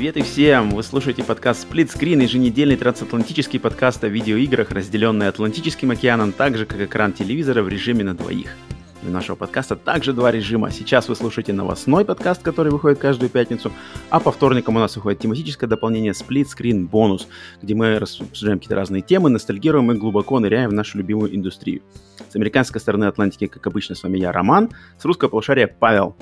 Привет и всем! Вы слушаете подкаст Split Screen, еженедельный трансатлантический подкаст о видеоиграх, разделенный Атлантическим океаном, так же, как экран телевизора в режиме на двоих. У нашего подкаста также два режима. Сейчас вы слушаете новостной подкаст, который выходит каждую пятницу, а по вторникам у нас выходит тематическое дополнение Split Screen Bonus, где мы обсуждаем какие-то разные темы, ностальгируем и глубоко ныряем в нашу любимую индустрию. С американской стороны Атлантики, как обычно, с вами я, Роман, с русского полушария Павел.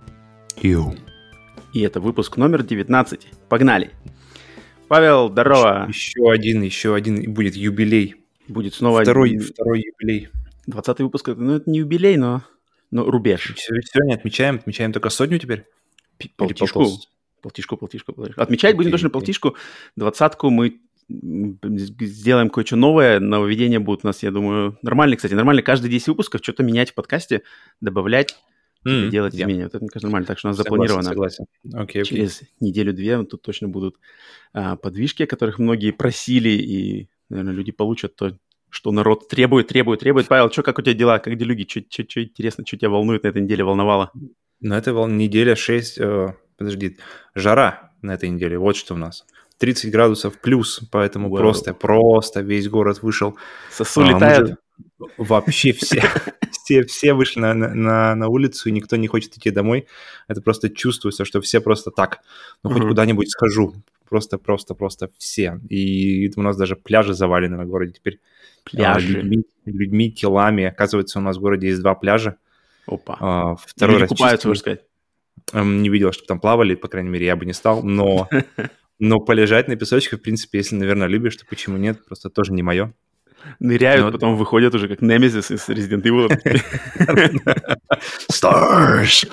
И это выпуск номер 19. Погнали! Павел, здорово! Еще один, и будет юбилей. Будет снова второй юбилей. 20-й выпуск, это не юбилей, но рубеж. Сегодня отмечаем только сотню теперь? Полтишку. Отмечать будем точно полтишку. 20-ку мы сделаем кое-что новое. Нововведения будут у нас, я думаю, нормально. Каждые 10 выпусков что-то менять в подкасте, добавлять. Делать изменения. Вот это, мне кажется, нормально. Так что у нас запланировано. Согласен. Окей. Через неделю-две тут точно будут подвижки, о которых многие просили, и, наверное, люди получат то, что народ требует. Павел, как у тебя дела? Как делюги? Что интересно, что тебя волнует на этой неделе, волновало? На этой неделе 6... жара на этой неделе. Вот что у нас. 30 градусов плюс, поэтому просто весь город вышел. Сосу летает. Вообще все вышли на улицу, и никто не хочет идти домой. Это просто чувствуется, что все просто так. Хоть куда-нибудь схожу. Просто все. И у нас даже пляжи завалены на городе теперь. Пляжи? Людьми, телами. Оказывается, у нас в городе есть 2 пляжа. Опа. Второй раз купаются, можно сказать. Не видел, чтобы там плавали, по крайней мере, я бы не стал. Но полежать на песочке, в принципе, если, наверное, любишь, то почему нет? Просто тоже не мое. Ныряют, потом выходят уже как Немезис из Resident Evil. Stars!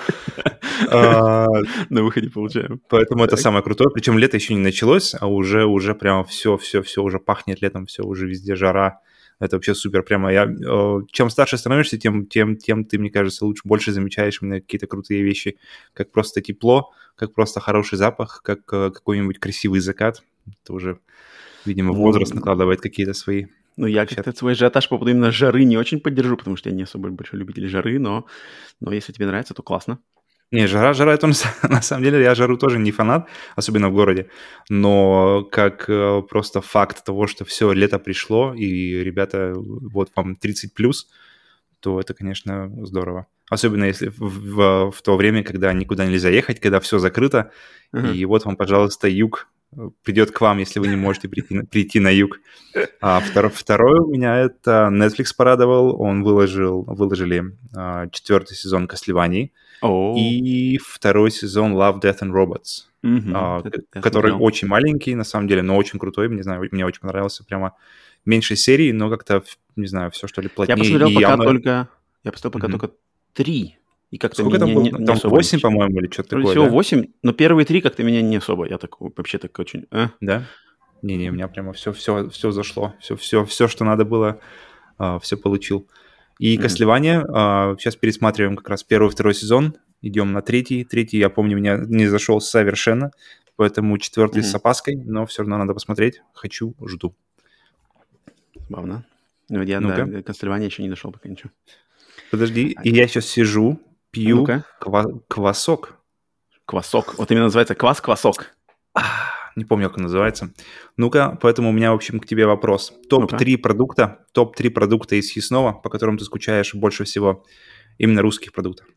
На выходе получаем. Поэтому это самое крутое. Причем лето еще не началось, а уже прямо все уже пахнет летом, все уже везде жара. Это вообще супер. Прямо чем старше становишься, тем ты, мне кажется, больше замечаешь именно какие-то крутые вещи. Как просто тепло, как просто хороший запах, как какой-нибудь красивый закат. Это уже, видимо, возраст накладывает какие-то свои... я как-то свой ажиотаж по поводу именно жары не очень поддержу, потому что я не особо большой любитель жары, но если тебе нравится, то классно. Не, жара, это на самом деле, я жару тоже не фанат, особенно в городе, но как просто факт того, что все, лето пришло, и ребята, вот вам 30+, то это, конечно, здорово. Особенно если в то время, когда никуда нельзя ехать, когда все закрыто, и вот вам, пожалуйста, юг придет к вам, если вы не можете прийти на юг. А второй у меня это Netflix порадовал. Выложили 4-й сезон «Castlevania» и 2-й сезон «Love, Death and Robots», который очень маленький, на самом деле, но очень крутой. Не знаю, мне очень понравился. Прямо меньше серий, но как-то, не знаю, все что ли плотнее. Я посмотрел пока только 3. И как-то сколько там было? Там 8, по-моему, или что-то такое, всего 8, но первые 3 как-то меня не особо. Я так вообще так очень... Да? Не, у меня прямо все зашло. Все, что надо было, все получил. И Castlevania, сейчас пересматриваем как раз 1-й и 2-й сезон. Идем на 3-й. 3-й, я помню, меня не зашел совершенно, поэтому 4-й с опаской, но все равно надо посмотреть. Жду. Забавно. Я до Castlevania еще не дошел пока ничего. Подожди, и я сейчас сижу, пью квасок. Квасок. Вот именно называется квасок. Не помню, как он называется. Ну-ка, поэтому у меня, в общем, к тебе вопрос. Топ-3 продукта из съестного, по которым ты скучаешь больше всего, именно русских продуктов.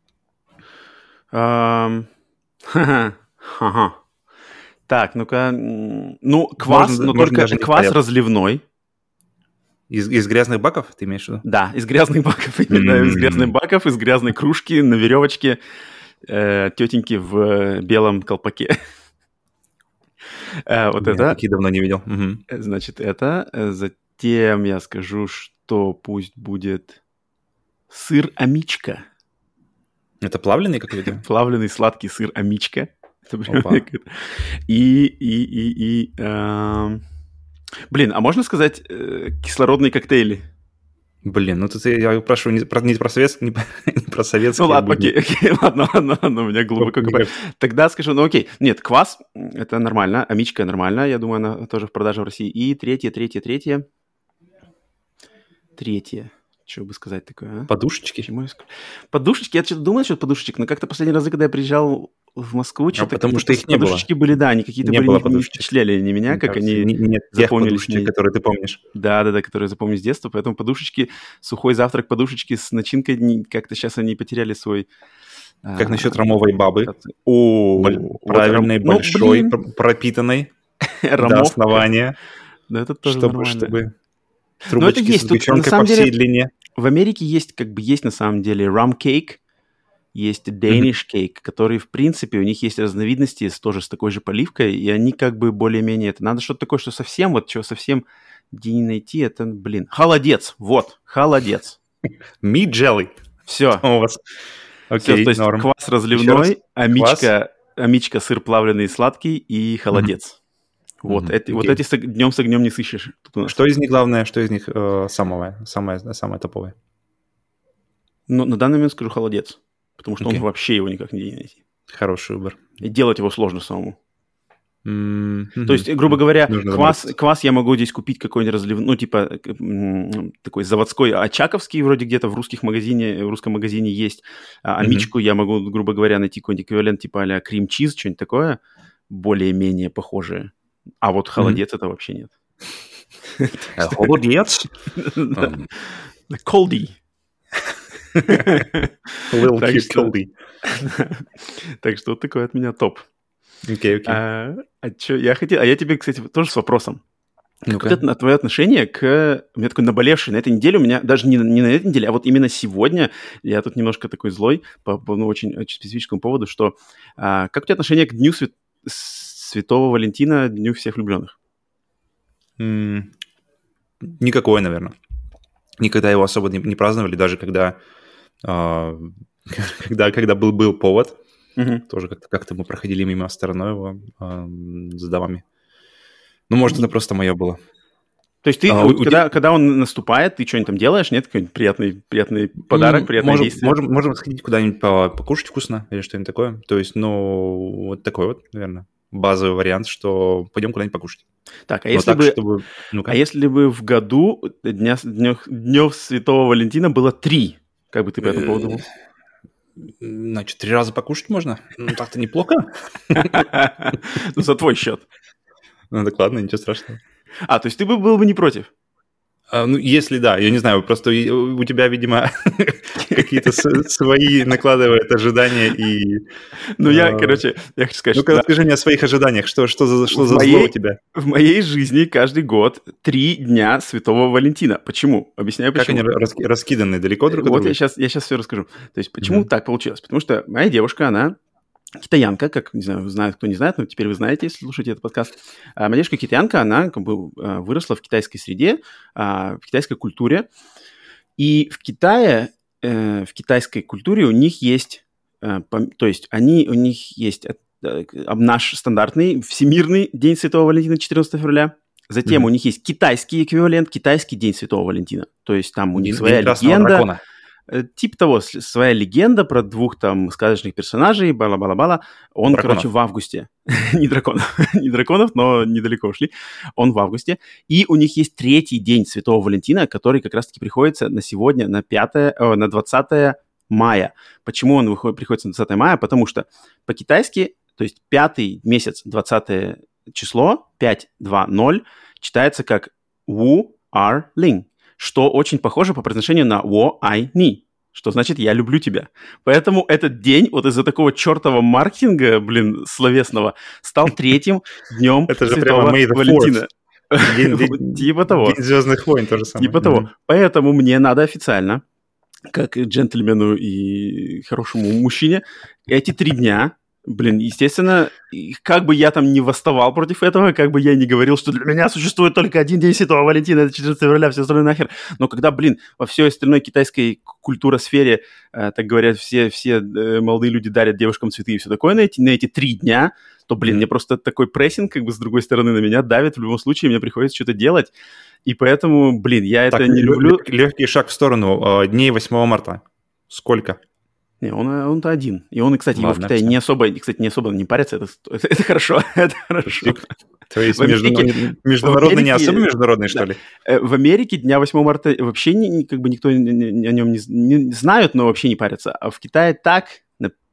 Так, ну-ка. Квас, но только квас разливной. Из грязных баков, ты имеешь в виду? Да, из грязных баков. Именно из грязных баков, из грязной кружки на веревочке тетеньки в белом колпаке. Вот это. Такие давно не видел. Значит, это. Затем я скажу, что пусть будет сыр амичка. Это плавленый какой-то? Плавленый сладкий сыр амичка. А можно сказать кислородные коктейли? Тут я прошу не про советские. Ну ладно, окей, ладно, у меня глубоко копает. Тогда скажу, окей. Нет, квас, это нормально, амичка нормально, я думаю, она тоже в продаже в России. И третье. Что бы сказать такое, а? Подушечки? Подушечки, я что-то думал насчет подушечек, но как-то последний раз, когда я приезжал в Москву что-то... потому что их не было. Подушечки были, да, они какие-то не были, не впечатляли не меня, Мне как кажется, они нет тех запомнились подушечек, мне. которые ты помнишь. Да, которые запомню с детства, поэтому подушечки, сухой завтрак подушечки с начинкой, как-то сейчас они потеряли свой... Как насчет ромовой бабы? Правильной, большой, пропитанной до основания. Да, это тоже нормально. Чтобы трубочки с сгущенкой по всей длине. В Америке есть на самом деле rum-cake, есть Danish cake, которые, в принципе, у них есть разновидности тоже с такой же поливкой, и они как бы более-менее... Это надо что-то такое, что совсем, чего совсем где не найти, это, холодец, холодец. Meat jelly. Все. У вас. Окей, то есть норм. Квас разливной, амичка, сыр плавленый сладкий и холодец. Вот эти днем с огнем не сыщешь. Что из них главное, что из них самое топовое? Ну, на данный момент скажу холодец, потому что он вообще его никак не найти. Хороший выбор. И делать его сложно самому. То есть, грубо говоря, квас я могу здесь купить какой-нибудь разливной, такой заводской, очаковский вроде где-то в русском магазине есть. Амичку я могу, грубо говоря, найти какой-нибудь эквивалент типа а-ля крем-чиз, что-нибудь такое, более-менее похожее. А вот холодец это вообще нет. Холодец? Колди. Little cute coldy. Так что вот такой от меня топ. Окей. Я тебе, кстати, тоже с вопросом. Как твое отношение у меня такой наболевший на этой неделе, у меня даже не на этой неделе, а вот именно сегодня, я тут немножко такой злой по очень специфическому поводу, что как у тебя отношение к Дню Святого Валентина, Дню всех влюбленных? Никакое, наверное. Никогда его особо не праздновали, даже когда был повод. Тоже как-то мы проходили мимо стороной его с дамами. Ну, может, это просто мое было. То есть ты, когда он наступает, ты что-нибудь там делаешь? Нет? Какой-нибудь приятный подарок, приятное действие? Можем сходить куда-нибудь покушать вкусно или что-нибудь такое. То есть, вот такой вот, наверное, базовый вариант, что пойдем куда-нибудь покушать. Так, если бы в году Днев Святого Валентина было 3, как бы ты по этому поводу был? Значит, 3 раза покушать можно? Ну, так-то неплохо. Ну, за твой счет. Ну, так ладно, ничего страшного. То есть ты был бы не против? Ну, если да, я не знаю, просто у тебя, видимо, какие-то свои накладывают ожидания и... Ну, я хочу сказать, Ну-ка, расскажи мне о своих ожиданиях, что за зло у тебя? В моей жизни каждый год 3 дня Святого Валентина. Почему? Объясняю, почему. Как они раскиданы далеко друг от друга? Вот я сейчас все расскажу. То есть, почему так получилось? Потому что моя девушка, она... китаянка, как, не знаю, знает, кто не знает, но теперь вы знаете, если слушаете этот подкаст. Моя девушка китаянка, она как бы выросла в китайской среде, в китайской культуре. И в Китае, в китайской культуре у них есть, то есть у них есть наш стандартный Всемирный День Святого Валентина 14 февраля. Затем у них есть китайский эквивалент, китайский День Святого Валентина. То есть там у них своя легенда. Дракона. Типа того, своя легенда про 2 там сказочных персонажей, бала-бала-бала. Он, драконов. В августе. Не драконов, но недалеко ушли. Он в августе. И у них есть 3-й день Святого Валентина, который как раз-таки приходится на сегодня, на 20 мая. Почему он приходится на 20 мая? Потому что по-китайски, то есть 5-й месяц, 20 число, 5-2-0, читается как Wu Ar Ling, что очень похоже по произношению на «Wo ai ni», что значит «я люблю тебя». Поэтому этот день вот из-за такого чертова маркетинга, словесного, стал 3-м днем Святого Валентина. Типа того. День Звездных войн тоже самое. Типа того. Поэтому мне надо официально, как джентльмену и хорошему мужчине, эти 3 дня... естественно, как бы я там не восставал против этого, как бы я не говорил, что для меня существует только один день Святого Валентина, это 14 февраля, все остальное нахер. Но когда, во всей остальной китайской культуросфере, так говорят, все молодые люди дарят девушкам цветы и все такое на эти 3 дня, то, мне просто такой прессинг, как бы с другой стороны на меня давит, в любом случае мне приходится что-то делать. И поэтому, я это не люблю. Легкий шаг в сторону. Дней 8 марта. Сколько? Не, он-то один. И он, кстати, его в Китае не особо не парится. Это хорошо. Это хорошо. То есть международный не особо международный, что ли? В Америке дня 8 марта вообще никто о нем не знают, но вообще не парятся. А в Китае так,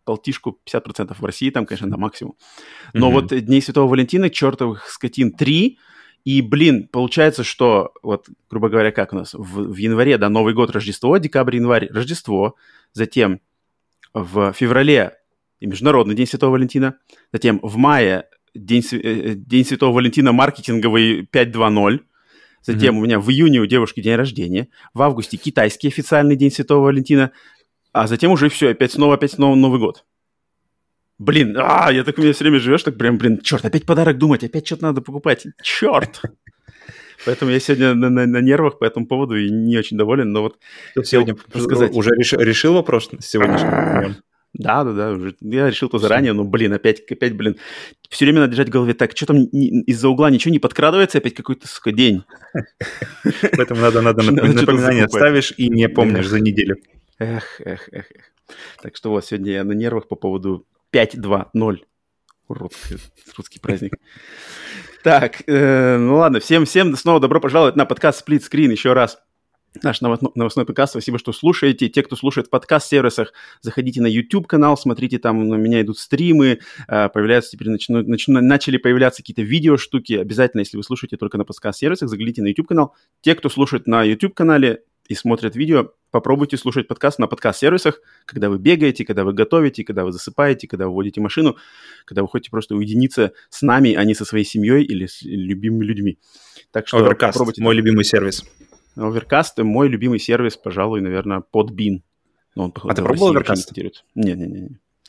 полтишку 50%. В России там, конечно, на максимум. Но вот Дней Святого Валентина, чертовых скотин 3. И, получается, что, вот, грубо говоря, как у нас, в январе, да, Новый год, Рождество, декабрь, январь, Рождество, затем в феврале Международный День Святого Валентина, затем в мае День Святого Валентина маркетинговый 5.2.0, затем у меня в июне у девушки день рождения, в августе китайский официальный День Святого Валентина, а затем уже все, опять снова Новый год. Блин, я так у меня все время живешь, так прям, черт, опять подарок думать, опять что-то надо покупать, черт. Поэтому я сегодня на нервах по этому поводу и не очень доволен, но вот сегодня сказать. Уже решил вопрос сегодняшний? Да, уже я решил то заранее, но, опять, все время надо держать в голове так, что там из-за угла ничего не подкрадывается, опять какой-то, сука, день. Поэтому надо напоминание ставишь и не помнишь за неделю. Эх. Так что вот, сегодня я на нервах по поводу 5.2.0. Русский праздник. Так, ну ладно, всем снова добро пожаловать на подкаст Split Screen еще раз. Наш новостной подкаст. Спасибо, что слушаете. Те, кто слушает в подкаст-сервисах, заходите на YouTube-канал, смотрите, там у меня идут стримы, появляются теперь, начали появляться какие-то видео-штуки. Обязательно, если вы слушаете только на подкаст-сервисах, загляните на YouTube-канал. Те, кто слушает на YouTube-канале и смотрят видео, попробуйте слушать подкаст на подкаст-сервисах, когда вы бегаете, когда вы готовите, когда вы засыпаете, когда вы водите машину, когда вы хотите просто уединиться с нами, а не со своей семьей или с любимыми людьми. Так что Overcast, мой любимый сервис. Overcast – мой любимый сервис, пожалуй, наверное, Podbean. Но он, походу, ты пробовал Overcast? Не.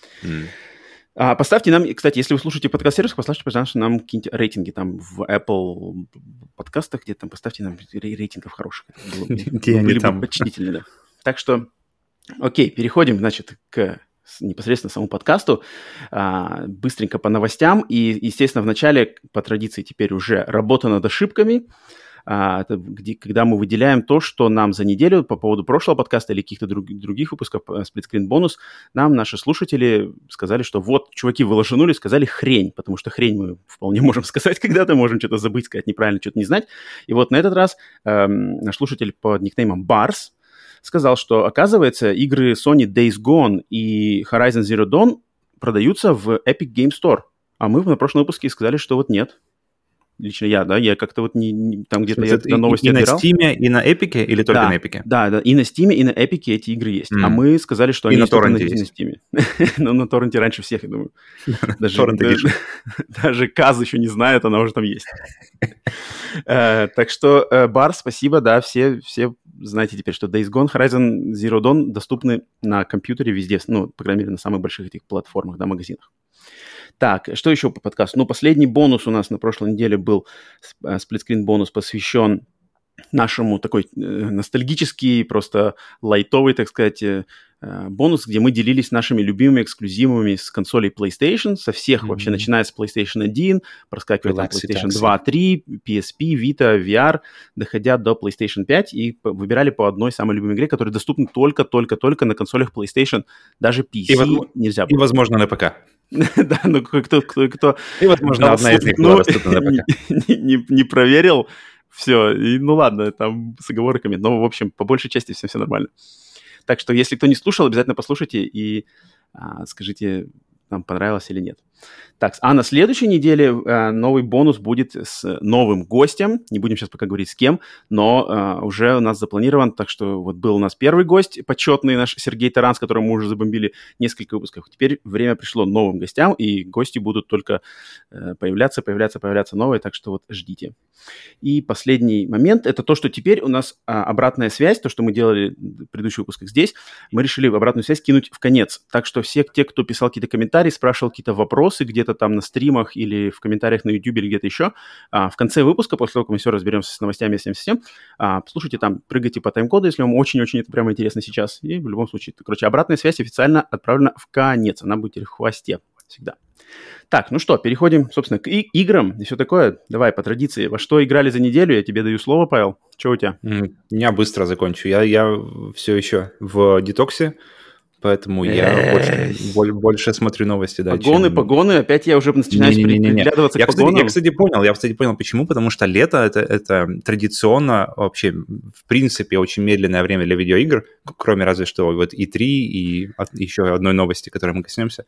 Поставьте нам, кстати, если вы слушаете подкаст-сервис, поставьте, пожалуйста, нам какие-нибудь рейтинги там в Apple подкастах, где там поставьте нам рейтингов хороших. Были бы почтительны, да. Так что, окей, переходим, значит, к непосредственно самому подкасту. Быстренько по новостям. И, естественно, вначале, по традиции, теперь уже работа над ошибками. Это когда мы выделяем то, что нам за неделю по поводу прошлого подкаста или каких-то других выпусков Split Screen бонус, нам наши слушатели сказали, что вот, чуваки, вы ложанули, сказали хрень, потому что хрень мы вполне можем сказать когда-то, можем что-то забыть, сказать неправильно, что-то не знать. И вот на этот раз наш слушатель под никнеймом Барс сказал, что, оказывается, игры Sony Days Gone и Horizon Zero Dawn продаются в Epic Game Store. А мы на прошлом выпуске сказали, что вот нет. Лично я как-то вот там где-то я на новости отбирал. И на Steam, и на Epic, или только на Epic? Да, и на Steam, и на Epic эти игры есть. А мы сказали, что они есть только на Steam. Но на торренте раньше всех, я думаю. Даже Каз еще не знает, она уже там есть. Так что, Бар, спасибо, да, все знаете теперь, что Days Gone, Horizon Zero Dawn доступны на компьютере везде, ну, по крайней мере, на самых больших этих платформах, да, магазинах. Так, что еще по подкасту? Ну, последний бонус у нас на прошлой неделе был, сплитскрин бонус, посвящен нашему такой ностальгический, просто лайтовый, так сказать, бонус, где мы делились нашими любимыми эксклюзивами с консолей PlayStation, со всех вообще, начиная с PlayStation 1, проскакивая на PlayStation 2, 3, PSP, Vita, VR, доходя до PlayStation 5, и выбирали по одной самой любимой игре, которая доступна только на консолях PlayStation, даже PC нельзя было. И, возможно, на ПК. Да, ну кто... И, возможно, одна из них была доступна на ПК. Не проверил, все, и, ну ладно, там с оговорками, но, в общем, по большей части все нормально. Так что, если кто не слушал, обязательно послушайте и скажите, нам понравилось или нет. Так, а на следующей неделе новый бонус будет с новым гостем. Не будем сейчас пока говорить с кем, но уже у нас запланирован. Так что вот был у нас первый гость, почетный наш Сергей Таран, с которым мы уже забомбили несколько выпусков. Теперь время пришло новым гостям, и гости будут только появляться новые, так что вот ждите. И последний момент – это то, что теперь у нас обратная связь, то, что мы делали в предыдущих выпусках здесь, мы решили обратную связь кинуть в конец. Так что все те, кто писал какие-то комментарии, спрашивал какие-то вопросы где-то там на стримах или в комментариях на YouTube или где-то еще, в конце выпуска, после того, как мы все разберемся с новостями и всем, слушайте там, прыгайте по тайм-коду, если вам очень-очень это прямо интересно сейчас. И в любом случае, короче, обратная связь официально отправлена в конец. Она будет в хвосте всегда. Так, ну что, переходим, собственно, к играм и все такое. Давай, по традиции, во что играли за неделю? Я тебе даю слово, Павел. Что у тебя? Я быстро закончу. Я все еще в детоксе Поэтому я больше смотрю новости, да. Погоны, опять я уже начинаю приглядываться к погонам. Я, кстати, понял, почему, потому что лето это традиционно вообще, в принципе, очень медленное время для видеоигр, кроме разве что вот E3 и еще одной новости, которой мы коснемся.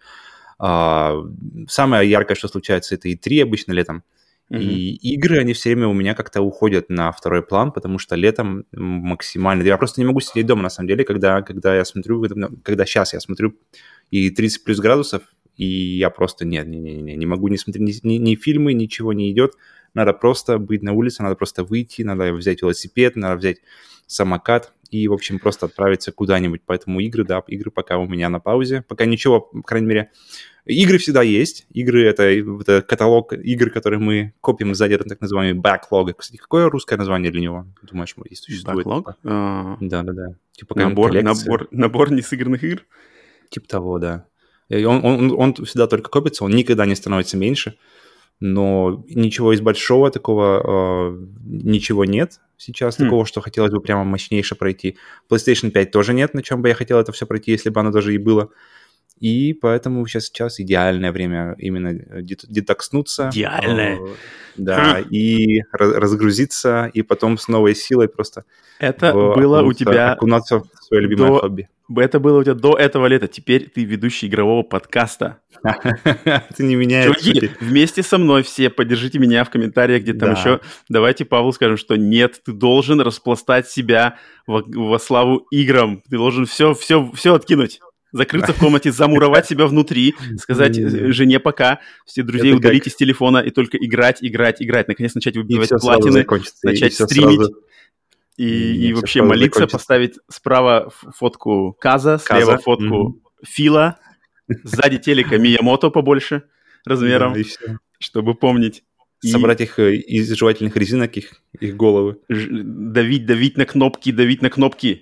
Самое яркое, что случается, это E3 обычно летом. И игры, они все время у меня как-то уходят на второй план, потому что летом максимально... Я просто не могу сидеть дома, на самом деле, когда я смотрю... Когда сейчас я смотрю и 30 плюс градусов, и я просто... Не могу не смотреть ни фильмы, ничего не идет. Надо просто быть на улице, надо просто выйти, надо взять велосипед, надо взять самокат и, в общем, просто отправиться куда-нибудь. Поэтому игры пока у меня на паузе. Пока ничего, по крайней мере... Игры всегда есть. Игры — это каталог игр, которые мы копим сзади, это так называемый backlog. Кстати, какое русское название для него? Думаешь, существует? Backlog? Да. Типа набор несыгранных игр? Типа того, да. И он всегда только копится, он никогда не становится меньше. Но ничего из большого такого ничего нет сейчас, такого, что хотелось бы прямо мощнейше пройти. PlayStation 5 тоже нет, на чем бы я хотел это все пройти, если бы оно даже и было. И поэтому сейчас идеальное время именно детокснуться. Идеальное. Да, и разгрузиться, и потом с новой силой просто окунаться в свое любимое хобби. Это было у тебя до этого лета. Теперь ты ведущий игрового подкаста. Это не меняет. Чуваки, вместе со мной все поддержите меня в комментариях, где там еще. Давайте Павлу скажем, что нет, ты должен распластать себя во славу играм. Ты должен все откинуть. Закрыться в комнате, замуровать себя внутри, сказать жене пока, все друзей удалить из телефона и только играть. Наконец начать выбивать платины, начать стримить и вообще молиться, поставить справа фотку Каза, слева фотку Фила, сзади телека Миямото побольше размером, чтобы помнить. Собрать их из жевательных резинок, их головы. Давить на кнопки.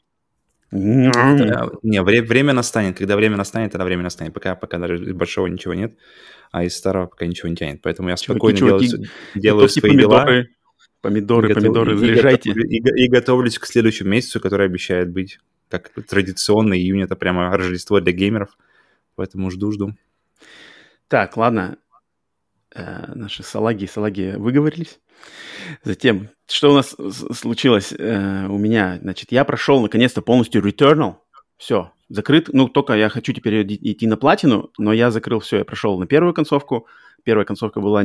Не, время настанет. Когда время настанет, тогда время настанет. Пока даже из большого ничего нет, а из старого пока ничего не тянет. Поэтому я спокойно делаю свои дела. Помидоры, заряжайте. И готовлюсь к следующему месяцу, который обещает быть как традиционно. Июнь — это прямо Рождество для геймеров. Поэтому жду. Так, ладно. Наши салаги выговорились. Затем, что у нас случилось у меня? Значит, я прошел наконец-то полностью Returnal. Все, закрыт. Только я хочу теперь идти на платину, но я закрыл все. Я прошел на первую концовку. Первая концовка была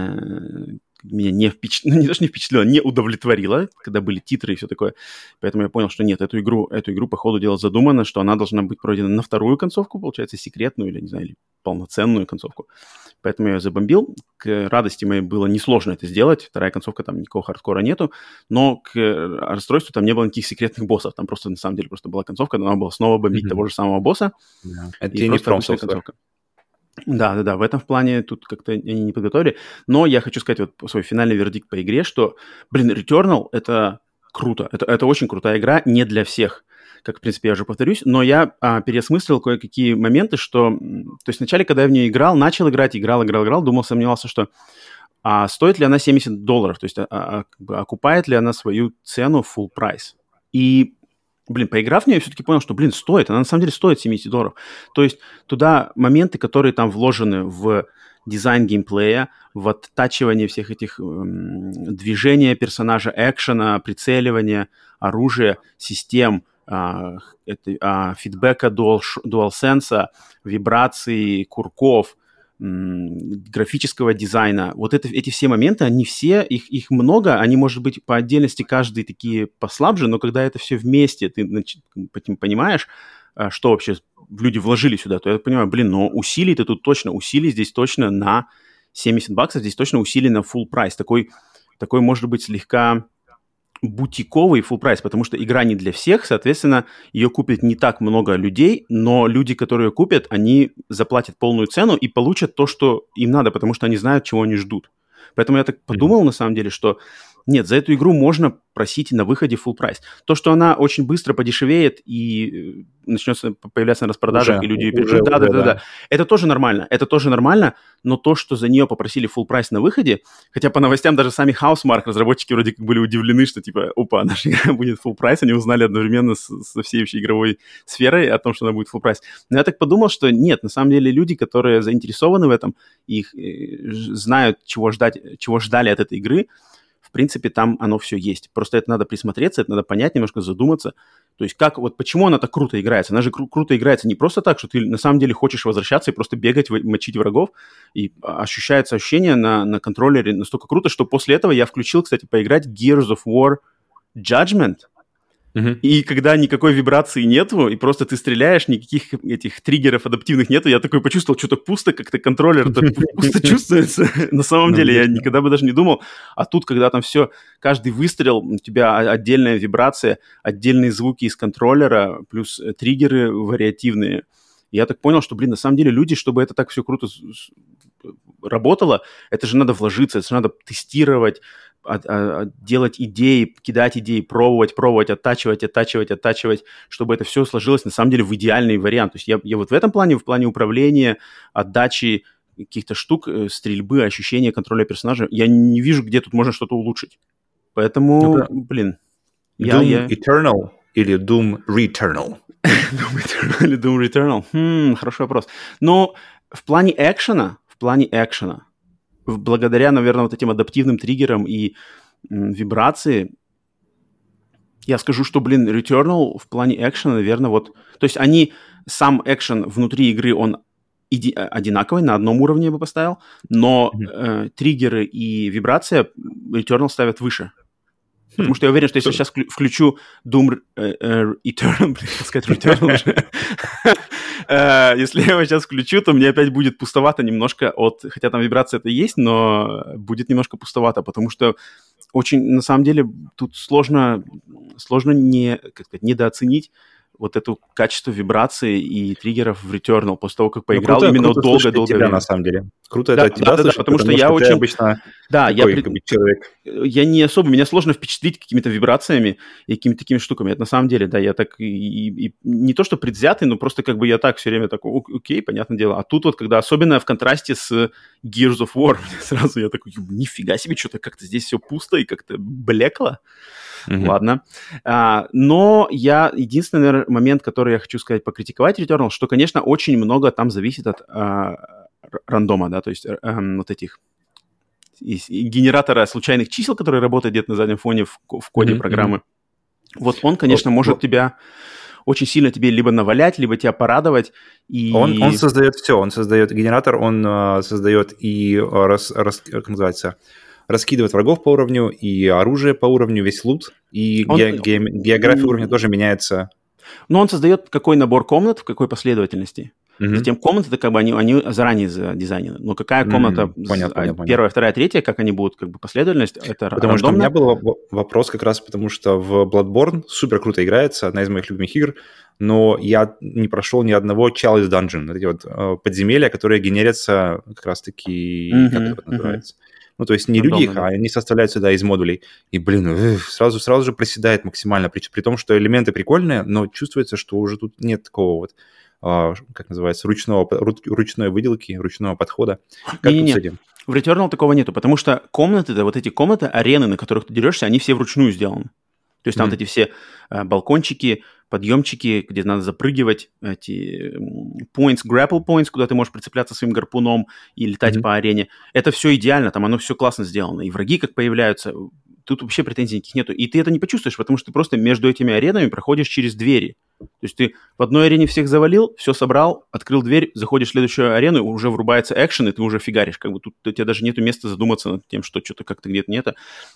меня не впечатлила, не удовлетворила, когда были титры и все такое. Поэтому я понял, что нет, эту игру по ходу дела задумано, что она должна быть пройдена на вторую концовку, получается, секретную или, не знаю, или полноценную концовку. Поэтому я ее забомбил. К радости моей было несложно это сделать. Вторая концовка, там никакого хардкора нету. Но к расстройству там не было никаких секретных боссов. Там просто, на самом деле, просто была концовка, но надо было снова бомбить того же самого босса. Это и не промсовка. концовка. Да, в этом плане тут как-то они не подготовили. Но я хочу сказать вот свой финальный вердикт по игре, что, Returnal — это круто. Это очень крутая игра, не для всех. Как, в принципе, я уже повторюсь, но я переосмыслил кое-какие моменты, что... То есть вначале, когда я в нее начал играть, играл, сомневался, что стоит ли она $70, то есть окупает ли она свою цену full price. И, поиграв в нее, я все-таки понял, что, стоит. Она на самом деле стоит $70. То есть туда моменты, которые там вложены в дизайн геймплея, в оттачивание всех этих движения персонажа, экшена, прицеливания, оружия, систем, фидбэка DualSense, вибраций, курков, графического дизайна. Вот эти все моменты, они все, их много, они, может быть, по отдельности каждый такие послабже, но когда это все вместе, ты понимаешь, что вообще люди вложили сюда, то я понимаю, но усилий-то тут точно, усилий здесь точно на $70, здесь точно усилий на full прайс. Такой может быть, слегка бутиковый full прайс, потому что игра не для всех, соответственно, ее купит не так много людей, но люди, которые ее купят, они заплатят полную цену и получат то, что им надо, потому что они знают, чего они ждут. Поэтому я так подумал, на самом деле, что Нет, за эту игру можно просить на выходе full прайс. То, что она очень быстро подешевеет и начнется появляться на распродажах, и люди ее перейдут, да. Это тоже нормально, но то, что за нее попросили full прайс на выходе, хотя по новостям даже сами Housemarque, разработчики вроде как были удивлены, что типа, опа, наша игра будет full прайс, они узнали одновременно со всей вообще игровой сферой о том, что она будет full прайс. Но я так подумал, что нет, на самом деле люди, которые заинтересованы в этом, их знают, чего ждали от этой игры, в принципе, там оно все есть. Просто это надо присмотреться, это надо понять, немножко задуматься. То есть почему она так круто играется? Она же круто играется не просто так, что ты на самом деле хочешь возвращаться и просто бегать, мочить врагов. И ощущается ощущение на контроллере настолько круто, что после этого я включил, кстати, поиграть Gears of War Judgment. И когда никакой вибрации нету, и просто ты стреляешь, никаких этих триггеров адаптивных нету, я такой почувствовал, что-то пусто, как-то контроллер пусто чувствуется. На самом деле я никогда бы даже не думал. А тут, когда там все, каждый выстрел, у тебя отдельная вибрация, отдельные звуки из контроллера, плюс триггеры вариативные. Я так понял, что, на самом деле люди, чтобы это так все круто работало, это же надо вложиться, это же надо тестировать, делать идеи, кидать идеи, пробовать, оттачивать, чтобы это все сложилось на самом деле в идеальный вариант. То есть я вот в плане управления, отдачи каких-то штук, стрельбы, ощущения контроля персонажа, я не вижу, где тут можно что-то улучшить. Поэтому, Doom Eternal или Doom Returnal? Doom Eternal или Doom Returnal? Хороший вопрос. Но в плане экшена, благодаря, наверное, вот этим адаптивным триггерам и вибрации, я скажу, что, Returnal в плане экшена, наверное, вот... То есть сам экшен внутри игры, он одинаковый, на одном уровне я бы поставил, но триггеры и вибрация Returnal ставят выше. Потому что я уверен, что если я сейчас включу Doom Eternal, Returnal уже. Если я его сейчас включу, то мне опять будет пустовато немножко хотя там вибрация-то есть, но будет немножко пустовато, потому что очень, на самом деле, тут сложно недооценить вот это качество вибрации и триггеров в Returnal после того, как поиграл именно долго-долго времени. На самом деле. Круто это от тебя слышать, потому что я очень... обычно такой человек. Я не особо... Меня сложно впечатлить какими-то вибрациями и какими-то такими штуками. Это на самом деле, да, я так и не то, что предвзятый, но просто я так все время такой, окей, понятное дело. А тут вот, когда особенно в контрасте с Gears of War, сразу я такой, нифига себе, что-то как-то здесь все пусто и как-то блекло. Ладно. Но единственный, наверное, момент, который я хочу сказать, покритиковать Returnal, что, конечно, очень много там зависит от рандома, да, то есть вот этих генератора случайных чисел, который работает где-то на заднем фоне в коде программы. Вот он, конечно, может тебя очень сильно тебе либо навалять, либо тебя порадовать. И... Он создает все. Он создает генератор, он создает и как называется, раскидывает врагов по уровню, и оружие по уровню, весь лут, и география уровня тоже меняется. Но он создает какой набор комнат, в какой последовательности. Затем комнаты, это они заранее задизайнены. Но какая комната, первая, вторая, третья, как они будут, последовательность, это потому рандомно. Что у меня был вопрос как раз потому, что в Bloodborne супер круто играется, одна из моих любимых игр, но я не прошел ни одного Chalice Dungeon, эти вот подземелья, которые генерятся как раз-таки, как это называется? Ну, то есть не люди их, а они составляют сюда из модулей. И, сразу же проседает максимально. При том, что элементы прикольные, но чувствуется, что уже тут нет такого вот, как называется, ручной выделки, ручного подхода. Как тут с этим? В Returnal такого нету, потому что вот эти комнаты, арены, на которых ты дерешься, они все вручную сделаны. То есть там вот эти все балкончики, подъемчики, где надо запрыгивать, эти grapple points, куда ты можешь прицепляться своим гарпуном и летать по арене. Это все идеально, там оно все классно сделано. И враги как появляются, тут вообще претензий никаких нету. И ты это не почувствуешь, потому что ты просто между этими аренами проходишь через двери. То есть ты в одной арене всех завалил, все собрал, открыл дверь, заходишь в следующую арену, уже врубается экшен, и ты уже фигаришь. Тут у тебя даже нету места задуматься над тем, что что-то как-то где-то нет.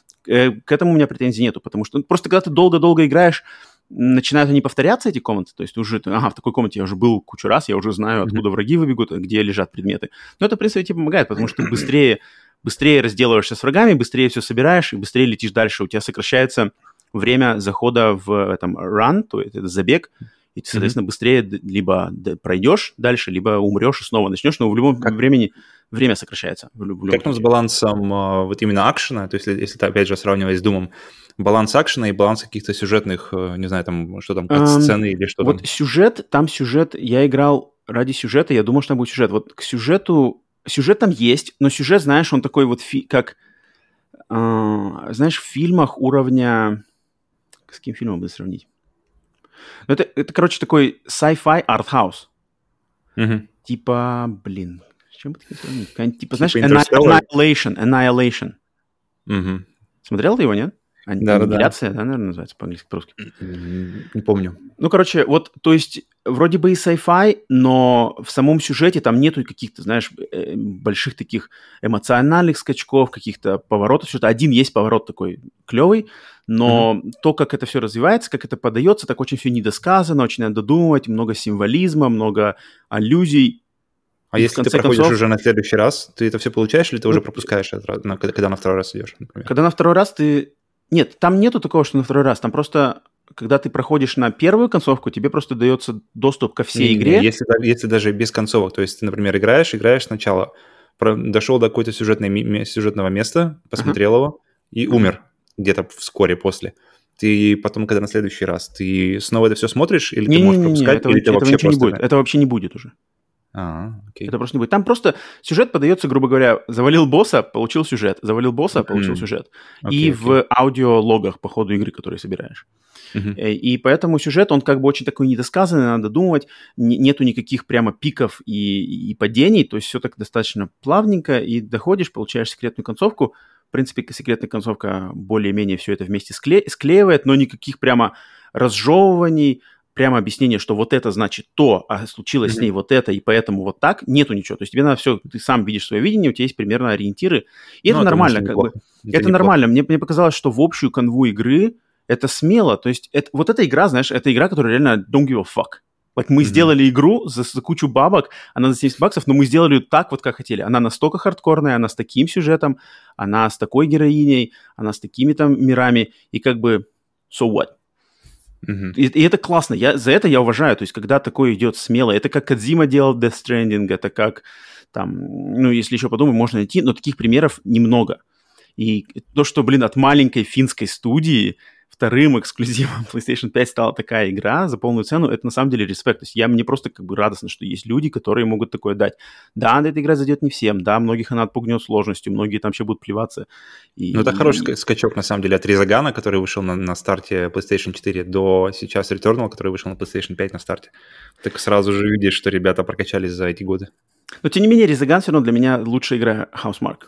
К этому у меня претензий нету, потому что просто когда ты долго-долго играешь, начинают они повторяться, эти комнаты, то есть уже, в такой комнате я уже был кучу раз, я уже знаю, откуда враги выбегут, где лежат предметы. Но это, в принципе, тебе помогает, потому что ты быстрее разделываешься с врагами, быстрее все собираешь и быстрее летишь дальше. У тебя сокращается время захода в этом run, то есть это забег, и ты, соответственно, быстрее либо пройдешь дальше, либо умрешь и снова начнешь, но в любом времени время сокращается в любом Как там с случае. балансом вот именно акшена? То есть если ты, опять же, сравнивая с Думом, баланс акшена и баланс каких-то сюжетных, не знаю, там, что там, кат-сцены или что Вот там? сюжет, я играл ради сюжета, я думал, что там будет сюжет. Вот к сюжет там есть, но сюжет, знаешь, он такой вот, как, знаешь, в фильмах уровня... С каким фильмом буду сравнить? Ну, это, короче, такой sci-fi артхаус. Мгм. Типа, блин, с чем бы таким сравнить? Типа, Типа знаешь, Interstellar? Annihilation. Мгм. Смотрел ты его, нет? Да-да-да. Аннигиляция, да, наверное, называется по-английски, по-русски. Не помню. Ну, короче, вот, то есть, вроде бы и sci-fi, но в самом сюжете там нету каких-то, знаешь, больших таких эмоциональных скачков, каких-то поворотов. Что-то один есть поворот такой клевый, но то, как это все развивается, как это подается, так очень все недосказано, очень надо додумывать, много символизма, много аллюзий. А И в если ты конце проходишь концов, уже на следующий раз, ты это все получаешь или ты ну, уже пропускаешь это, когда на второй раз идешь, например? когда на второй раз ты... Нет, там нету такого, что на второй раз. Там просто, когда ты проходишь на первую концовку, тебе просто дается доступ ко всей Не-не-не, игре. если даже без концовок, то есть ты, например, играешь сначала, дошел до какого-то сюжетного места, Ага, посмотрел его и ага. умер где-то вскоре после. Ты потом, когда на следующий раз, ты снова это все смотришь, или ты можешь Не-не-не, пропускать, или ты этого вообще ничего не просто... будет. Это вообще не будет уже. Окей. Это просто не будет. Там просто сюжет подается, грубо говоря, завалил босса, получил сюжет. Завалил босса, получил сюжет. И Окей. в аудиологах по ходу игры, которые собираешь. Мгм. И поэтому сюжет, он как бы очень такой недосказанный, надо думать. Нету никаких прямо пиков и падений. То есть все так достаточно плавненько. И доходишь, получаешь секретную концовку. В принципе, секретная концовка более-менее все это вместе склеивает, но никаких прямо разжевываний, прямо объяснение, что вот это значит то, а случилось с ней Мгм. вот это, и поэтому вот так, нету ничего. То есть тебе надо все, ты сам видишь свое видение, у тебя есть примерно ориентиры, и Ну, это это, нормально, конечно, как бы. неплохо. Это Это неплохо. нормально. Мне показалось, что в общую канву игры это смело. То есть вот эта игра, знаешь, это игра, которая реально don't give a fuck. Вот мы Мгм. сделали игру за кучу бабок, она за $70, но мы сделали ее так вот, как хотели. Она настолько хардкорная, она с таким сюжетом, она с такой героиней, она с такими там мирами, и как бы so what? Мгм. И это классно, за это я уважаю. То есть, когда такое идет смело, это как Кодзима делал Death Stranding, это как там, ну, если еще подумать, можно найти, но таких примеров немного. И то, что, блин, от маленькой финской студии вторым эксклюзивом PlayStation 5 стала такая игра за полную цену, это на самом деле респект. То есть мне просто как бы радостно, что есть люди, которые могут такое дать. Да, эта игра зайдет не всем, да, многих она отпугнет сложностью, многие там вообще будут плеваться. Ну, это хороший скачок, на самом деле, от Резагана, который вышел на старте PlayStation 4, до сейчас Returnal, который вышел на PlayStation 5 на старте. Так сразу же видишь, что ребята прокачались за эти годы. Но, тем не менее, Резаган все равно для меня лучшая игра Housemarque.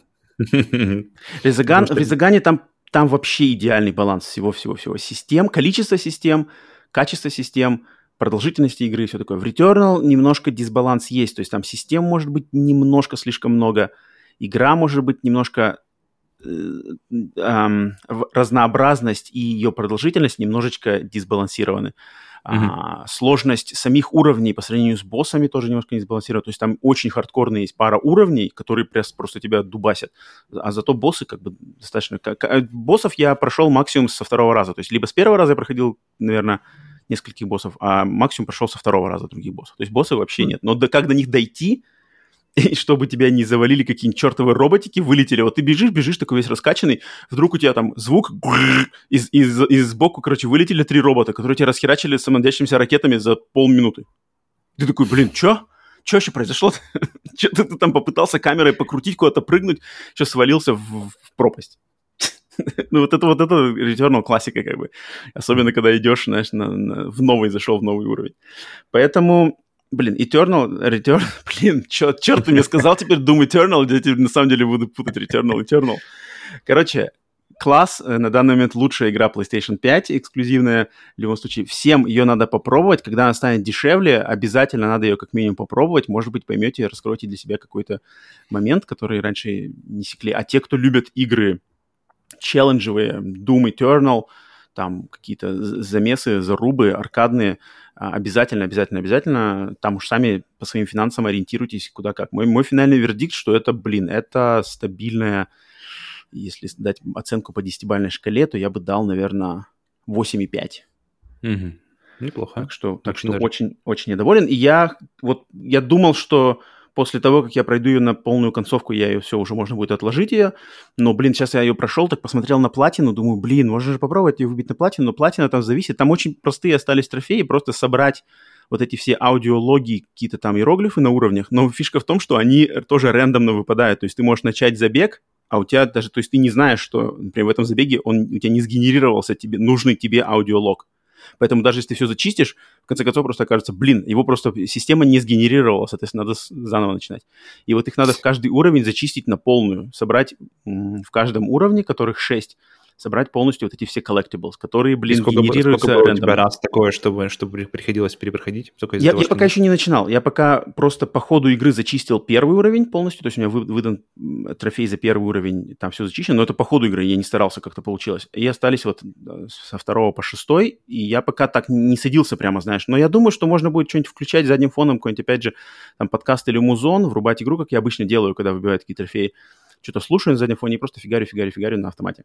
Потому В что... Резагане там вообще идеальный баланс всего-всего-всего. Систем, количество систем, качество систем, продолжительности игры и все такое. В Returnal немножко дисбаланс есть, то есть там систем может быть немножко слишком много, игра может быть немножко разнообразность и ее продолжительность немножечко дисбалансированы. Сложность самих уровней по сравнению с боссами тоже немножко не сбалансирована. То есть там очень хардкорные есть пара уровней, которые просто тебя дубасят. А зато боссы как бы достаточно... Боссов я прошел максимум со второго раза. То есть либо с первого раза я проходил, наверное, нескольких боссов, а максимум прошел со второго раза других боссов. То есть боссов вообще нет. Но как до них дойти, и чтобы тебя не завалили какие-нибудь чертовы роботики, вылетели. Вот ты бежишь такой весь раскачанный, вдруг у тебя там звук, и сбоку, короче, вылетели 3 робота, которые тебя расхерачили самодельными ракетами за полминуты. Ты такой, блин, чё? Что вообще произошло? Что-то ты там попытался камерой покрутить, куда-то прыгнуть, сейчас свалился в пропасть. Ну, вот это Returnal классика, как бы. Особенно, когда идешь, знаешь, зашел в новый уровень. Поэтому... Блин, Return, блин, черт ты мне сказал теперь Doom Eternal, я теперь на самом деле буду путать Returnal. Короче, класс, на данный момент лучшая игра PlayStation 5, эксклюзивная, в любом случае, всем ее надо попробовать, когда она станет дешевле, обязательно надо ее как минимум попробовать, может быть, поймете, раскроете для себя какой-то момент, который раньше не секли. А те, кто любят игры челленджевые, Doom Eternal, там какие-то замесы, зарубы, аркадные, обязательно, там уж сами по своим финансам ориентируйтесь куда как. Мой финальный вердикт, что это, блин, это стабильная, если дать оценку по 10-бальной шкале, то я бы дал, наверное, 8,5. Неплохо. Так что очень, очень недоволен. И я думал, что после того, как я пройду ее на полную концовку, я ее все, уже можно будет отложить ее. Но, блин, сейчас я ее прошел, так посмотрел на платину, думаю, блин, можно же попробовать ее выбить на платину, но платина там зависит. Там очень простые остались трофеи, просто собрать вот эти все аудиологи, какие-то там иероглифы на уровнях. Но фишка в том, что они тоже рандомно выпадают. То есть ты можешь начать забег, а у тебя даже, то есть ты не знаешь, что, например, в этом забеге у тебя не сгенерировался тебе, нужный тебе аудиолог. Поэтому даже если ты все зачистишь, в конце концов просто окажется, блин, его просто система не сгенерировала, соответственно, надо заново начинать. И вот их надо в каждый уровень зачистить на полную, собрать в каждом уровне, которых 6, собрать полностью вот эти все collectibles, которые, блин, генерируются рандомно. Сколько было у тебя раз такое, чтобы приходилось перепроходить? Я пока еще не начинал. Я пока просто по ходу игры зачистил первый уровень полностью. То есть у меня выдан трофей за первый уровень, там все зачищено. Но это по ходу игры, я не старался, как-то получилось. И остались вот со 2 по 6. И я пока так не садился прямо, знаешь. Но я думаю, что можно будет что-нибудь включать задним фоном, какой-нибудь, опять же, там подкаст или музон, врубать игру, как я обычно делаю, когда выбиваю такие трофеи. Что-то слушаю на заднем фоне и просто фигарю на автомате.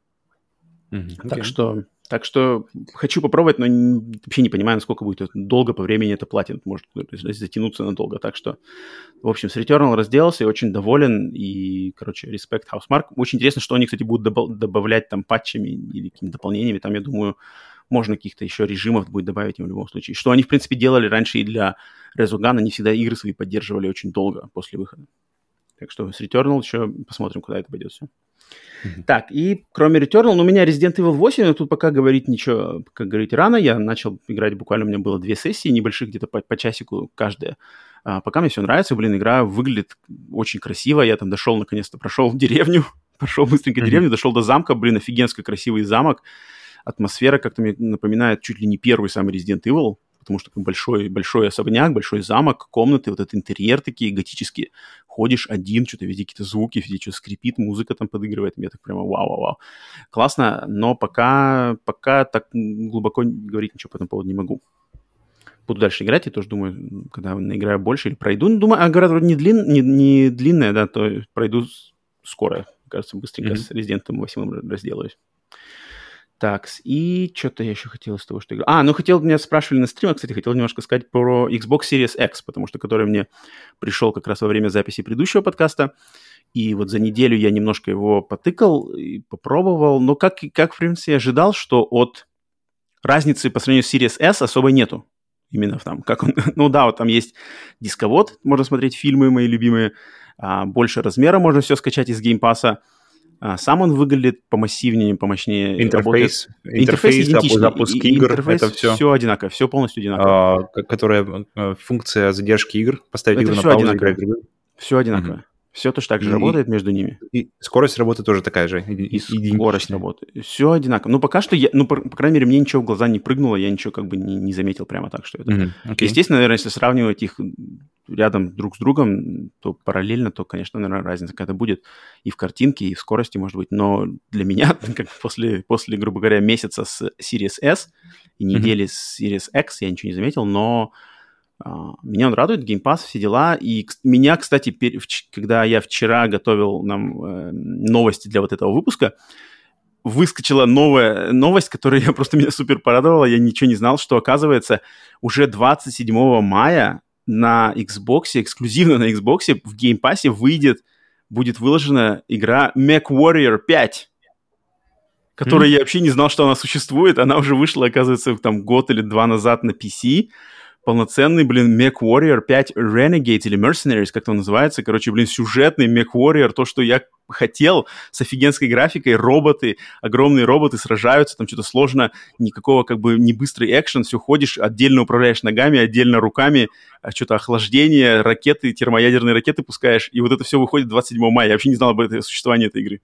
Okay. Так что хочу попробовать, но вообще не понимаю, насколько будет долго по времени это платит. Может затянуться надолго. Так что, в общем, с Returnal разделался и очень доволен. И, короче, респект Housemarque. Очень интересно, что они, кстати, будут добавлять там патчами или какими-то дополнениями. Там, я думаю, можно каких-то еще режимов будет добавить им в любом случае. Что они, в принципе, делали раньше и для Resogun. Они всегда игры свои поддерживали очень долго после выхода. Так что с Returnal еще посмотрим, куда это пойдет все. Так, и кроме Returnal, у меня Resident Evil 8, но тут пока говорить ничего, как говорить, рано. Я начал играть, буквально у меня было 2 сессии небольших, где-то по часику каждая. Пока мне все нравится, блин, игра выглядит очень красиво. Я там дошел, наконец-то, прошел в деревню, прошел быстренько деревню, дошел до замка, блин, офигенский красивый замок. Атмосфера как-то мне напоминает чуть ли не первый самый Resident Evil, потому что большой особняк, большой замок, комнаты, вот этот интерьер такие готические. Ходишь один, что-то везде какие-то звуки, везде что-то скрипит, музыка там подыгрывает. Мне так прямо вау-вау-вау. Классно, но пока так глубоко говорить ничего по этому поводу не могу. Буду дальше играть, я тоже думаю, когда наиграю больше или пройду. Ну, думаю, говорят, вроде не длинная, да, то пройду скоро. Кажется, быстренько с Resident 8 разделаюсь. Так, и что-то я еще хотел из того, что играл. Меня спрашивали на стримах, кстати, хотел немножко сказать про Xbox Series X, потому что который мне пришел как раз во время записи предыдущего подкаста. И вот за неделю я немножко его потыкал и попробовал. Но как в принципе, ожидал, что от разницы по сравнению с Series S особой нету. Именно там, как он... Ну да, вот там есть дисковод, можно смотреть фильмы мои любимые. Больше размера можно все скачать из Game Pass'а. Сам он выглядит помассивнее, помощнее. Интерфейс идентичный. Запуск игр, интерфейс это все. Все одинаково, все полностью одинаково. Которая функция задержки игр, поставить это игру на паузу, играть другую. Все одинаково. Все точно так же работает между ними. И скорость работы тоже такая же. И скорость работы. Все одинаково. Ну, пока что, по крайней мере, мне ничего в глаза не прыгнуло, я ничего как бы не заметил прямо так, что это. Естественно, наверное, если сравнивать их рядом друг с другом, то параллельно, то, конечно, наверное, разница какая-то будет и в картинке, и в скорости, может быть. Но для меня, как после, грубо говоря, месяца с Series S и недели с Series X, я ничего не заметил, но меня он радует, Game Pass, все дела. И меня, кстати, когда я вчера готовил нам новости для вот этого выпуска, выскочила новая новость, которая меня супер порадовала. Я ничего не знал, что, оказывается, уже 27 мая на Xbox, эксклюзивно на Xbox, в Game Pass будет выложена игра MechWarrior 5, которую я вообще не знал, что она существует. Она уже вышла, оказывается, там год или 2 назад на PC. Полноценный, MechWarrior 5 Renegades или Mercenaries, как это называется. Короче, сюжетный MechWarrior, то, что я хотел, с офигенской графикой, роботы, огромные роботы сражаются, там что-то сложно, никакого не быстрый экшен, все ходишь, отдельно управляешь ногами, отдельно руками, что-то охлаждение, ракеты, термоядерные ракеты пускаешь, и вот это все выходит 27 мая. Я вообще не знал об этом существовании этой игры.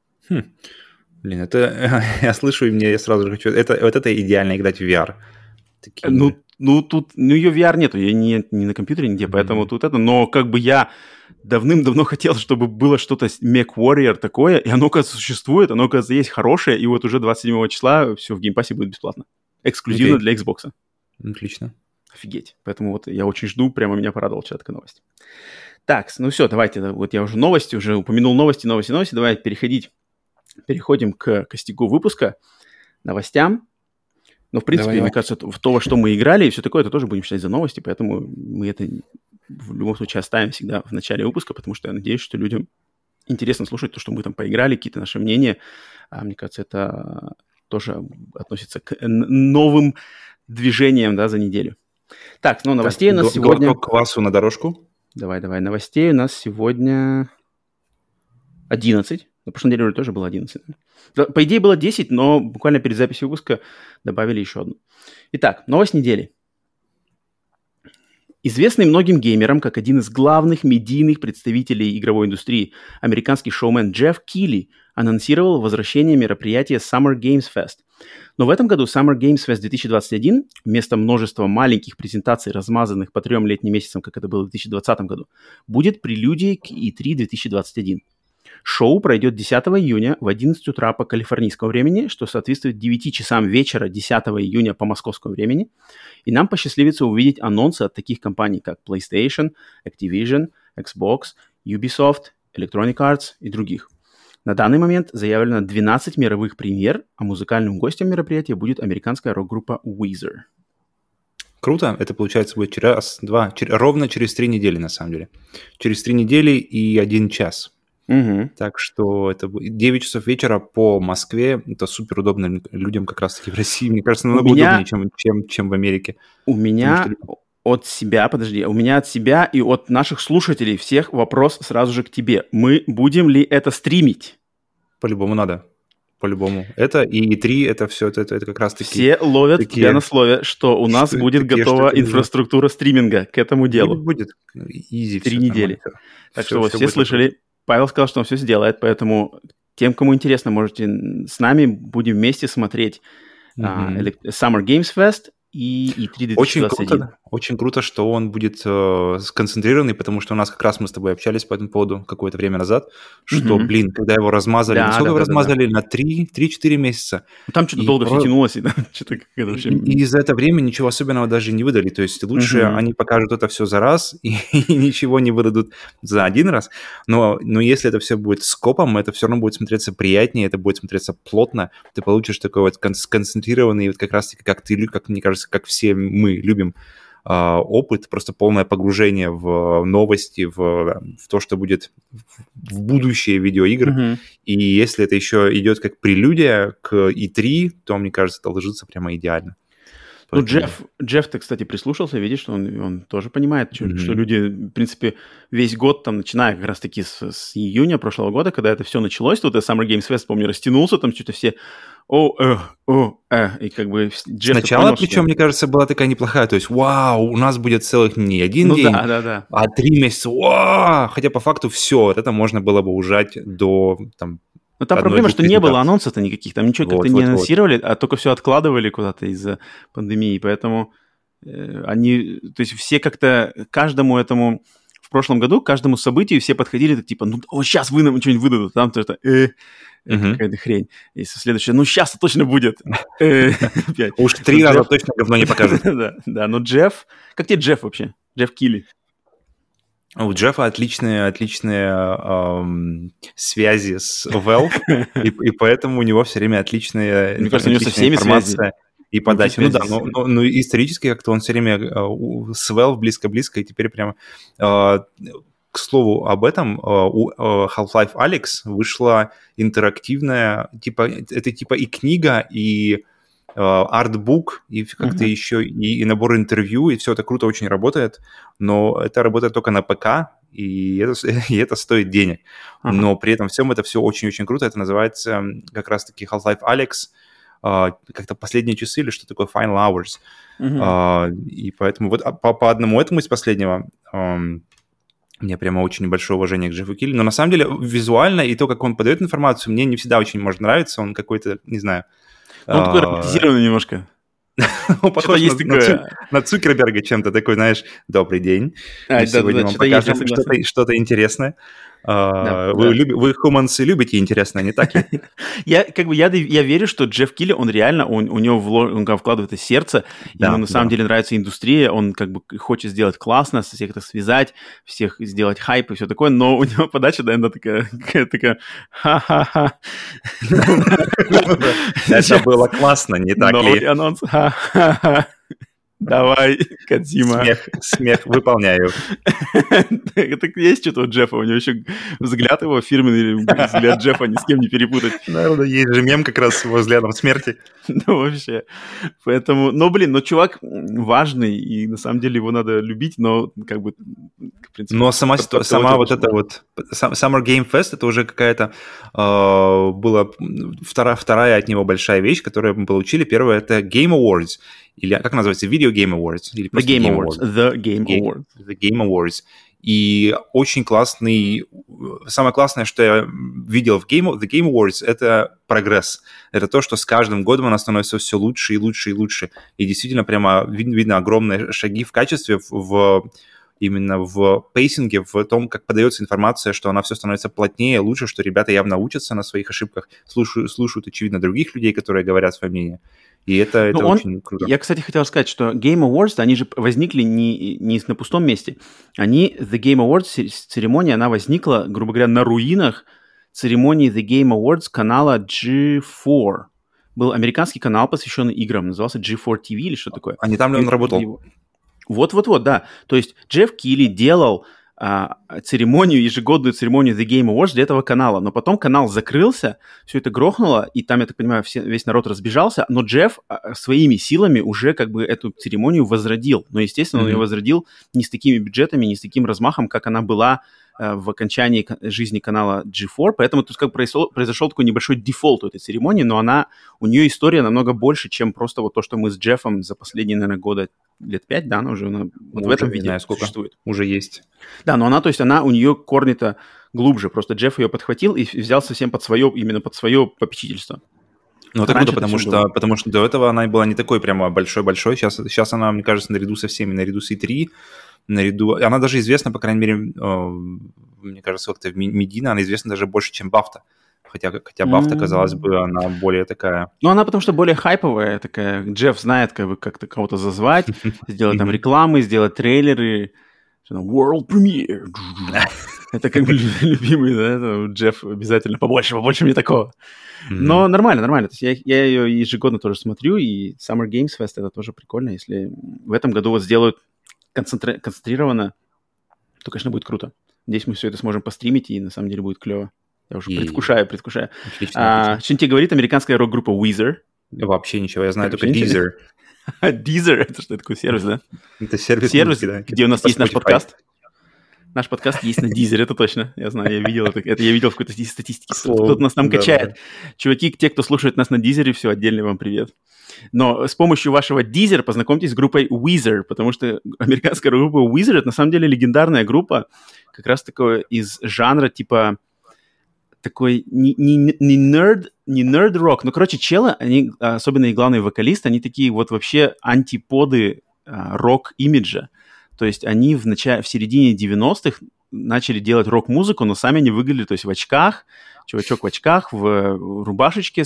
Блин, это я слышу, и мне сразу же хочу... Это идеально играть в VR. Такие... Тут ее VR нету, я не на компьютере нигде, поэтому тут это, но я давным-давно хотел, чтобы было что-то MechWarrior такое, и оно, оказывается, существует, оно, оказывается, есть хорошее, и вот уже 27 числа все в Game Pass будет бесплатно. Эксклюзивно для Xbox. Отлично. Офигеть. Поэтому вот я очень жду, прямо меня порадовала такая новость. Так, все, давайте, вот я уже упомянул новости, давай переходим к костяку выпуска, новостям. Но, в принципе, мне кажется, в то, во что мы играли и все такое, это тоже будем считать за новости, поэтому мы это в любом случае оставим всегда в начале выпуска, потому что я надеюсь, что людям интересно слушать то, что мы там поиграли, какие-то наши мнения. Мне кажется, это тоже относится к новым движениям, да, за неделю. Так, ну, новостей у нас сегодня... Квасу на дорожку. Давай. Новостей у нас сегодня 11. На прошлой неделе тоже было 11. По идее, было 10, но буквально перед записью выпуска добавили еще одну. Итак, новость недели. Известный многим геймерам как один из главных медийных представителей игровой индустрии, американский шоумен Джефф Килли анонсировал возвращение мероприятия Summer Games Fest. Но в этом году Summer Games Fest 2021 вместо множества маленьких презентаций, размазанных по 3 летним месяцам, как это было в 2020 году, будет прелюдией к E3 2021. Шоу пройдет 10 июня в 11 утра по калифорнийскому времени, что соответствует 9 часам вечера 10 июня по московскому времени. И нам посчастливится увидеть анонсы от таких компаний, как PlayStation, Activision, Xbox, Ubisoft, Electronic Arts и других. На данный момент заявлено 12 мировых премьер, а музыкальным гостем мероприятия будет американская рок-группа Weezer. Круто. Это, получается, будет ровно через 3 недели, на самом деле. Через 3 недели и 1 час. Угу. Так что это 9 часов вечера по Москве. Это супер удобно людям как раз-таки в России. Мне кажется, намного удобнее, чем в Америке. У меня от себя и от наших слушателей всех вопрос сразу же к тебе. Мы будем ли это стримить? По-любому надо. По-любому. Это и E3, это все, это как раз-таки... Все ловят тебя на слове, что у нас будет готова инфраструктура стриминга к этому делу. Будет. Easy. 3 недели. Так что вот все слышали... Павел сказал, что он все сделает, поэтому тем, кому интересно, можете с нами, будем вместе смотреть Summer Games Fest и E3 2021. Очень круто, что он будет сконцентрированный, потому что у нас как раз мы с тобой общались по этому поводу какое-то время назад, что, когда его размазали, сколько его размазали? На 3-4 месяца. Там что-то долго все тянулось. И за это время ничего особенного даже не выдали. То есть лучше они покажут это все за раз и ничего не выдадут за один раз. Но если это все будет скопом, это все равно будет смотреться приятнее, это будет смотреться плотно. Ты получишь такой вот сконцентрированный, вот как раз-таки, как мне кажется, как все мы любим, опыт, просто полное погружение в новости, в то, что будет в будущее видеоигр. И если это еще идет как прелюдия к E3, то, мне кажется, это ложится прямо идеально. Ну, Джефф-то, кстати, прислушался, видишь, что он тоже понимает, что люди, в принципе, весь год, там, начиная как раз-таки с июня прошлого года, когда это все началось, тут Summer Games Fest, помню, растянулся, там что-то все и как бы Джефф... Сначала, причем, мне кажется, была такая неплохая, то есть, вау, у нас будет целых не один день, а 3 месяца, вау! Хотя по факту все, вот это можно было бы ужать до, там, но там проблема, что не было анонсов-то никаких, там ничего как-то не анонсировали, а только все откладывали куда-то из-за пандемии, поэтому они, то есть все как-то каждому этому, в прошлом году, каждому событию все подходили, так, типа, сейчас вы нам что-нибудь выдадут, там то какая-то хрень. И следующее, сейчас точно будет. Уж 3 раза точно говно не покажут. Да, но Джефф, как тебе Джефф вообще? Джефф Килли. У Джеффа отличные связи с Valve, и поэтому у него все время отличная информация и подача. Ну да, но исторически как-то он все время с Valve близко-близко, и теперь прямо... К слову об этом, у Half-Life Alyx вышла интерактивная, это типа и книга, и артбук, и как-то еще и набор интервью, и все это круто очень работает, но это работает только на ПК, и это стоит денег. Но при этом всем это все очень-очень круто. Это называется как раз-таки Half-Life Alyx, как-то последние часы или что такое Final Hours. И поэтому вот по одному этому из последнего... У меня прямо очень большое уважение к Джеффу Килли. Но на самом деле визуально и то, как он подает информацию, мне не всегда очень может нравиться. Он какой-то, не знаю... Он такой роботизированный немножко. Похож на Цукерберга чем-то. Такой, знаешь, добрый день. Сегодня вам покажем что-то интересное. Вы хуманцы любите интересно, не так ли? Я верю, что Джефф Килли, он реально, у него вкладывает это сердце, ему на самом деле нравится индустрия, он как бы хочет сделать классно, всех это связать, всех сделать хайп и все такое, но у него подача, наверное, такая ха-ха-ха. Это было классно, не так ли? Новый анонс, ха-ха-ха. Давай, Кодзима. Смех, выполняю. Так есть что-то у Джеффа, у него еще взгляд его фирменный, взгляд Джеффа ни с кем не перепутать. Наверное, есть же мем как раз с его взглядом смерти. Ну, вообще. Поэтому, чувак важный, и на самом деле его надо любить, но как бы... В принципе, но сама вот эта вот Summer Game Fest, это уже какая-то была вторая от него большая вещь, которую мы получили. Первая — это Game Awards, или как называется, Video Game Awards. Или The Game Awards. The Game Awards. The Game Awards. И очень классный... Самое классное, что я видел в The Game Awards, это прогресс. Это то, что с каждым годом она становится все лучше и лучше и лучше. И действительно прямо видно огромные шаги в качестве, именно в пейсинге, в том, как подается информация, что она все становится плотнее, лучше, что ребята явно учатся на своих ошибках, слушают, очевидно, других людей, которые говорят свое мнение. И это очень круто. Я, кстати, хотел сказать, что Game Awards, они же возникли не на пустом месте. The Game Awards, церемония, она возникла, грубо говоря, на руинах церемонии The Game Awards канала G4. Был американский канал, посвященный играм, назывался G4 TV или что такое. А не там ли он работал? Вот, да. То есть Джефф Килли делал ежегодную церемонию The Game Awards для этого канала, но потом канал закрылся, все это грохнуло, и там, я так понимаю, весь народ разбежался, но Джефф своими силами уже как бы эту церемонию возродил. Но, естественно, он ее возродил не с такими бюджетами, не с таким размахом, как она была в окончании жизни канала G4, поэтому тут как произошел такой небольшой дефолт у этой церемонии, но у нее история намного больше, чем просто вот то, что мы с Джеффом за последние, наверное, года лет 5, да, она уже в этом виде существует. Уже есть. Да, но у нее корни-то глубже, просто Джефф ее подхватил и взял совсем под свое попечительство. Ну, это круто, потому что до этого она была не такой прямо большой-большой, сейчас она, мне кажется, наряду со всеми, наряду с E3, она даже известна, по крайней мере, мне кажется, как-то в Медина, она известна даже больше, чем Бафта. Хотя Бафта, казалось бы, она более такая... Ну, она потому что более хайповая такая. Джефф знает, как-то кого-то зазвать, сделать там рекламы, сделать трейлеры. World Premiere. Это как бы любимый, да, это Джефф обязательно побольше мне такого. Но нормально. То есть я ее ежегодно тоже смотрю, и Summer Games Fest это тоже прикольно. Если в этом году вот сделают концентрированно, то, конечно, будет круто. Надеюсь, мы все это сможем постримить, и на самом деле будет клево. Я уже предвкушаю. Отлично. Что тебе говорит американская рок-группа Weezer? Вообще ничего, я знаю только Deezer. Deezer? Это что, такой сервис, да? Это сервис, да, где у нас есть наш подкаст. Наш подкаст есть на Deezer, это точно. Я знаю, я видел это. Я видел в какой-то статистике. Кто-то нас там качает. Чуваки, те, кто слушает нас на Deezer, все, отдельный вам привет. Но с помощью вашего Deezer познакомьтесь с группой Weezer, потому что американская группа Weezer — это на самом деле легендарная группа, как раз такое из жанра типа такой не нерд-рок, но, короче, челы, они, особенно и главный вокалист, они такие вот вообще антиподы рок-имиджа. То есть они в середине 90-х начали делать рок-музыку, но сами они выглядели, то есть в очках, чувачок в очках, в рубашечке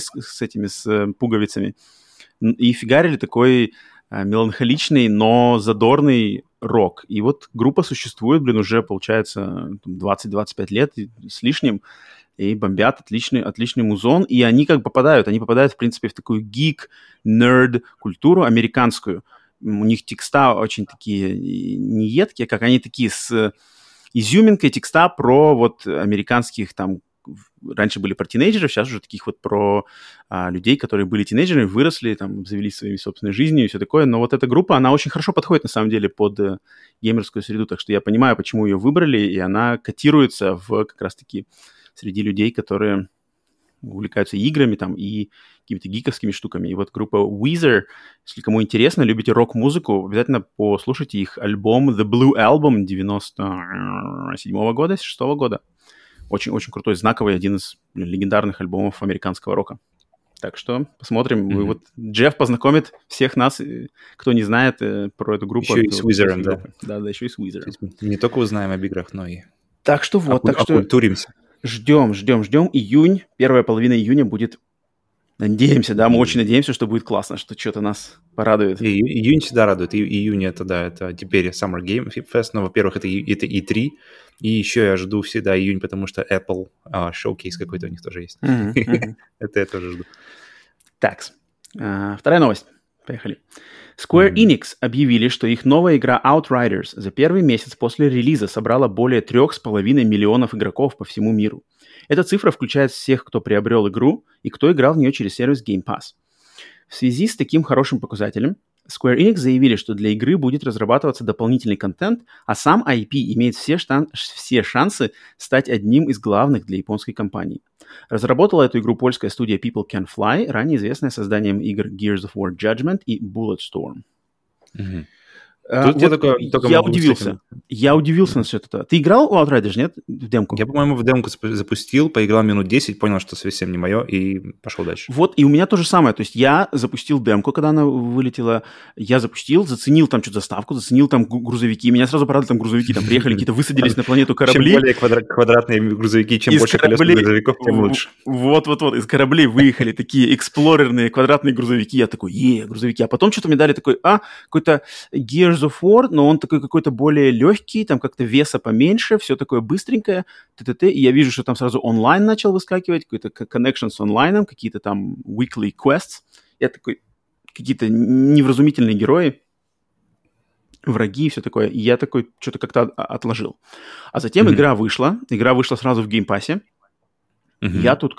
с пуговицами, и фигарили такой меланхоличный, но задорный рок. И вот группа существует, уже, получается, 20-25 лет с лишним, и бомбят отличный музон, и они как попадают, в принципе, в такую гик-нерд-культуру американскую. У них текста очень такие неедкие, как они такие с изюминкой текста про вот американских там, раньше были про тинейджеров, сейчас уже таких вот про людей, которые были тинейджерами, выросли, там, обзавелись своей собственной жизнью и все такое. Но вот эта группа, она очень хорошо подходит, на самом деле, под геймерскую среду, так что я понимаю, почему ее выбрали, и она котируется как раз-таки среди людей, которые увлекаются играми там и какими-то гиковскими штуками. И вот группа Weezer, если кому интересно, любите рок-музыку, обязательно послушайте их альбом The Blue Album 97-го года, 6-го года. Очень-очень крутой, знаковый, один из легендарных альбомов американского рока. Так что посмотрим. Вот Джефф познакомит всех нас, кто не знает про эту группу. Еще и с Weezer, да. Да, еще и с Weezer. Не только узнаем об играх, но и так что вот, окультуримся. Ждем. Июнь, первая половина июня будет... Надеемся, да, мы очень надеемся, что будет классно, что что-то нас порадует. Июнь всегда радует. Июнь это теперь Summer Game Fest, но, во-первых, это E3, и еще я жду всегда июнь, потому что Apple Showcase какой-то у них тоже есть. Это я тоже жду. Так, вторая новость. Поехали. Square Enix объявили, что их новая игра Outriders за первый месяц после релиза собрала более 3,5 миллионов игроков по всему миру. Эта цифра включает всех, кто приобрел игру и кто играл в нее через сервис Game Pass. В связи с таким хорошим показателем, Square Enix заявили, что для игры будет разрабатываться дополнительный контент, а сам IP имеет все шансы стать одним из главных для японской компании. Разработала эту игру польская студия People Can Fly, ранее известная созданием игр Gears of War Judgment и Bulletstorm. Тут я удивился. Я удивился на все это. Ты играл в Outriders, нет? В демку? Я, по-моему, в демку запустил, поиграл минут 10, понял, что совсем не мое, и пошел дальше. Вот, и у меня то же самое. То есть я запустил демку, когда она вылетела. Я запустил, заценил там что-то заставку, заценил там грузовики. Меня сразу порадовали там грузовики. Там приехали какие-то, высадились на планету корабли. Чем более квадратные грузовики, чем больше колес грузовиков, тем лучше. Вот. Из кораблей выехали такие эксплорерные квадратные грузовики. Я такой, грузовики. А потом что-то мне дали такой, какой-то Gears of War, но он такой какой-то более легкий, там как-то веса поменьше, все такое быстренькое, и я вижу, что там сразу онлайн начал выскакивать, какой-то connection с онлайном, какие-то там weekly quests. Я такой, какие-то невразумительные герои, враги и все такое. И я такой что-то как-то отложил. А затем игра вышла сразу в геймпассе. Я тут,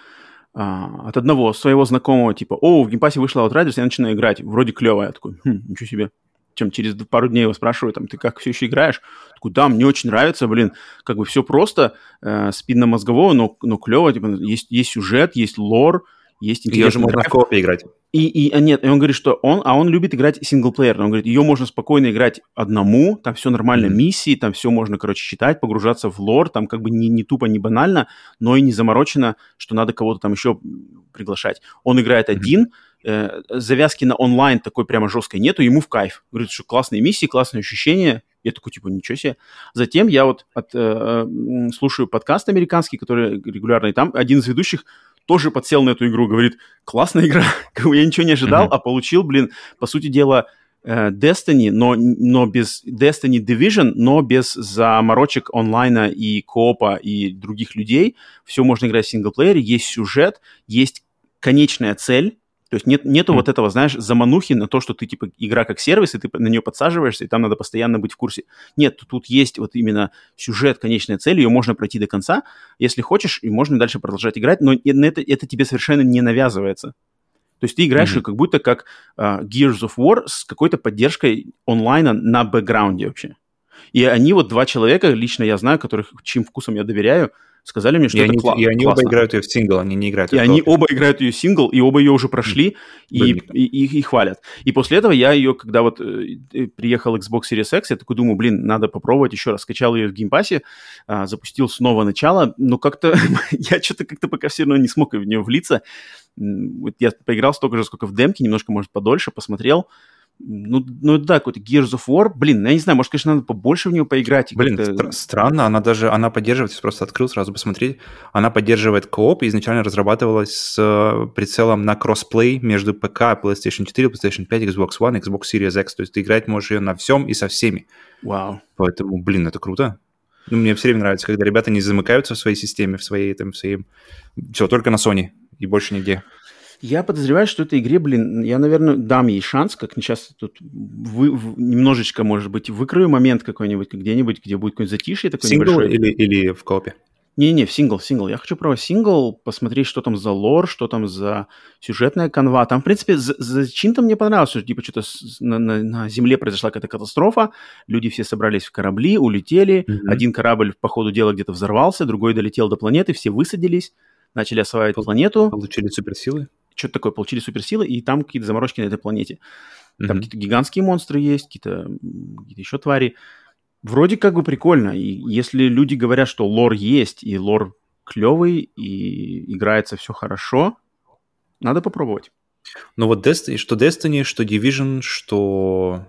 от одного своего знакомого, типа, в геймпассе вышла Outriders, я начинаю играть, вроде клево. Я такой, ничего себе. Чем через пару дней его спрашиваю, там, ты как, все еще играешь? Такой, да, мне очень нравится, как бы все просто, спинномозгового, но клево, типа, есть сюжет, есть лор, есть интересный. Ее же можно в коопе играть. И он говорит, что он любит играть синглплеер, он говорит, ее можно спокойно играть одному, там все нормально, миссии, там все можно, читать, погружаться в лор, там как бы не тупо, не банально, но и не заморочено, что надо кого-то там еще приглашать. Он играет один, завязки на онлайн такой прямо жесткой нету, ему в кайф. Говорит, что классные миссии, классные ощущения. Я такой, типа, ничего себе. Затем я слушаю подкаст американский, который регулярный, там один из ведущих тоже подсел на эту игру, говорит, классная игра, я ничего не ожидал, а получил, по сути дела, Destiny, но без Destiny Division, но без заморочек онлайна и коопа и других людей. Все можно играть в синглплеере, есть сюжет, есть конечная цель. То есть нету вот этого, знаешь, заманухи на то, что ты, типа, игра как сервис, и ты на нее подсаживаешься, и там надо постоянно быть в курсе. Нет, тут есть вот именно сюжет, конечная цель, ее можно пройти до конца, если хочешь, и можно дальше продолжать играть, но это тебе совершенно не навязывается. То есть ты играешь как будто как Gears of War с какой-то поддержкой онлайна на бэкграунде вообще. И они вот два человека, лично я знаю, чьим вкусом я доверяю, сказали мне, что это классно. И они оба играют ее в сингл, они не играют ее в коопе. И они оба играют ее в сингл, и оба ее уже прошли, и хвалят. И после этого я ее, когда вот приехал Xbox Series X, я такой думаю, надо попробовать еще раз. Скачал ее в геймпассе, запустил снова начало, но как-то я что-то как-то пока все равно не смог в нее влиться. Вот я поиграл столько же, сколько в демке, немножко, может, подольше, посмотрел. Да, какой-то Gears of War. Я не знаю, может, конечно, надо побольше в него поиграть. Странно, она поддерживает, просто открыл, сразу посмотреть, она поддерживает кооп и изначально разрабатывалась с прицелом на кроссплей между ПК, PlayStation 4, PlayStation 5, Xbox One, Xbox Series X. То есть ты играть можешь ее на всем и со всеми. Вау. Поэтому, это круто. Мне все время нравится, когда ребята не замыкаются в своей системе, в своей... Все, только на Sony и больше нигде. Я подозреваю, что этой игре, я, наверное, дам ей шанс, как нечасто тут немножечко, может быть, выкрою момент какой-нибудь, где-нибудь, где будет какое-нибудь затишье такое небольшое. Сингл или в коопе? Не-не, в сингл. Я хочу про сингл, посмотреть, что там за лор, что там за сюжетная канва. Там, в принципе, зачем-то мне понравилось, что типа что-то на Земле произошла какая-то катастрофа, люди все собрались в корабли, улетели, один корабль по ходу дела где-то взорвался, другой долетел до планеты, все высадились, начали осваивать планету. Получили суперсилы? Что-то такое, получили суперсилы, и там какие-то заморочки на этой планете. Там какие-то гигантские монстры есть, какие-то еще твари. Вроде как бы прикольно. И если люди говорят, что лор есть, и лор клевый, и играется все хорошо, надо попробовать. Ну вот что Destiny, что Division, что...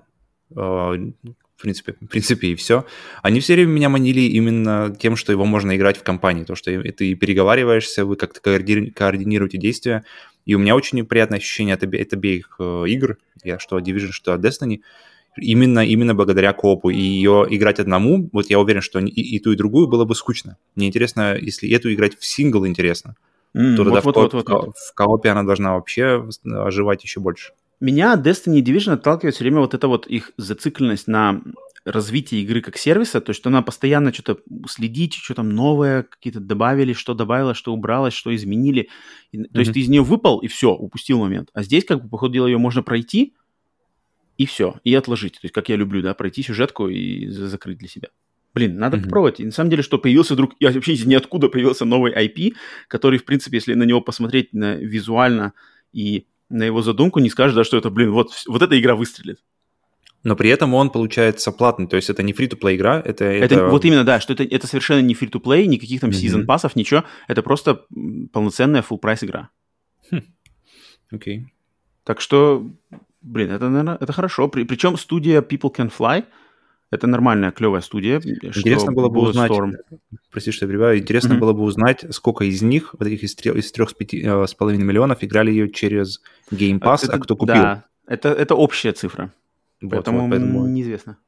В принципе, и все. Они все время меня манили именно тем, что его можно играть в компании. То, что ты переговариваешься, вы как-то координируете действия. И у меня очень приятное ощущение от обеих игр, что от Division, что от Destiny, именно благодаря коопу. И ее играть одному, вот я уверен, что и ту, и другую было бы скучно. Мне интересно, если эту играть в сингл интересно, то тогда в коопе она должна вообще оживать еще больше. Меня Destiny и Division отталкивает все время вот эта вот их зацикленность на развитии игры как сервиса, то есть что она постоянно что-то следит, что там новое, какие-то добавили, что добавилось, что убралось, что изменили. То есть ты из нее выпал и все, упустил момент. А здесь как бы по ходу дела ее можно пройти и все, и отложить. То есть как я люблю, да, пройти сюжетку и закрыть для себя. Блин, надо попробовать. И на самом деле, что появился вдруг, и вообще из ниоткуда появился новый IP, который, в принципе, если на него посмотреть визуально и на его задумку, не скажешь, да, что это, блин, вот эта игра выстрелит. Но при этом он, получается, платный, то есть это не free-to-play игра, это... Вот именно, да, что это совершенно не free-to-play, никаких там season-пассов, ничего, это просто полноценная full-прайс игра. Окей. Так что, блин, это, наверное, это хорошо. Причем студия People Can Fly, это нормальная, клевая студия. Интересно было бы узнать, прости, что я перебиваю, интересно было бы узнать, сколько из них, вот этих из 3,5 миллионов, играли ее через Game Pass, а кто купил. Да, это общая цифра. Поэтому неизвестно.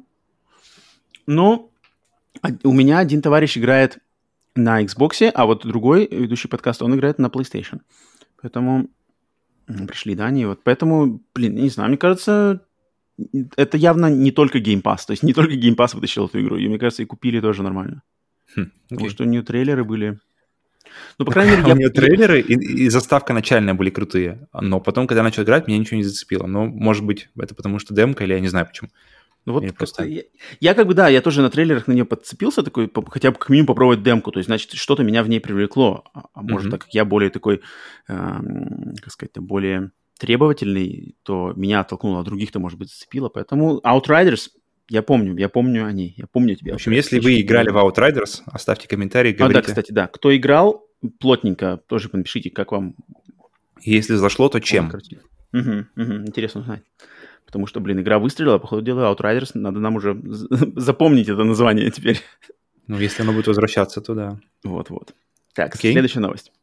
Но у меня один товарищ играет на Xbox, а вот другой ведущий подкаста, он играет на PlayStation. Поэтому пришли, да, они вот. Поэтому, блин, не знаю, мне кажется, это явно не только Game Pass. То есть не только Game Pass вытащил эту игру. И, мне кажется, и купили тоже нормально. Потому что у нее трейлеры были... Ну, по крайней мере, у нее трейлеры и заставка начальная были крутые, но потом, когда я начал играть, меня ничего не зацепило. Но, может быть, это потому что демка, или я не знаю почему. Ну, вот просто... я как бы, да, я тоже на трейлерах на нее подцепился, такой, хотя бы как минимум попробовать демку, то есть, значит, что-то меня в ней привлекло. А может, так как я более такой, как сказать, более требовательный, то меня оттолкнуло, а других-то, может быть, зацепило. Поэтому Outriders... Я помню о ней, я помню тебя. В общем, если вы играли в Outriders, оставьте комментарий, говорите. Да, кстати, да. Кто играл, плотненько тоже напишите, как вам. Если зашло, то чем? Интересно узнать. Потому что, блин, игра выстрелила, по ходу дела, Outriders, надо нам уже запомнить это название теперь. Ну, если оно будет возвращаться, то да. Вот. Так, следующая новость.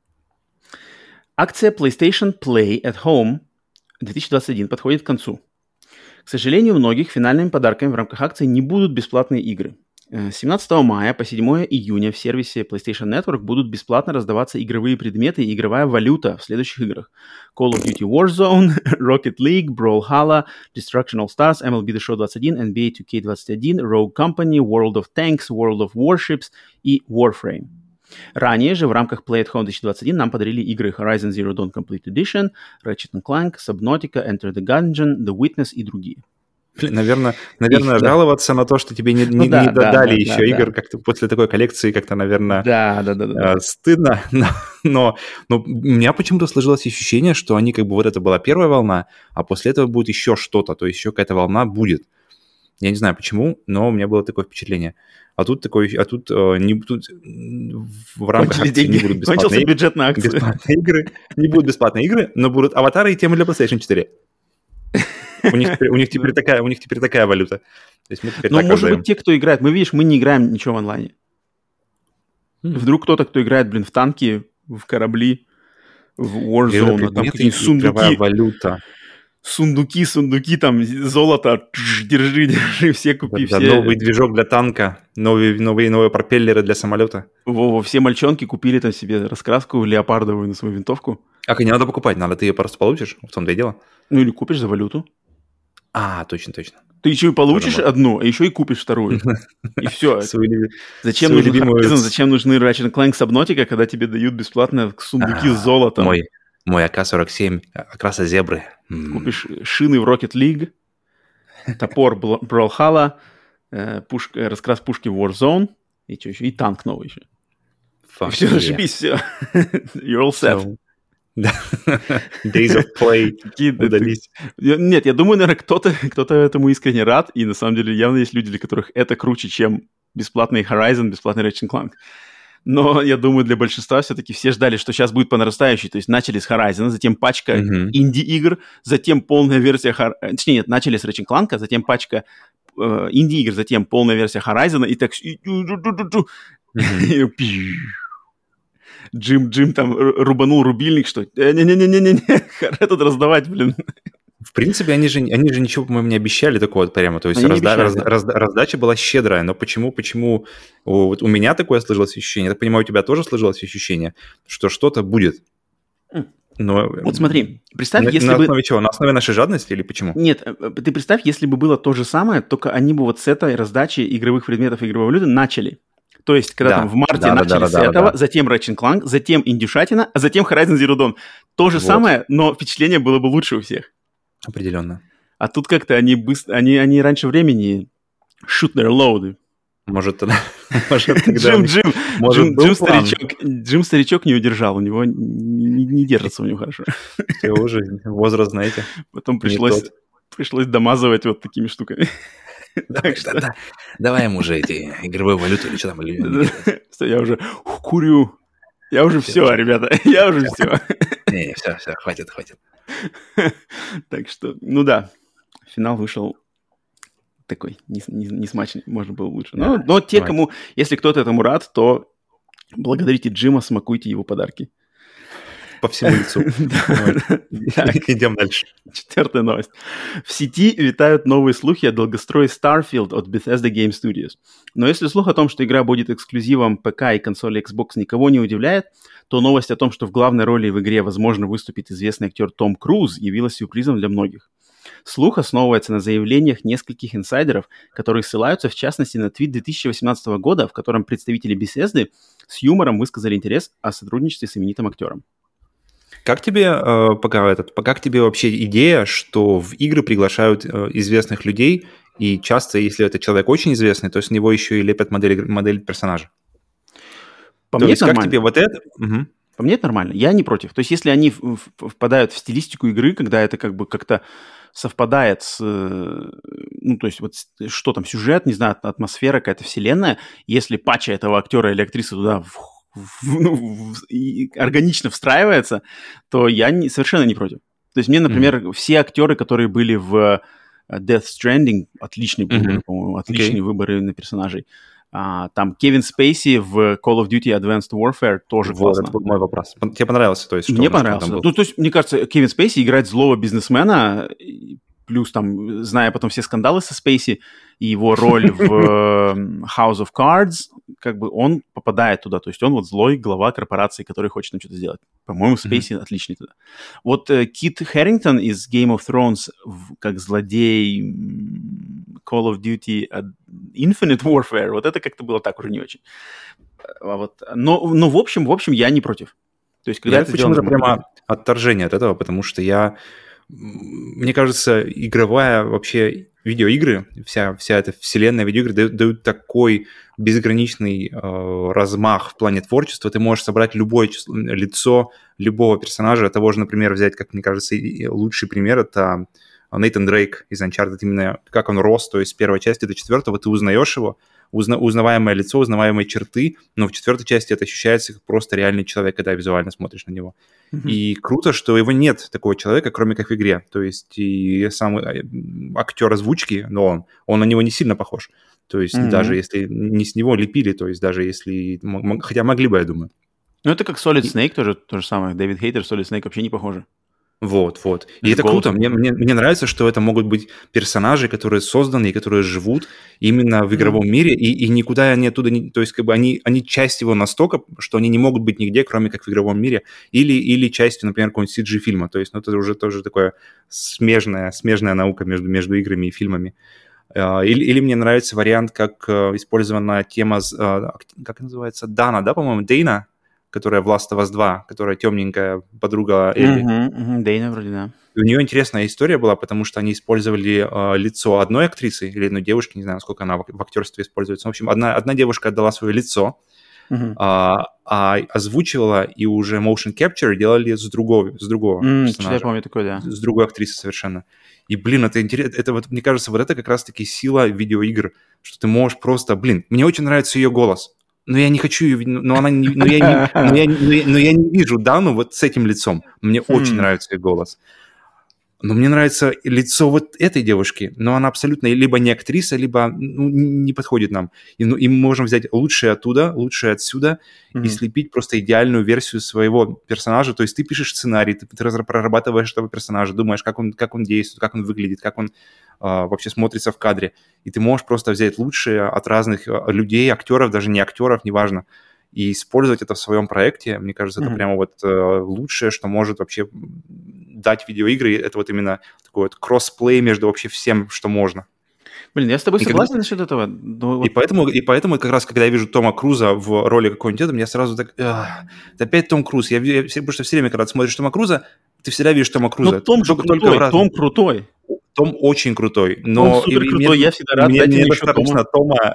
Акция PlayStation Play at Home 2021 подходит к концу. К сожалению, у многих финальными подарками в рамках акции не будут бесплатные игры. С 17 мая по 7 июня в сервисе PlayStation Network будут бесплатно раздаваться игровые предметы и игровая валюта в следующих играх: Call of Duty Warzone, Rocket League, Brawlhalla, Destruction All Stars, MLB The Show 21, NBA 2K21, Rogue Company, World of Tanks, World of Warships и Warframe. Ранее же в рамках Play at Home 2021 нам подарили игры Horizon Zero Dawn Complete Edition, Ratchet & Clank, Subnautica, Enter the Gungeon, The Witness и другие. Наверное, жаловаться на то, что тебе не додали еще игр как-то после такой коллекции, как-то, наверное, стыдно. Но у меня почему-то сложилось ощущение, что они как бы вот это была первая волна, а после этого будет еще что-то, то есть еще какая-то волна будет. Я не знаю почему, но у меня было такое впечатление. А тут в рамках акции не будут бесплатные игры, не будут бесплатные игры, но будут аватары и темы для PlayStation 4. У них теперь такая валюта. То есть мы теперь может быть, те, кто играет, мы не играем ничего в онлайне. Вдруг кто-то, кто играет, в танки, в корабли, в Warzone, там какие-то сундуки. Валюта. Сундуки, там, золото, держи, все купи, все. Новый движок для танка, новые пропеллеры для самолета. Все мальчонки купили там себе раскраску леопардовую на свою винтовку. А не надо покупать, ты ее просто получишь, в том-то и дело. Ну, или купишь за валюту. Точно. Ты еще и получишь одну, а еще и купишь вторую. И все. Зачем нужен Horizon, зачем нужны Ratchet & Clank, Subnautica, когда тебе дают бесплатно сундуки с золотом? Мой АК-47, окраса зебры. Купишь шины в Rocket League, топор Brawlhalla, раскрас пушки Warzone, и что еще? И танк новый еще. И все, зашибись, все. You're all set. Days of Play удались. Нет, я думаю, наверное, кто-то этому искренне рад, и на самом деле явно есть люди, для которых это круче, чем бесплатный Horizon, бесплатный Ratchet & Clank. Но я думаю, для большинства все-таки все ждали, что сейчас будет по нарастающей. То есть начали с Horizon, затем пачка инди-игр, затем полная версия... Точнее, нет, начали с Ratchet & Clank, затем пачка инди-игр, затем полная версия Horizon, и так... Джим там рубанул рубильник, что... Не-не-не-не-не, этот раздавать, блин. В принципе, они же ничего, по-моему, не обещали такого прямо. То есть раздача была щедрая, но почему вот у меня такое сложилось ощущение, я так понимаю, у тебя тоже сложилось ощущение, что что-то будет. Но, Вот смотри, представь, если на бы... основе чего? На основе нашей жадности или почему? Нет, ты представь, если бы было то же самое, только они бы вот с этой раздачи игровых предметов и игровой валюты начали. То есть, когда там в марте начали с этого, затем Ratchet & Clank, затем индюшатина, а затем Horizon Zero Dawn. То же самое, но впечатление было бы лучше у всех. Определенно. А тут как-то они быстро, они раньше времени shoot their load. Может, тогда... Джим старичок не удержал, у него не держится у него хорошо. Все уже, возраст, знаете. Потом пришлось домазывать вот такими штуками. Давай ему уже эти игровые валюты или что там. Я уже курю. Я уже все, ребята, я уже все. Не, все, хватит. Так что, ну да, финал вышел такой не смачный, можно было лучше. Но те, кому, если кто-то этому рад, то благодарите Джима, смакуйте его подарки. По всему лицу. Идем дальше. 4-я новость. В сети витают новые слухи о долгострое Starfield от Bethesda Game Studios. Но если слух о том, что игра будет эксклюзивом ПК и консоли Xbox, никого не удивляет, то новость о том, что в главной роли в игре, возможно, выступит известный актер Том Круз, явилась сюрпризом для многих. Слух основывается на заявлениях нескольких инсайдеров, которые ссылаются, в частности, на твит 2018 года, в котором представители Bethesda с юмором высказали интерес о сотрудничестве с именитым актером. Как тебе как тебе вообще идея, что в игры приглашают известных людей, и часто, если это человек очень известный, то с него еще и лепят модель персонажа? По мне это нормально. Как тебе вот это? Угу. По мне это нормально. Я не против. То есть если они впадают в стилистику игры, когда это как бы как-то совпадает с... Ну, то есть вот что там, сюжет, не знаю, атмосфера, какая-то вселенная, если патча этого актера или актрисы туда органично встраивается, то я совершенно не против. То есть мне, например, все актеры, которые были в Death Stranding, отличные выборы, по-моему, отличные выборы на персонажей. Там Кевин Спейси в Call of Duty Advanced Warfare тоже классно. Это мой вопрос. Тебе понравился? То есть, мне понравился. Ну, то есть, мне кажется, Кевин Спейси играет злого бизнесмена, плюс там, зная потом все скандалы со Спейси и его роль в House of Cards, как бы он попадает туда. То есть он вот злой глава корпорации, который хочет там что-то сделать. По-моему, Спейси отличный туда. Вот Кит Хэрингтон из Game of Thrones как злодей Call of Duty Infinite Warfare, вот это как-то было так уже не очень. Но в общем, я не против. То есть, когда это почему-то прямо отторжение от этого, потому что мне кажется, игровая вообще видеоигры, вся эта вселенная видеоигр дают такой безграничный размах в плане творчества. Ты можешь собрать любое лицо любого персонажа. Того же, например, взять, как мне кажется, лучший пример — это Нейтан Дрейк из Uncharted. Именно как он рос, то есть с первой части до 4-го ты узнаешь его, узнаваемое лицо, узнаваемые черты, но в 4-й части это ощущается как просто реальный человек, когда визуально смотришь на него. И круто, что его нет, такого человека, кроме как в игре. То есть и сам актер озвучки, но он на него не сильно похож. То есть даже если не с него лепили, то есть даже если... Хотя могли бы, я думаю. Ну, это как Solid Snake тоже то же самое. Дэвид Хейтер, Solid Snake вообще не похожи. Вот. И это круто. Мне нравится, что это могут быть персонажи, которые созданы и которые живут именно в игровом мире, и никуда они оттуда не... То есть как бы они часть его настолько, что они не могут быть нигде, кроме как в игровом мире, или частью, например, какого-нибудь CG-фильма. То есть это уже тоже такое смежная наука между играми и фильмами. Или мне нравится вариант, как использована тема, как называется, Дана, да, по-моему, Дейна, которая в Last of Us 2, которая темненькая подруга Элли. Дейна вроде, да. И у нее интересная история была, потому что они использовали лицо одной актрисы или одной девушки, не знаю, насколько она в актерстве используется. В общем, одна девушка отдала свое лицо, а озвучивала и уже motion capture делали с другого персонажа. Я помню такое, да. С другой актрисы совершенно. И, это интересно. Это вот, мне кажется, вот это как раз-таки сила видеоигр, что ты можешь просто... мне очень нравится ее голос. Но я не хочу ее, но я не вижу Дану вот с этим лицом. Мне очень нравится ее голос. Но мне нравится лицо вот этой девушки, но она абсолютно либо не актриса, либо не подходит нам. И мы можем взять лучшее оттуда, лучшее отсюда и слепить просто идеальную версию своего персонажа. То есть ты пишешь сценарий, ты прорабатываешь этого персонажа, думаешь, как он действует, как он выглядит, как он вообще смотрится в кадре. И ты можешь просто взять лучшее от разных людей, актеров, даже не актеров, неважно, и использовать это в своем проекте, мне кажется, это прямо вот лучшее, что может вообще дать видеоигры. Это вот именно такой вот кроссплей между вообще всем, что можно. Блин, я с тобой согласен насчет этого. И поэтому как раз, когда я вижу Тома Круза в роли какого-нибудь этого, я сразу так... Это опять Том Круз. Потому что все время, когда ты смотришь Тома Круза, ты всегда видишь Тома Круза. Но Том же крутой, Том крутой. Том очень крутой. Но Том супер крутой, я всегда рад. Мне недостаточно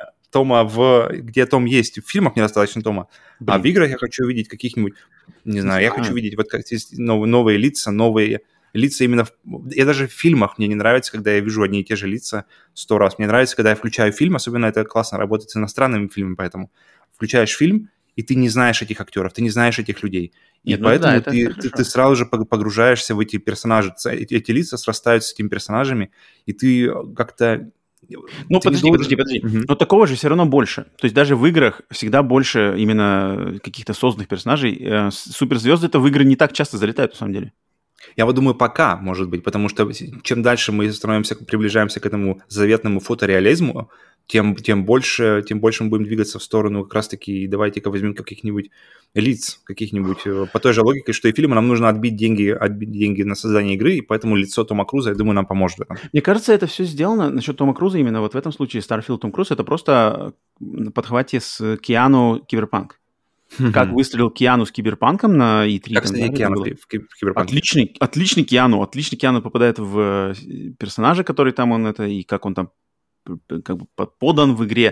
Тома где Том есть. В фильмах недостаточно Тома. Блин. А в играх я хочу видеть каких-нибудь... Не знаю, я хочу видеть вот как здесь новые лица, именно... Я даже в фильмах мне не нравится, когда я вижу одни и те же лица 100 раз. Мне нравится, когда я включаю фильм, особенно это классно работает с иностранными фильмами, поэтому включаешь фильм, и ты не знаешь этих актеров, ты не знаешь этих людей. И поэтому ты сразу же погружаешься в эти персонажи. Эти лица срастаются с этими персонажами, и ты как-то... Ну, подожди. Но такого же все равно больше. То есть даже в играх всегда больше именно каких-то созданных персонажей. Суперзвезды-то в игры не так часто залетают, на самом деле. Я вот думаю, пока, может быть, потому что чем дальше мы приближаемся к этому заветному фотореализму, тем больше мы будем двигаться в сторону как раз-таки, давайте-ка возьмем каких-нибудь лиц, каких-нибудь, по той же логике, что и фильму нам нужно отбить деньги на создание игры, и поэтому лицо Тома Круза, я думаю, нам поможет в этом. Мне кажется, это все сделано насчет Тома Круза именно вот в этом случае Starfield Том Круз, это просто подхвате с Киану Киберпанк. Как выстрелил Киану с Киберпанком на E3. Как кстати, Киану в Киберпанке. Отличный Киану попадает в персонажа, который там он это, и как он там как бы подан в игре.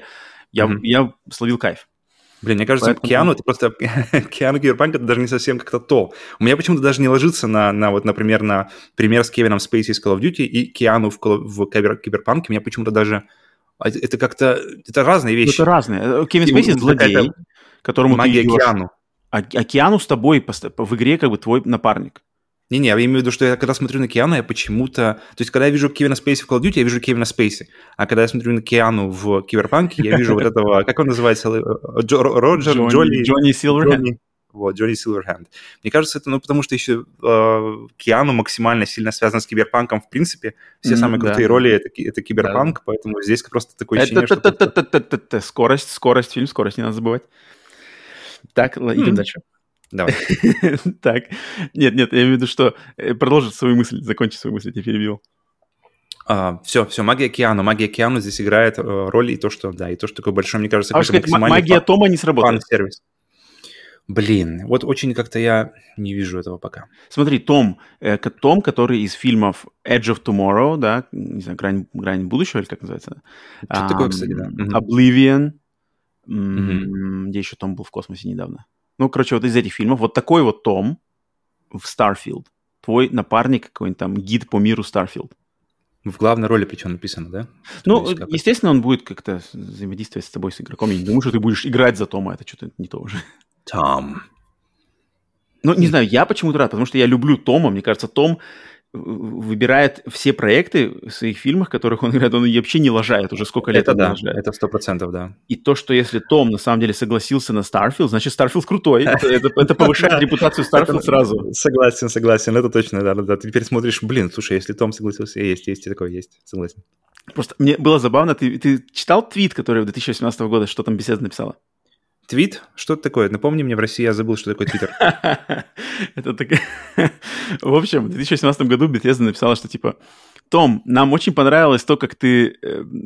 Я словил кайф. Блин, мне кажется, Киану это просто... Киану Киберпанк это даже не совсем как-то то. У меня почему-то даже не ложится на вот, например, на пример с Кевином Спейси из Call of Duty и Киану в Киберпанке. У меня почему-то даже... Это как-то... Это разные вещи. Это разные. Кевин Спейси злодей, которому магия ты идешь. Киану. А Киану с тобой в игре как бы твой напарник. Не-не, я имею в виду, что я когда смотрю на Киану, я почему-то... То есть, когда я вижу Кевина Спейси в Call of Duty, я вижу Кевина Спейси. А когда я смотрю на Киану в Киберпанке, я вижу вот этого... Как он называется? Джонни Силверхенд. Вот, Джонни Силверхенд. Мне кажется, это потому что еще Киану максимально сильно связан с Киберпанком в принципе. Все самые крутые роли это Киберпанк, поэтому здесь просто такое ощущение, что... Скорость, фильм «Скорость», не надо забывать. Так, идем дальше. Давай. Так, нет, я имею в виду, что продолжи свою мысль, закончи свою мысль, я тебя перебил. Все, магия Киану здесь играет роль, и то, что такое большое, мне кажется, какой-то максимальный магия Тома не сработает. Фан-сервис. Блин, вот очень как-то я не вижу этого пока. Смотри, Том, который из фильмов Edge of Tomorrow, да, не знаю, грань будущего, или как называется? Что такое, кстати, да. Oblivion, где еще Том был в космосе недавно. Ну, короче, вот из этих фильмов, вот такой вот Том в Starfield, твой напарник какой-нибудь там, гид по миру Starfield. В главной роли причем написано, да? Ну, естественно, он будет как-то взаимодействовать с тобой, с игроком. Я не думаю, что ты будешь играть за Тома, это что-то не то уже. Том. Ну, не знаю, я почему-то рад, потому что я люблю Тома. Мне кажется, Том выбирает все проекты в своих фильмах, в которых он играет, он вообще не лажает, уже сколько лет он лажает. Это 100%, да. И то, что если Том на самом деле согласился на Starfield, значит, Starfield крутой. Это повышает репутацию Starfield сразу. Согласен, это точно, да. Ты теперь смотришь, блин, слушай, если Том согласился, есть такое, есть, согласен. Просто мне было забавно, ты читал твит, который в 2018 года, что там Bethesda написала? Твит? Что это такое? Напомни мне, в России я забыл, что такое Твиттер. Это так... В общем, в 2018 году Bethesda написала, что типа: Том, нам очень понравилось то, как ты...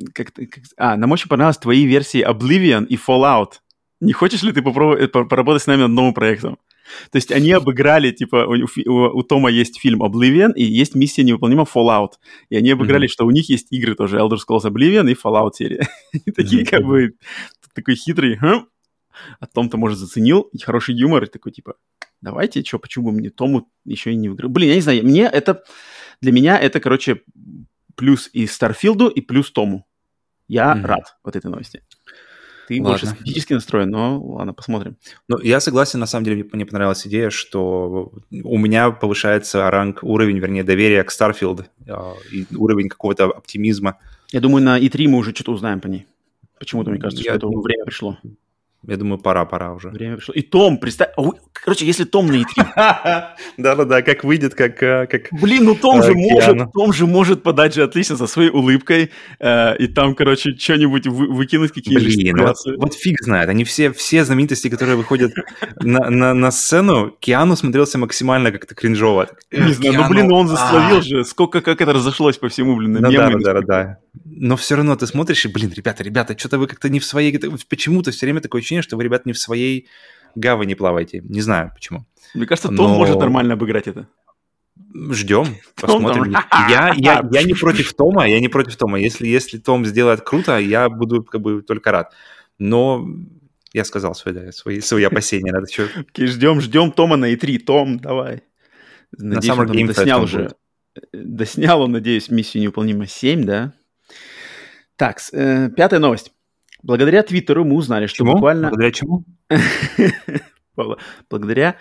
нам очень понравились твои версии Oblivion и Fallout. Не хочешь ли ты поработать с нами над новым проектом? То есть они обыграли, типа, у Тома есть фильм Oblivion и есть миссия невыполнима Fallout. И они обыграли, что у них есть игры тоже, Elder Scrolls Oblivion и Fallout серия. Такие как бы... Такой хитрый... А Том-то, может, заценил, и хороший юмор, и такой, типа, давайте, почему бы мне Тому еще и не выиграть? Блин, я не знаю, для меня это, короче, плюс и Старфилду, и плюс Тому. Я рад вот этой новости. Ты больше скептически настроен, но ладно, посмотрим. Ну, я согласен, на самом деле, мне понравилась идея, что у меня повышается уровень, вернее, доверия к Starfield, и уровень какого-то оптимизма. Я думаю, на E3 мы уже что-то узнаем по ней. Почему-то мне кажется, что это время пришло. Я думаю, пора уже. Время пришло. И Том, представь... Короче, если Том на E3... Да-да-да, как выйдет, как Блин, ну Том же может подать же отлично со своей улыбкой и там, короче, что-нибудь выкинуть, какие-нибудь ситуации. Вот фиг знает. Они все знаменитости, которые выходят на сцену, Киану смотрелся максимально как-то кринжово. Не знаю, ну, блин, он засловил же. Сколько, как это разошлось по всему, блин, на мемы. Да. Но все равно ты смотришь, и, блин, ребята, что-то вы как-то не в своей... Почему-то все время такое ощущение, что вы, ребят, не в своей гавани плаваете. Не знаю, почему. Мне кажется, Том может нормально обыграть это. Ждем, посмотрим. Я не против Тома, Если Том сделает круто, я буду как бы только рад. Но я сказал свои опасения. Надо что... Окей, ждем Тома на E3. Том, давай. Надеюсь, он там доснял уже. Доснял он, надеюсь, миссию невыполнима 7, да? Так, 5-я новость. Благодаря Твиттеру мы узнали, что буквально... Благодаря чему? Благодаря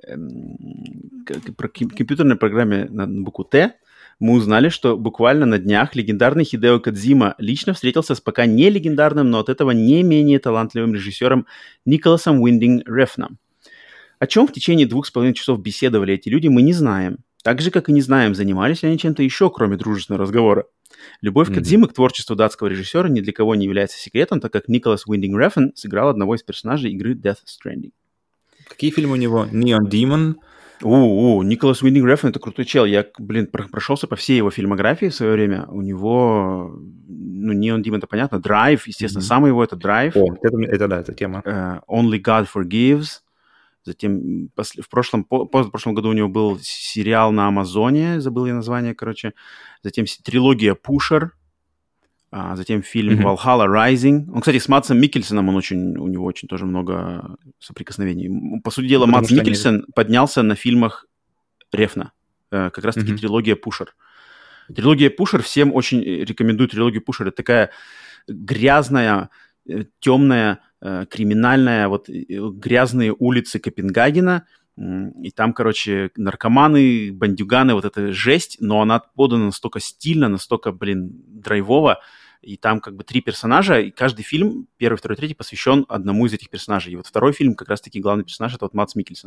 компьютерной программе на букву Т мы узнали, что буквально на днях легендарный Хидео Кодзима лично встретился с пока не легендарным, но от этого не менее талантливым режиссером Николасом Уиндинг Рефном. О чем в течение 2,5 часов беседовали эти люди, мы не знаем. Так же, как и не знаем, занимались ли они чем-то еще, кроме дружественного разговора. Любовь Кодзимы к творчеству датского режиссера ни для кого не является секретом, так как Николас Уиндинг Рефн сыграл одного из персонажей игры Death Stranding. Какие фильмы у него? Neon Demon? Николас Уиндинг Рефн — это крутой чел. Я, прошелся по всей его фильмографии в свое время. У него, Neon Demon — это понятно. Drive, естественно, самый его — это Drive. Это тема. Only God Forgives. Затем в прошлом году у него был сериал на Амазоне, забыл я название, короче. Затем трилогия Pusher. Затем фильм Valhalla Rising. Он, кстати, с Мадсом Миккельсеном, у него очень тоже много соприкосновений. По сути дела, Мадс Миккельсен поднялся на фильмах Рефна. Как раз-таки трилогия Pusher. Трилогия Pusher, всем очень рекомендую трилогию Pusher. Это такая грязная, темная, криминальная, грязные улицы Копенгагена. И там, короче, наркоманы, бандюганы, вот эта жесть, но она подана настолько стильно, настолько, драйвово. И там как бы 3 персонажа, и каждый фильм, 1, 2, 3, посвящен одному из этих персонажей. И вот второй фильм, как раз-таки главный персонаж, это Мадс Миккельсен.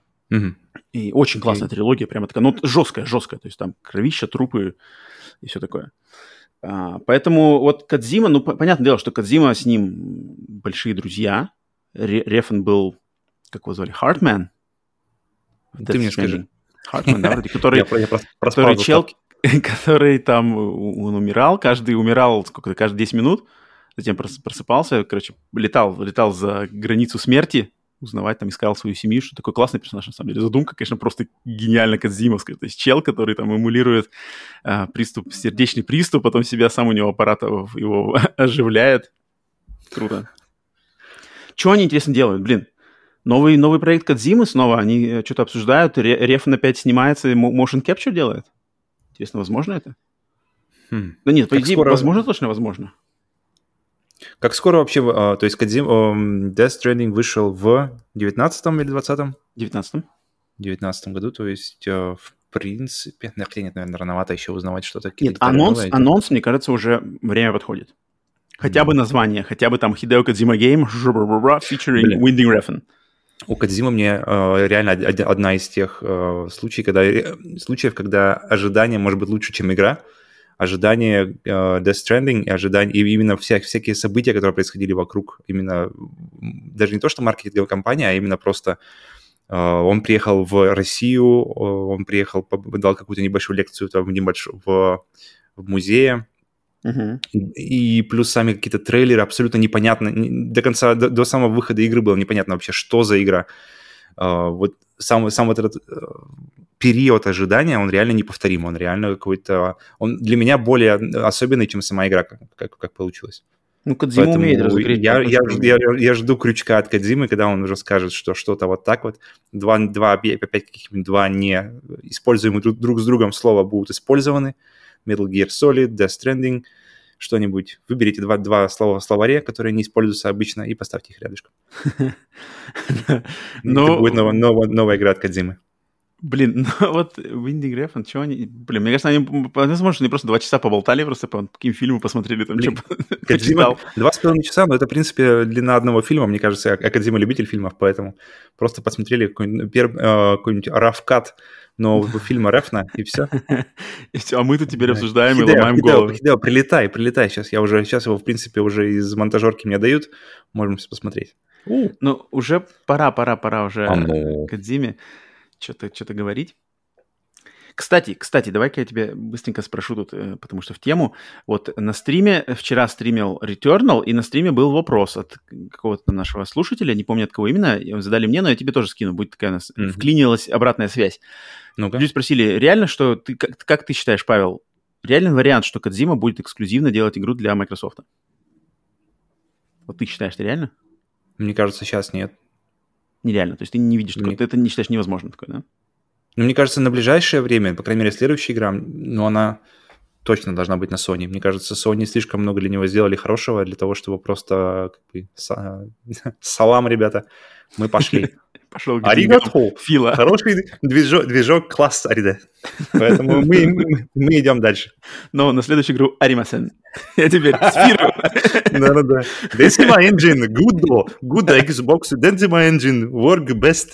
И очень классная трилогия, прямо такая, жесткая. То есть там кровища, трупы и все такое. Поэтому вот Кодзима, понятное дело, что Кодзима с ним большие друзья. Рефн был, как его звали, Хартман? Ты мне скажи. Хартман, да, вроде, который чел, который там, он умирал, каждый 10 минут, затем просыпался, короче, летал за границу смерти, узнавать, там, искал свою семью, что такой классный персонаж, на самом деле. Задумка, конечно, просто гениально кодзимовская. То есть чел, который там эмулирует сердечный приступ, потом себя сам у него аппарат его оживляет. Круто. Что они, интересно, делают? Новый проект Кодзимы снова, они что-то обсуждают, Рефн опять снимается, motion capture делает. Интересно, возможно это? Да нет, по идее, возможно, точно возможно. Как скоро вообще, то есть Death Stranding вышел в 19-м или 20-м? 19-м. В 19-м году, то есть, в принципе... Нет, наверное, рановато еще узнавать что-то. Нет, анонс, мне кажется, уже время подходит. Хотя бы название, хотя бы там Hideo Kojima Game, featuring Winding Refn. У Кодзимы мне реально одна из тех случаев, когда ожидание может быть лучше, чем игра. Ожидание Death Stranding и именно всякие события, которые происходили вокруг, именно даже не то, что маркетинговая компания, а именно просто он приехал в Россию, он приехал, дал какую-то небольшую лекцию в музее, и плюс сами какие-то трейлеры абсолютно непонятно, до самого выхода игры было непонятно вообще, что за игра. Вот сам вот этот период ожидания, он реально неповторим, он реально он для меня более особенный, чем сама игра, как получилось. Кодзима умеет разыграть. Я жду крючка от Кодзимы, когда он уже скажет, что что-то вот так вот, два не используемые друг с другом слова будут использованы, Metal Gear Solid, Death Stranding, что-нибудь. Выберите два слова в словаре, которые не используются обычно, и поставьте их рядышком. Это будет новая игра от Кодзимы. Блин, ну вот Винди Греффин, чего они... Блин, мне кажется, возможно, они просто 2 часа поболтали, просто по каким фильмам посмотрели, там, что почитал. 2,5 часа, но это, в принципе, длина одного фильма, мне кажется, Кодзима любитель фильмов, поэтому просто посмотрели какой-нибудь rough cut нового фильма Рефна, и все. А мы тут теперь обсуждаем и ломаем голову. Хидео, прилетай. Сейчас его, в принципе, уже из монтажерки мне дают, можем посмотреть. Ну, уже пора уже Кодзиме что-то говорить. Кстати, давай-ка я тебе быстренько спрошу тут, потому что в тему. Вот на стриме, вчера стримил Returnal, и на стриме был вопрос от какого-то нашего слушателя, не помню от кого именно, задали мне, но я тебе тоже скину, будет такая у нас, вклинилась обратная связь. Люди спросили, реально, что как ты считаешь, Павел, реальный вариант, что Кодзима будет эксклюзивно делать игру для Microsoft? Вот ты считаешь, это реально? Мне кажется, сейчас нет. Нереально, то есть ты не видишь, ты это не считаешь невозможным такое, да? Ну, мне кажется, на ближайшее время, по крайней мере, следующая игра, ну, она точно должна быть на Sony. Мне кажется, Sony слишком много для него сделали хорошего, для того, чтобы просто салам, ребята, мы пошли. Пошел Аригато. Фила. Хороший движок класс, Арида. Поэтому мы идем дальше. Но на следующую игру Аримасен. Я теперь Сфиру. Да-да-да. Decima Engine, good Xbox, Decima Engine, work best.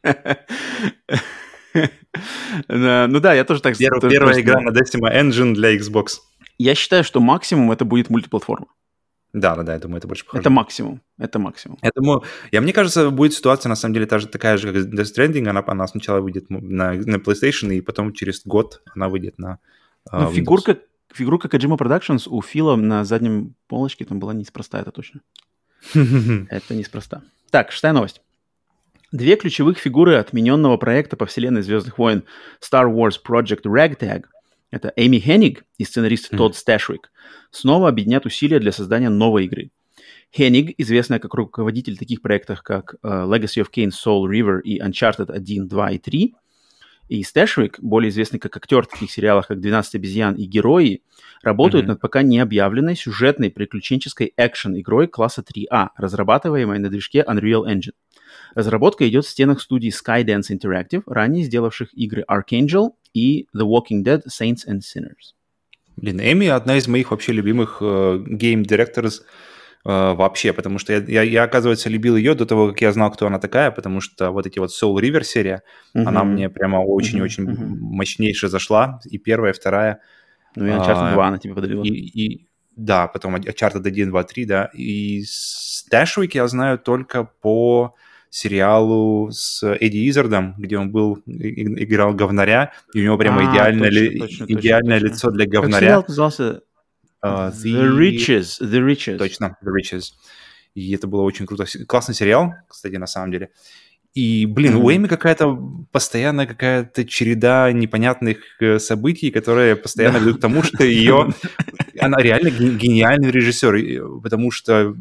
Ну да, я тоже так... Первая игра на Decima Engine для Xbox. Я считаю, что максимум это будет мультиплатформа. Да, я думаю, это больше похоже. Это максимум. Я думаю, мне кажется, будет ситуация, на самом деле, такая же, как Death Stranding. Она сначала выйдет на PlayStation, и потом через год она выйдет на Windows. Фигурка Kojima Productions у Фила на заднем полочке там была неспроста, это точно. Это неспроста. Так, 6-я новость. 2 ключевых фигуры отмененного проекта по вселенной «Звездных войн» Star Wars Project Ragtag, это Эми Хенниг и сценарист Тодд Стэшвик, снова объединят усилия для создания новой игры. Хенниг, известная как руководитель таких проектов, как Legacy of Kain, Soul River и Uncharted 1, 2 и 3, и Стэшвик, более известный как актер в таких сериалах, как «12 обезьян» и «Герои», работают над пока не объявленной сюжетной приключенческой экшен-игрой класса 3А, разрабатываемой на движке Unreal Engine. Разработка идет в стенах студии Skydance Interactive, ранее сделавших игры Archangel и The Walking Dead Saints and Sinners. Блин, Эми одна из моих вообще любимых game directors вообще, потому что я, оказывается, любил ее до того, как я знал, кто она такая, потому что вот эти вот Soul River серия, она мне прямо очень-очень мощнейше зашла, и первая, и вторая. Ну и Uncharted 2 она тебе подарила. Да, потом Uncharted 1, 2, 3, да. И Стэшвик я знаю только по сериалу с Эдди Иззардом, где он играл говнаря, и у него прямо идеальное лицо для говнаря. Как сериал назывался? The Riches. Точно, The Riches. И это было очень круто. Классный сериал, кстати, на самом деле. И, блин, у Эми постоянно какая-то череда непонятных событий, которые постоянно ведут к тому, что она реально гениальный режиссер, потому что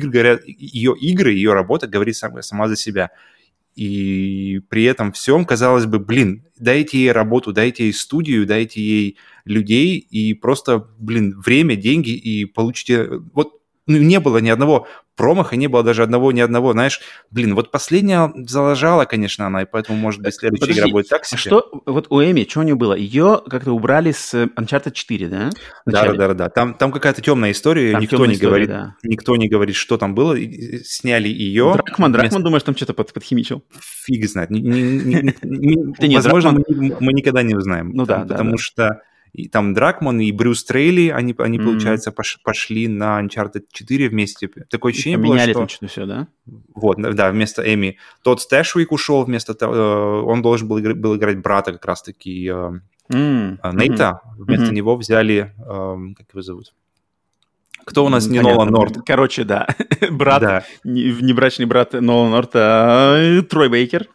ее работа говорит сама за себя. И при этом всем, казалось бы, блин, дайте ей работу, дайте ей студию, дайте ей людей, и просто, блин, время, деньги, и получите... Вот не было ни одного промаха, не было даже ни одного, знаешь, блин, вот последняя залажала, конечно, она, и поэтому, может быть, следующая игра будет так себе. А что вот у Эми, что у нее было? Ее как-то убрали с Uncharted 4, да? Да. Там какая-то темная история, никто не говорит, что там было, сняли ее. Дракман, думаешь, там что-то подхимичил? Фиг знает. Возможно, мы никогда не узнаем. Ну да. Потому что и там Дракман и Брюс Трейли, они получается, пошли на Uncharted 4 вместе. Такое ощущение было, поменяли там что-то все, да? Вот, да, вместо Эми. Тодд Стэшвик ушел вместо того, он должен был играть брата как раз-таки Нейта. Вместо него взяли, как его зовут? Кто у нас не Нолан Норт? Короче, да. Брат, внебрачный брат Нолан Норта, Трой Бейкер.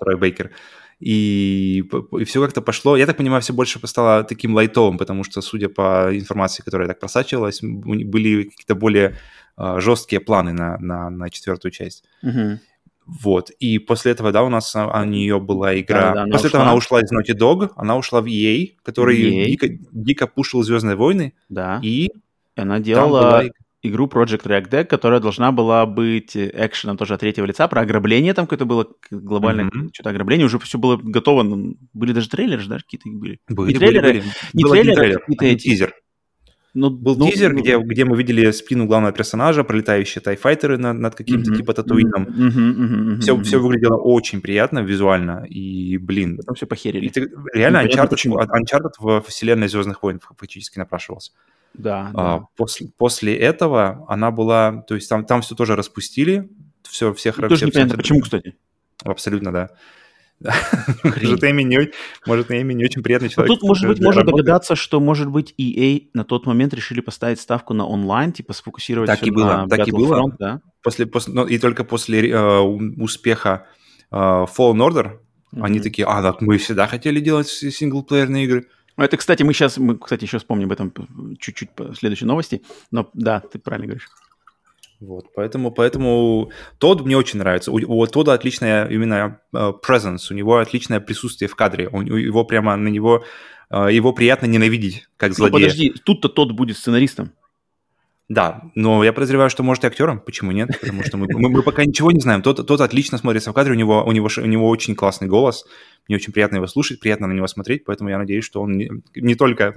И все как-то пошло. Я так понимаю, все больше стало таким лайтовым, потому что, судя по информации, которая так просачивалась, были какие-то более жесткие планы на 4-ю часть. Вот. И после этого, да, у нее была игра... Да, после этого она ушла из Naughty Dog, она ушла в EA, который дико пушил «Звездные войны». Да. И она делала игру Project Ragdeck, которая должна была быть экшеном тоже от третьего лица, про ограбление там какое-то было, глобальное что-то ограбление, уже все было готово, были даже трейлеры, да, какие-то были? Не трейлеры, не Был трейлеры, один трейлер, какие-то один эти... тизер. Был тизер, где мы видели спину главного персонажа, пролетающие тайфайтеры над каким-то типа Татуином. Все выглядело очень приятно визуально, и, блин... Потом все похерили. Реально Uncharted в вселенной Звездных войн фактически напрашивался. Да. После этого она была... То есть там все тоже распустили. Все тоже непонятно, почему, кстати. Абсолютно, да. Может, Эми не очень приятный человек. Тут, может быть, можно догадаться, что, может быть, EA на тот момент решили поставить ставку на онлайн, типа сфокусировать все на Battlefront, да? И только после успеха Fallen Order они такие, мы всегда хотели делать синглплеерные игры. Это, кстати, мы, кстати, еще вспомним об этом чуть-чуть в следующей новости, но да, ты правильно говоришь. Вот, поэтому Тодд мне очень нравится. У Тодда отличная именно presence, у него отличное присутствие в кадре. Его прямо на него, его приятно ненавидеть, как злодея. Ну, подожди, тут-то Тодд будет сценаристом. Да, но я подозреваю, что может и актером. Почему нет? Потому что мы пока ничего не знаем. Тот отлично смотрится в кадре, у него очень классный голос. Мне очень приятно его слушать, приятно на него смотреть, поэтому я надеюсь, что он не только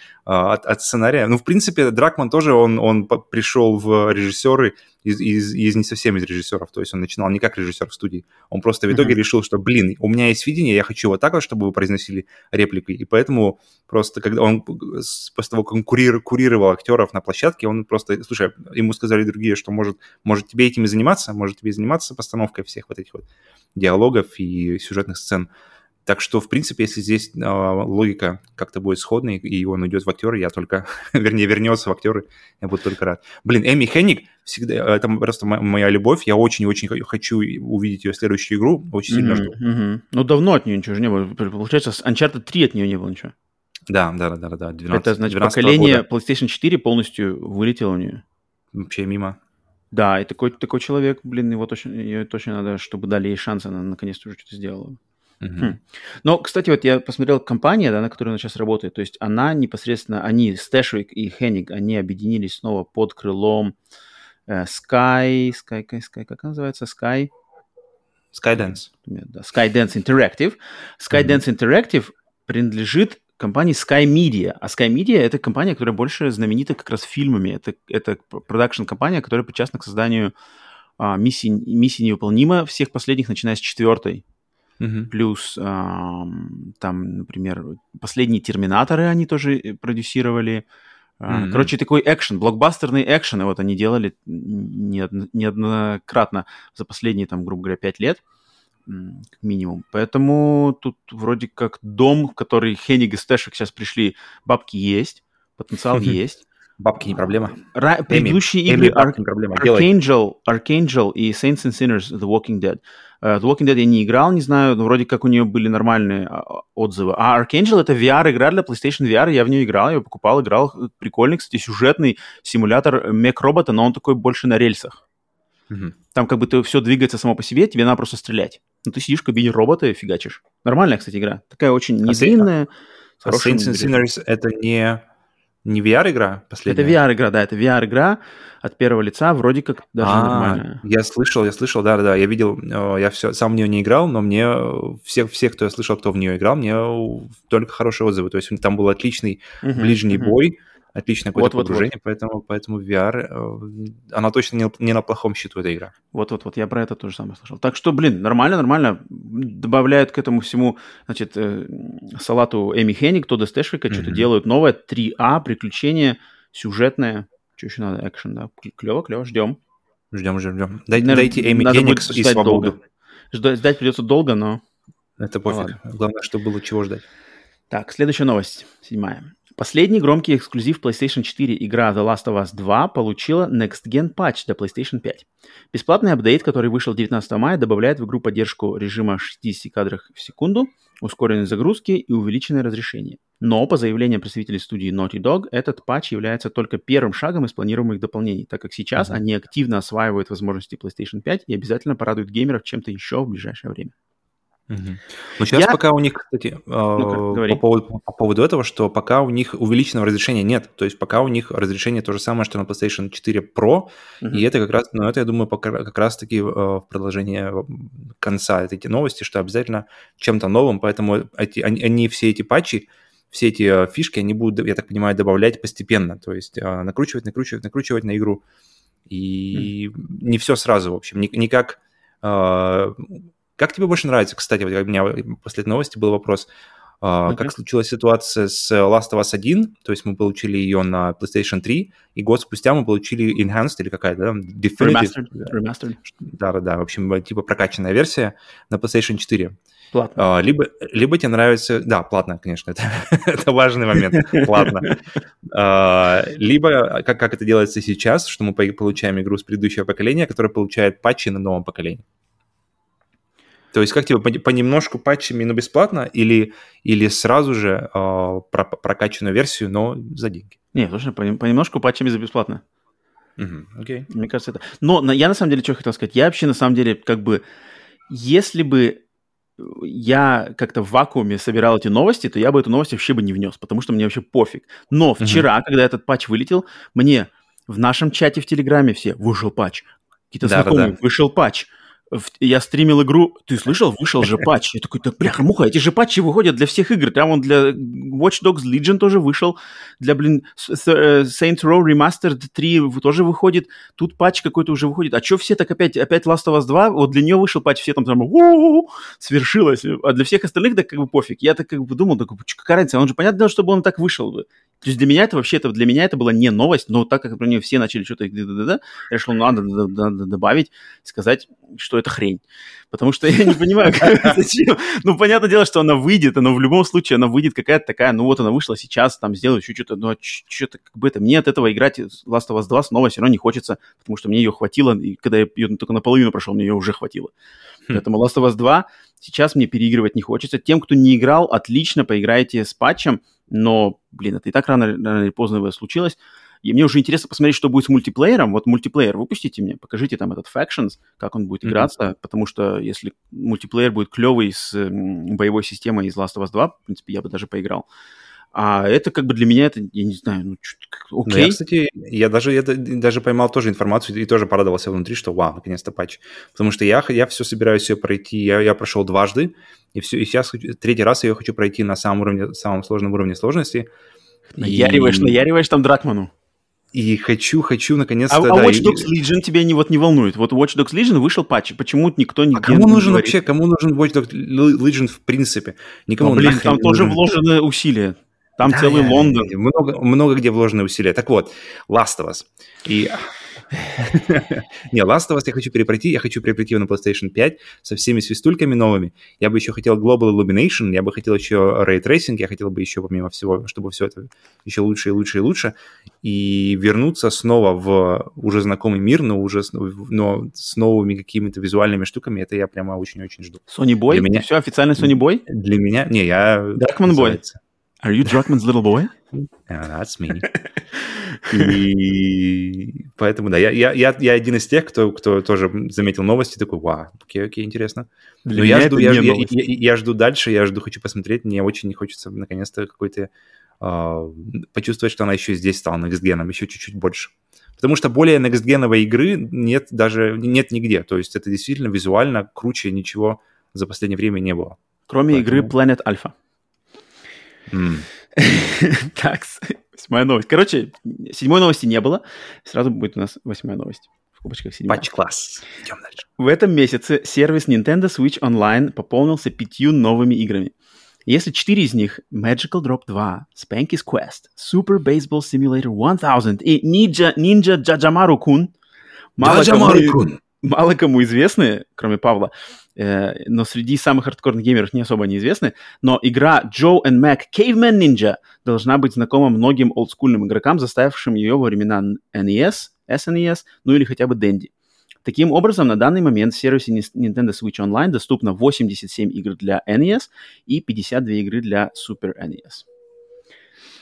от сценария. Ну, в принципе, Дракман тоже, он пришел в режиссеры из не совсем из режиссеров, то есть он начинал не как режиссер в студии, он просто в итоге решил, что, у меня есть видение, я хочу вот так вот, чтобы вы произносили реплики, и поэтому просто, когда он после того, как он курировал актеров на площадке, он просто, слушай, ему сказали другие, что может тебе этим и заниматься, постановкой всех вот этих вот диалогов и сюжетных сцен. Так что, в принципе, если здесь логика как-то будет сходной, и он уйдет в актеры, я только, вернется в актеры, я буду только рад. Блин, Эми Хенник, всегда, это просто моя любовь, я очень-очень хочу увидеть ее следующую игру, очень сильно жду. Ну, давно от нее ничего же не было. Получается, с Uncharted 3 от нее не было ничего. Да. 12, это, значит, поколение года. PlayStation 4 полностью вылетело у нее. Вообще мимо. Да, и такой человек, блин, ее точно надо, чтобы дали ей шанс, она наконец-то уже что-то сделала. Но, кстати, вот я посмотрел компания, да, на которой она сейчас работает, то есть она непосредственно, Стешвик и Хенник, они объединились снова под крылом Sky, как она называется? Skydance. Да, Skydance Interactive. Skydance Interactive принадлежит компании Sky Media, а Sky Media — это компания, которая больше знаменита как раз фильмами, это продакшн-компания, которая причастна к созданию миссии невыполнима всех последних, начиная с 4-й. Плюс там, например, последние «Терминаторы» они тоже продюсировали. Короче, такой экшен, блокбастерный экшен, и вот они делали неоднократно за последние, там, грубо говоря, 5 лет, как минимум. Поэтому тут вроде как дом, в который Хенник и Стэшек сейчас пришли, бабки есть, потенциал есть. Бабки не проблема. Предыдущие игры Archangel и Saints and Sinners The Walking Dead. The Walking Dead я не играл, не знаю, но вроде как у нее были нормальные отзывы. А Archangel — это VR-игра для PlayStation VR, я в нее играл, я покупал, играл. Прикольный, кстати, сюжетный симулятор мех-робота, но он такой больше на рельсах. Там как бы все двигается само по себе, тебе надо просто стрелять. Ну, ты сидишь в кабине робота и фигачишь. Нормальная, кстати, игра. Такая очень недлинная. Saints and Sinners — это не VR-игра последняя? Это VR-игра, да, это VR-игра от первого лица, вроде как даже нормальная. Я слышал, да, я видел, я сам в нее не играл, но мне все, кто я слышал, кто в нее играл, мне только хорошие отзывы, то есть там был отличный ближний бой, отличное какое-то погружение, поэтому VR, она точно не на плохом счету, эта игра. Вот, я про это тоже самое слышал. Так что, блин, нормально. Добавляют к этому всему, значит, салату Эми Хенник, Тодда Стэшвика, что-то делают новое, 3А, приключение, сюжетное. Что еще надо? Экшен, да. Клево, ждем. Ждем. Дайте Эми Хенник и свободу. Ждать придется долго, но... Это пофиг. Главное, чтобы было чего ждать. Так, следующая новость, 7-я. Последний громкий эксклюзив PlayStation 4 игра The Last of Us 2 получила Next Gen Patch для PlayStation 5. Бесплатный апдейт, который вышел 19 мая, добавляет в игру поддержку режима 60 кадров в секунду, ускоренной загрузки и увеличенное разрешение. Но, по заявлению представителей студии Naughty Dog, этот патч является только первым шагом из планируемых дополнений, так как сейчас они активно осваивают возможности PlayStation 5 и обязательно порадуют геймеров чем-то еще в ближайшее время. Но сейчас пока у них, кстати, по поводу этого, что пока у них увеличенного разрешения нет. То есть пока у них разрешение то же самое, что на PlayStation 4 Pro, и это как раз, это, я думаю, как раз-таки в продолжение конца этой новости, что обязательно чем-то новым, поэтому они все эти патчи, все эти фишки, они будут, я так понимаю, добавлять постепенно, то есть накручивать на игру. И не все сразу, в общем, не как... Как тебе больше нравится, кстати, вот у меня после этой новости был вопрос, как случилась ситуация с Last of Us 1, то есть мы получили ее на PlayStation 3, и год спустя мы получили Enhanced или какая-то, да? Definitive. Remastered. Да, в общем, типа прокачанная версия на PlayStation 4. Платно. Либо тебе нравится... Да, платно, конечно, это важный момент, платно. Либо, как это делается сейчас, что мы получаем игру с предыдущего поколения, которая получает патчи на новом поколении. То есть как тебе понемножку патчами, но бесплатно, или сразу же прокачанную версию, но за деньги? Нет, слушай, понемножку патчами за бесплатно. Окей. Мне кажется, это... Но я на самом деле что хотел сказать? Я вообще на самом деле как бы... Если бы я как-то в вакууме собирал эти новости, то я бы эту новость вообще бы не внес, потому что мне вообще пофиг. Но вчера, когда этот патч вылетел, мне в нашем чате в Телеграме все вышел патч. Какие-то знакомые, вышел патч. Я стримил игру, ты слышал, вышел же патч. Я такой, бляха-муха, эти же патчи выходят для всех игр. Там он для Watch Dogs Legion тоже вышел, для, Saints Row Remastered 3 тоже выходит. Тут патч какой-то уже выходит. А что все так опять Last of Us 2? Вот для нее вышел патч, все там свершилось. А для всех остальных так как бы пофиг. Я так как бы думал, какая разница? Он же, понятно, чтобы он так вышел бы. То есть для меня это была не новость, но так как про нее все начали что-то я решил, надо добавить, сказать, что это хрень. Потому что я не понимаю, зачем. Ну, понятное дело, что она выйдет, но в любом случае она выйдет какая-то такая, ну вот она вышла сейчас, там сделаю еще что-то, ну что-то как бы это. Мне от этого играть Last of Us 2 снова все равно не хочется, потому что мне ее хватило, и когда я ее только наполовину прошел, мне ее уже хватило. Поэтому Last of Us 2 сейчас мне переигрывать не хочется. Тем, кто не играл, отлично, поиграйте с патчем, но, это и так рано или поздно случилось. И мне уже интересно посмотреть, что будет с мультиплеером. Вот мультиплеер выпустите мне, покажите там этот Factions, как он будет играться, потому что если мультиплеер будет клевый с боевой системой из Last of Us 2, в принципе, я бы даже поиграл. А это как бы для меня, это, я не знаю, окей. Я, кстати, я даже поймал тоже информацию и тоже порадовался внутри, что вау, наконец-то патч. Потому что я все собираюсь ее пройти, я прошел дважды, и сейчас третий раз я ее хочу пройти на самом сложном уровне сложности. Наяриваешь там Дракману. И хочу наконец-то... А Watch Dogs Legion тебя не волнует? Вот Watch Dogs Legion вышел патч, почему никто не кому нужен вообще, кому нужен Watch Dogs Legion в принципе? Никому там тоже вложены усилия. Там целый Лондон. Много где вложены усилия. Так вот, Last of Us. Не, Last of Us я хочу приобрести его на PlayStation 5 со всеми свистульками новыми. Я бы еще хотел Global Illumination, я бы хотел еще Ray Tracing, я хотел бы еще, помимо всего, чтобы все это еще лучше и лучше и лучше, и вернуться снова в уже знакомый мир, но с новыми какими-то визуальными штуками. Это я прямо очень-очень жду. Sony Boy? Для меня... Все, официально Sony Boy? Для меня... Не, я... Druckmann Boy? Are you Druckmann's little boy? That's me. И поэтому, да, я один из тех, кто тоже заметил новости, такой, вау, окей, интересно. Но я жду дальше, хочу посмотреть, мне очень не хочется наконец-то какой-то почувствовать, что она еще здесь стала next-геном, еще чуть-чуть больше. Потому что более next-геновой игры нет нигде, то есть это действительно визуально круче ничего за последнее время не было. Кроме игры Planet Alpha. Так, 8-я новость. Короче, 7-й новости не было. Сразу будет у нас 8-я новость. В скобочках 7-я. Патч-класс. Идем дальше. В этом месяце сервис Nintendo Switch Online пополнился 5 новыми играми. Если 4 из них Magical Drop 2, Spanky's Quest, Super Baseball Simulator 1000 и Ninja Jajamaru-kun мало кому известны, кроме Павла, но среди самых хардкорных геймеров не особо неизвестны, но игра Joe and Mac Caveman Ninja должна быть знакома многим олдскульным игрокам, заставившим ее во времена NES, SNES, ну или хотя бы Dendy. Таким образом, на данный момент в сервисе Nintendo Switch Online доступно 87 игр для NES и 52 игры для Super NES.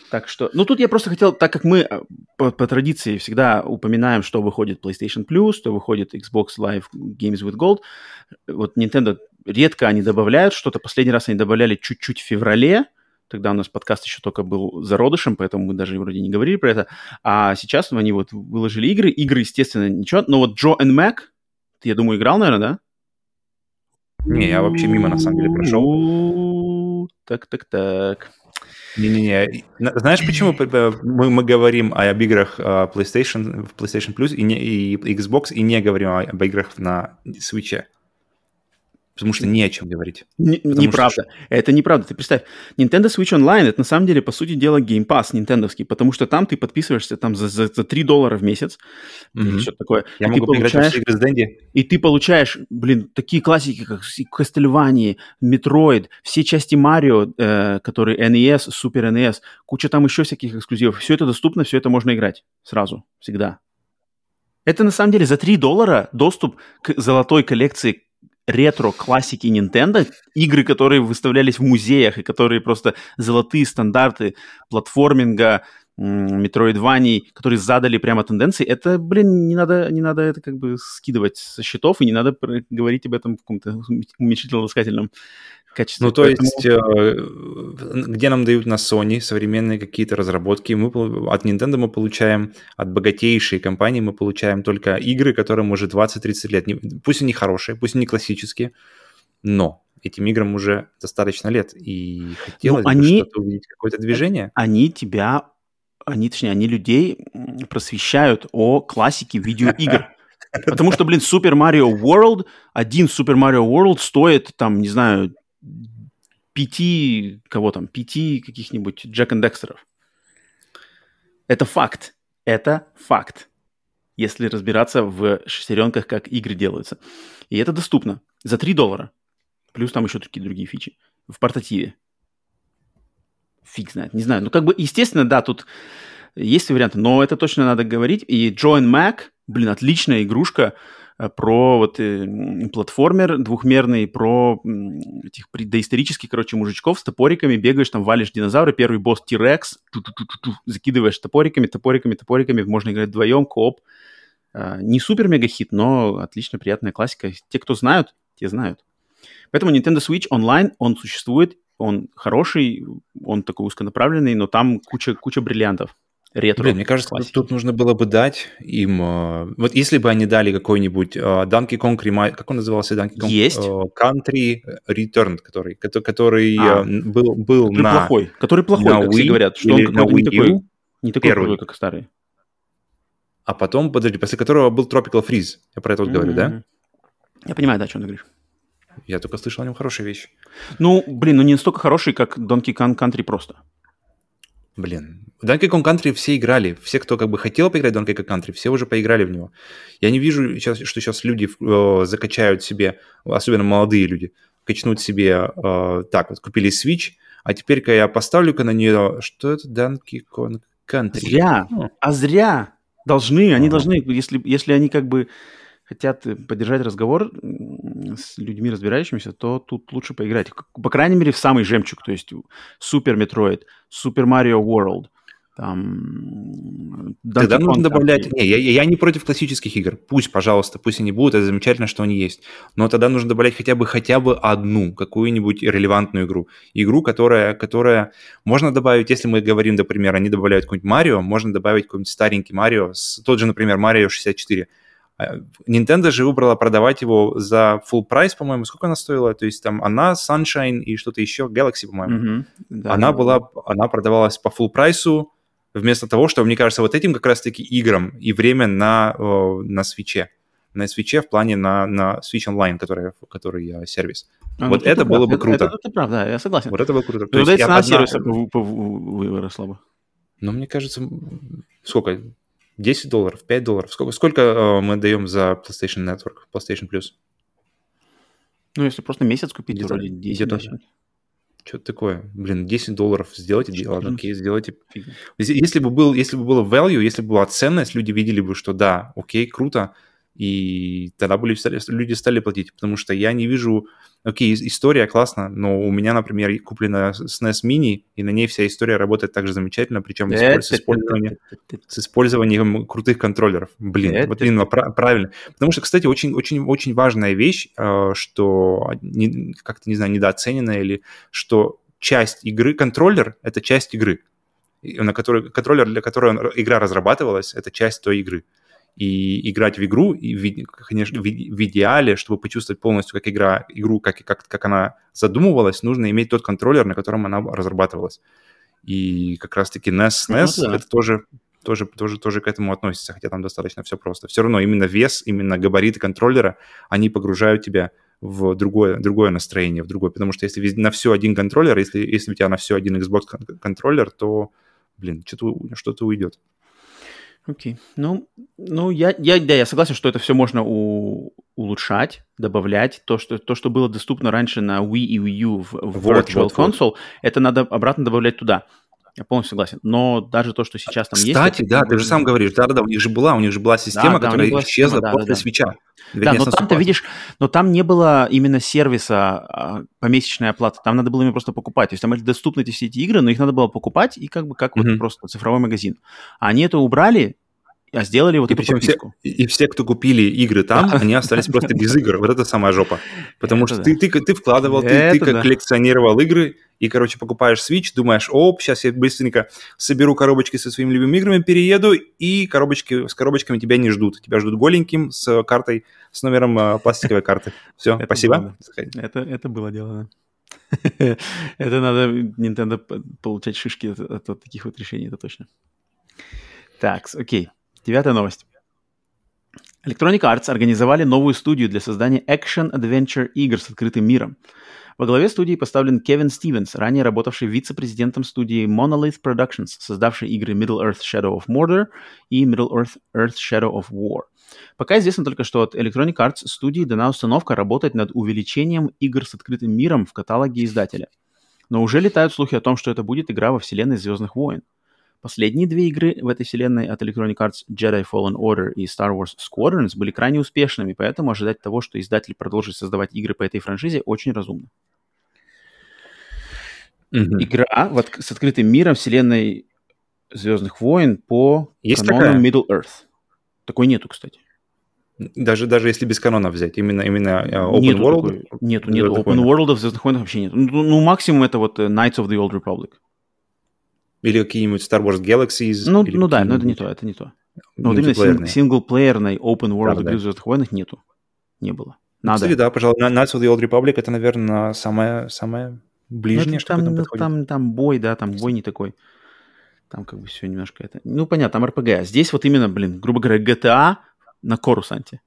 Так что, ну тут я просто хотел, так как мы по традиции всегда упоминаем, что выходит PlayStation Plus, что выходит Xbox Live Games with Gold, вот Nintendo редко они добавляют что-то. Последний раз они добавляли чуть-чуть в феврале, тогда у нас подкаст еще только был зародышем, поэтому мы даже вроде не говорили про это. А сейчас они вот выложили игры. Игры, естественно, ничего. Но вот Joe and Mac, ты, я думаю, играл, наверное, да? Не, я вообще мимо, на самом деле, прошел. Так. Не-не-не. Знаешь, почему мы говорим об играх PlayStation, в PlayStation Plus и Xbox, и не говорим об играх на Switch? Потому что не о чем говорить. Неправда. Это неправда. Ты представь, Nintendo Switch Online — это на самом деле, по сути дела, Game Pass нинтендовский, потому что там ты подписываешься там за $3 в месяц, или что-то такое. Я могу поиграть во все игры с Dendy. И ты получаешь, такие классики, как Castlevania, Metroid, все части Марио, которые NES, Super NES, куча там еще всяких эксклюзивов. Все это доступно, все это можно играть сразу, всегда. Это на самом деле за $3 доступ к золотой коллекции ретро-классики Nintendo, игры, которые выставлялись в музеях и которые просто золотые стандарты платформинга, метроидваний, которые задали прямо тенденции, это, не надо это как бы скидывать со счетов, и не надо говорить об этом в каком-то уменьшительно-ласкательном качестве. Ну, то есть, где нам дают на Sony современные какие-то разработки, от Nintendo мы получаем, от богатейшей компании мы получаем только игры, которым уже 20-30 лет. Пусть они хорошие, пусть они классические, но этим играм уже достаточно лет, и хотелось бы что-то увидеть, какое-то движение. Они людей просвещают о классике видеоигр. Потому что, Super Mario World, один Super Mario World стоит, там, не знаю, 5 каких-нибудь Джек энд Декстеров. Это факт. Если разбираться в шестеренках, как игры делаются. И это доступно за $3. Плюс там еще такие другие фичи. В портативе. Фиг знает, не знаю. Ну, как бы, естественно, да, тут есть варианты, но это точно надо говорить. И Joe and Mac, отличная игрушка про платформер двухмерный, про этих доисторических, мужичков с топориками. Бегаешь, там валишь динозавра, первый босс T-Rex, закидываешь топориками. Можно играть вдвоем, кооп. Не супер-мега-хит, но отлично приятная классика. Те, кто знают, те знают. Поэтому Nintendo Switch Online, он существует, он хороший, он такой узконаправленный, но там куча бриллиантов. Ретро. Мне кажется, тут нужно было бы дать им... Вот если бы они дали какой-нибудь Donkey Kong Remaster... Как он назывался? Donkey Kong? Есть. Country Returned, который был на... плохой. Который плохой, как все говорят. Что он какой-то не такой крутой, как старый. А потом, после которого был Tropical Freeze. Я про это вот говорю, да? Я понимаю, да, о чем ты говоришь. Я только слышал о нем хорошие вещи. Ну, не настолько хороший, как Donkey Kong Country просто. Donkey Kong Country все играли. Все, кто как бы хотел поиграть в Donkey Kong Country, все уже поиграли в него. Я не вижу, что сейчас люди закачают себе, особенно молодые люди, качнут себе купили Switch, а теперь-ка я поставлю-ка на нее, что это Donkey Kong Country. Зря. Они должны, если они как бы хотят поддержать разговор с людьми, разбирающимися, то тут лучше поиграть. По крайней мере, в самый жемчуг. То есть Super Metroid, Super Mario World. Тогда нужно добавлять... Не, я не против классических игр. Пусть они будут. Это замечательно, что они есть. Но тогда нужно добавлять хотя бы одну, какую-нибудь релевантную игру. Игру, которая... Можно добавить, если мы говорим, например, они добавляют какой-нибудь Марио, можно добавить какой-нибудь старенький Марио, тот же, например, Марио 64. Nintendo же выбрала продавать его за full прайс, по-моему. Сколько она стоила? То есть там она, Sunshine и что-то еще, Galaxy, по-моему. Да, она продавалась по full прайсу, вместо того, что, мне кажется, вот этим как раз-таки играм и время на Switch. На Switch в плане на Switch Online, который сервис. Вот это было бы круто. Это правда, я согласен. Вот это было круто. То есть цена сервиса выросла бы. Ну, мне кажется, сколько? $10, $5. Сколько мы даем за PlayStation Network, PlayStation Plus? Ну, если просто месяц купить, то вроде 10. Что-то такое. $10 сделайте, ладно, окей, сделайте. Если бы было value, если бы была ценность, люди видели бы, что да, окей, круто, И тогда люди стали платить, потому что я не вижу... Окей, история классно, но у меня, например, куплена SNES Mini, и на ней вся история работает так же замечательно, причем с использованием крутых контроллеров. Блин, вот именно правильно. Потому что, кстати, очень важная вещь, что как-то, не знаю, недооцененная, или что часть игры, контроллер — это часть игры. Контроллер, для которой игра разрабатывалась, это часть той игры. И играть в игру, конечно, в идеале, чтобы почувствовать полностью как игру, как она задумывалась, нужно иметь тот контроллер, на котором она разрабатывалась. И как раз-таки SNES это тоже к этому относится, хотя там достаточно все просто. Все равно именно вес, именно габариты контроллера, они погружают тебя в другое настроение, потому что если на все один контроллер, если у тебя на все один Xbox контроллер, то, блин, что-то уйдет. Окей. Ну, я согласен, что это все можно улучшать, добавлять. То, что было доступно раньше на Wii и Wii U в Virtual Console, это надо обратно добавлять туда. Я полностью согласен. Но даже то, что сейчас там есть... Кстати, да, ты же сам говоришь, да, у них же была система, которая исчезла после свитча. Да, но там, ты видишь, но там не было именно сервиса помесячной оплаты. Там надо было именно просто покупать. То есть там были доступны все эти игры, но их надо было покупать и как вот просто цифровой магазин. А они это убрали, а сделали вот эту подписку. Все, кто купили игры там, они остались просто без игр. Вот это самая жопа. Потому что ты вкладывал, ты коллекционировал игры, и, короче, покупаешь Switch, думаешь, сейчас я быстренько соберу коробочки со своими любимыми играми, перееду, и с коробочками тебя не ждут. Тебя ждут голеньким, с картой, с номером пластиковой карты. Все, спасибо. Это было дело, да. Это надо Nintendo получать шишки от таких вот решений, это точно. Так, окей. 9-я новость. Electronic Arts организовали новую студию для создания экшен-адвенчер игр с открытым миром. Во главе студии поставлен Кевин Стивенс, ранее работавший вице-президентом студии Monolith Productions, создавший игры Middle-earth Shadow of Mordor и Middle-earth Shadow of War. Пока известно только, что от Electronic Arts студии дана установка работать над увеличением игр с открытым миром в каталоге издателя. Но уже летают слухи о том, что это будет игра во вселенной Звездных войн. Последние две игры в этой вселенной от Electronic Arts, Jedi Fallen Order и Star Wars Squadrons, были крайне успешными, поэтому ожидать того, что издатель продолжит создавать игры по этой франшизе, очень разумно. Игра с открытым миром вселенной Звездных войн по канонам Middle-earth. Такой нету, кстати. Даже если без канона взять, именно Open нету World? Нету. Open World в Звездных войнах вообще нет. Ну, максимум это вот Knights of the Old Republic. Или какие-нибудь Star Wars Galaxies. Да, но это не то. Но вот именно синглплеерной Open World игры в Звездных войнах нету. Не было. Надо. Кстати, да, пожалуй, Knights of the Old Republic это, наверное, самое ближнее, что к этому подходит. Там бой, да, там бой не такой. Там как бы все немножко это... Ну, понятно, там RPG. А здесь вот именно, грубо говоря, GTA на Coruscant.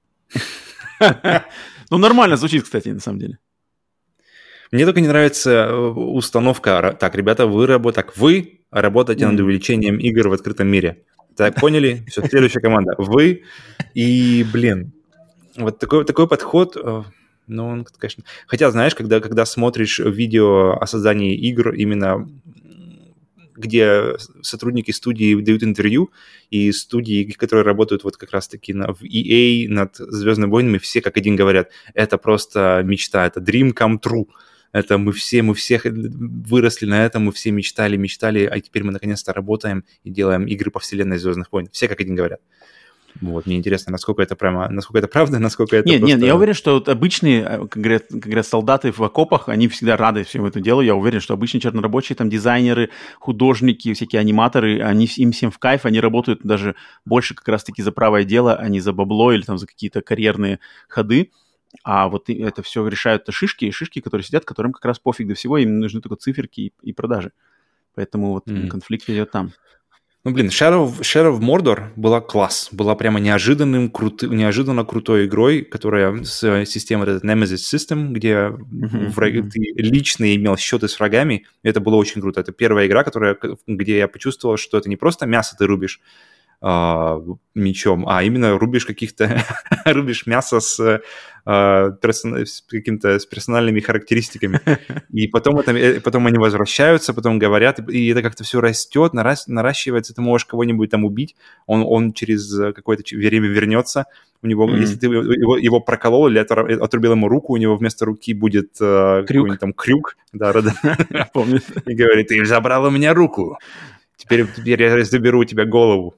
Ну, нормально звучит, кстати, на самом деле. Мне только не нравится установка. Так, ребята, вы работаете над увеличением игр в открытом мире. Так, поняли? Все, следующая команда. Вы и, вот такой подход, ну, он, конечно... Хотя, знаешь, когда смотришь видео о создании игр, именно где сотрудники студии дают интервью, и студии, которые работают вот как раз-таки в EA над «Звездными войнами», все как один говорят, это просто мечта, это dream come true. Это мы все выросли на этом, мы все мечтали, а теперь мы наконец-то работаем и делаем игры по вселенной «Звездных войн». Все как один говорят. Вот, мне интересно, насколько это правда, насколько это Нет, я уверен, что вот обычные, как говорят, солдаты в окопах, они всегда рады всему этому делу. Я уверен, что обычные чернорабочие, там, дизайнеры, художники, всякие аниматоры, им всем в кайф, они работают даже больше как раз-таки за правое дело, а не за бабло или там за какие-то карьерные ходы. А вот это все решают шишки, которые сидят, которым как раз пофиг до всего, им нужны только циферки и продажи. Поэтому вот конфликт идет там. Ну, Shadow of Mordor была класс. Была прямо неожиданно крутой игрой, которая с системой Nemesis System, где ты лично имел счеты с врагами. Это было очень круто. Это первая игра, где я почувствовал, что это не просто мясо ты рубишь, мечом, а именно рубишь рубишь мясо с каким-то с персональными характеристиками. И потом они возвращаются, потом говорят, и это как-то все растет, наращивается, ты можешь кого-нибудь там убить, он через какое-то время вернется, у него, если ты его проколол или отрубил ему руку, у него вместо руки будет какой-нибудь там крюк, да, помню. И говорит, ты забрал у меня руку. Теперь я заберу у тебя голову.